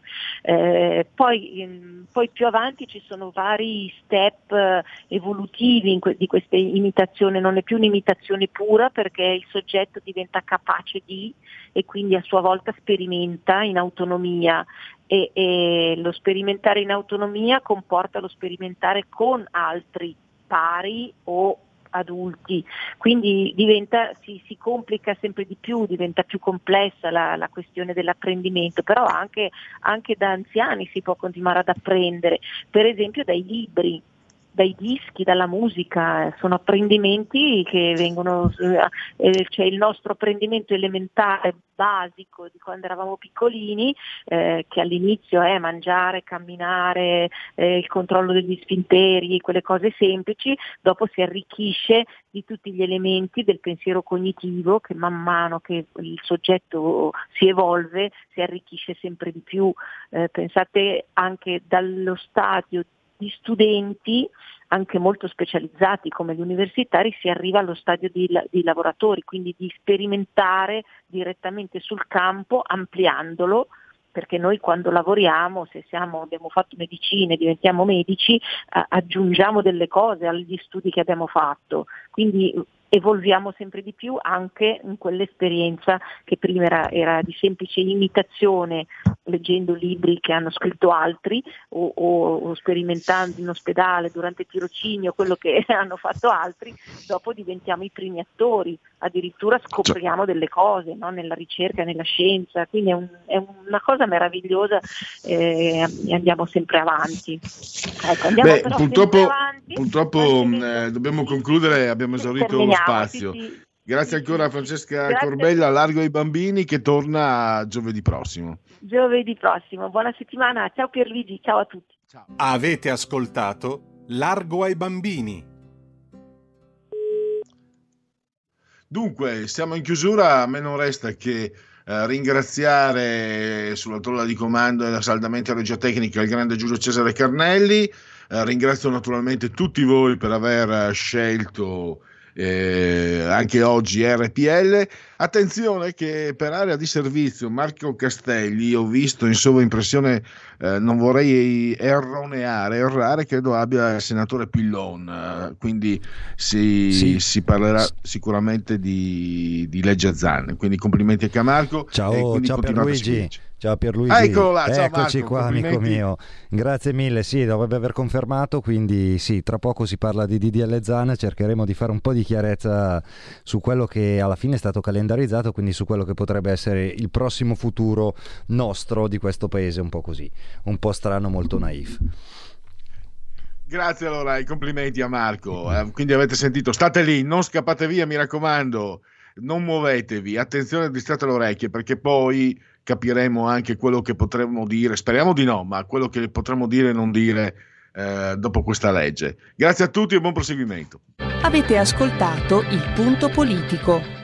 Poi più avanti ci sono vari step evolutivi di questa imitazione, non è più un'imitazione pura perché il soggetto diventa capace e quindi a sua volta sperimenta in autonomia. E lo sperimentare in autonomia comporta lo sperimentare con altri pari o adulti, quindi si complica sempre di più, diventa più complessa la questione dell'apprendimento, però anche da anziani si può continuare ad apprendere, per esempio dai libri, dai dischi, dalla musica, sono apprendimenti che vengono, c'è il nostro apprendimento elementare, basico di quando eravamo piccolini, che all'inizio è mangiare, camminare, il controllo degli sfinteri, quelle cose semplici, dopo si arricchisce di tutti gli elementi del pensiero cognitivo che man mano che il soggetto si evolve si arricchisce sempre di più. Pensate anche dallo stadio di studenti anche molto specializzati come gli universitari si arriva allo stadio di lavoratori, quindi di sperimentare direttamente sul campo ampliandolo, perché noi quando lavoriamo, se abbiamo fatto medicina e diventiamo medici, aggiungiamo delle cose agli studi che abbiamo fatto, quindi evolviamo sempre di più anche in quell'esperienza che prima era di semplice imitazione, leggendo libri che hanno scritto altri o sperimentando in ospedale durante il tirocinio quello che hanno fatto altri, dopo diventiamo i primi attori, addirittura scopriamo delle cose, no? Nella ricerca, nella scienza, quindi è una cosa meravigliosa, e andiamo sempre avanti. Ecco, purtroppo dobbiamo concludere, abbiamo esaurito lo spazio. Sì. Grazie ancora a Francesca Corbella, Largo ai bambini, che torna giovedì prossimo. Buona settimana, ciao Pierluigi, ciao a tutti. Ciao. Avete ascoltato Largo ai bambini. Dunque, siamo in chiusura, a me non resta che ringraziare sulla tolla di comando e saldamente regia tecnica il grande Giulio Cesare Carnelli. Ringrazio naturalmente tutti voi per aver scelto anche oggi RPL. Attenzione che per area di servizio Marco Castelli, ho visto in sovraimpressione, non vorrei errare, credo abbia il senatore Pillon, quindi si parlerà sicuramente di legge Zan, quindi complimenti anche a Marco. Ciao Pierluigi. Ciao Pierluigi, eccolo là, ciao eccoci Marco, qua amico mio, grazie mille, sì, dovrebbe aver confermato, quindi sì, tra poco si parla di DDL Zan, cercheremo di fare un po' di chiarezza su quello che alla fine è stato calendarizzato, quindi su quello che potrebbe essere il prossimo futuro nostro di questo paese, un po' così, un po' strano, molto naif. Grazie allora, i complimenti a Marco, quindi avete sentito, state lì, non scappate via, mi raccomando, non muovetevi, attenzione, distrate le orecchie, perché poi capiremo anche quello che potremmo dire, speriamo di no, ma quello che potremmo dire e non dire dopo questa legge. Grazie a tutti e buon proseguimento. Avete ascoltato Il Punto Politico.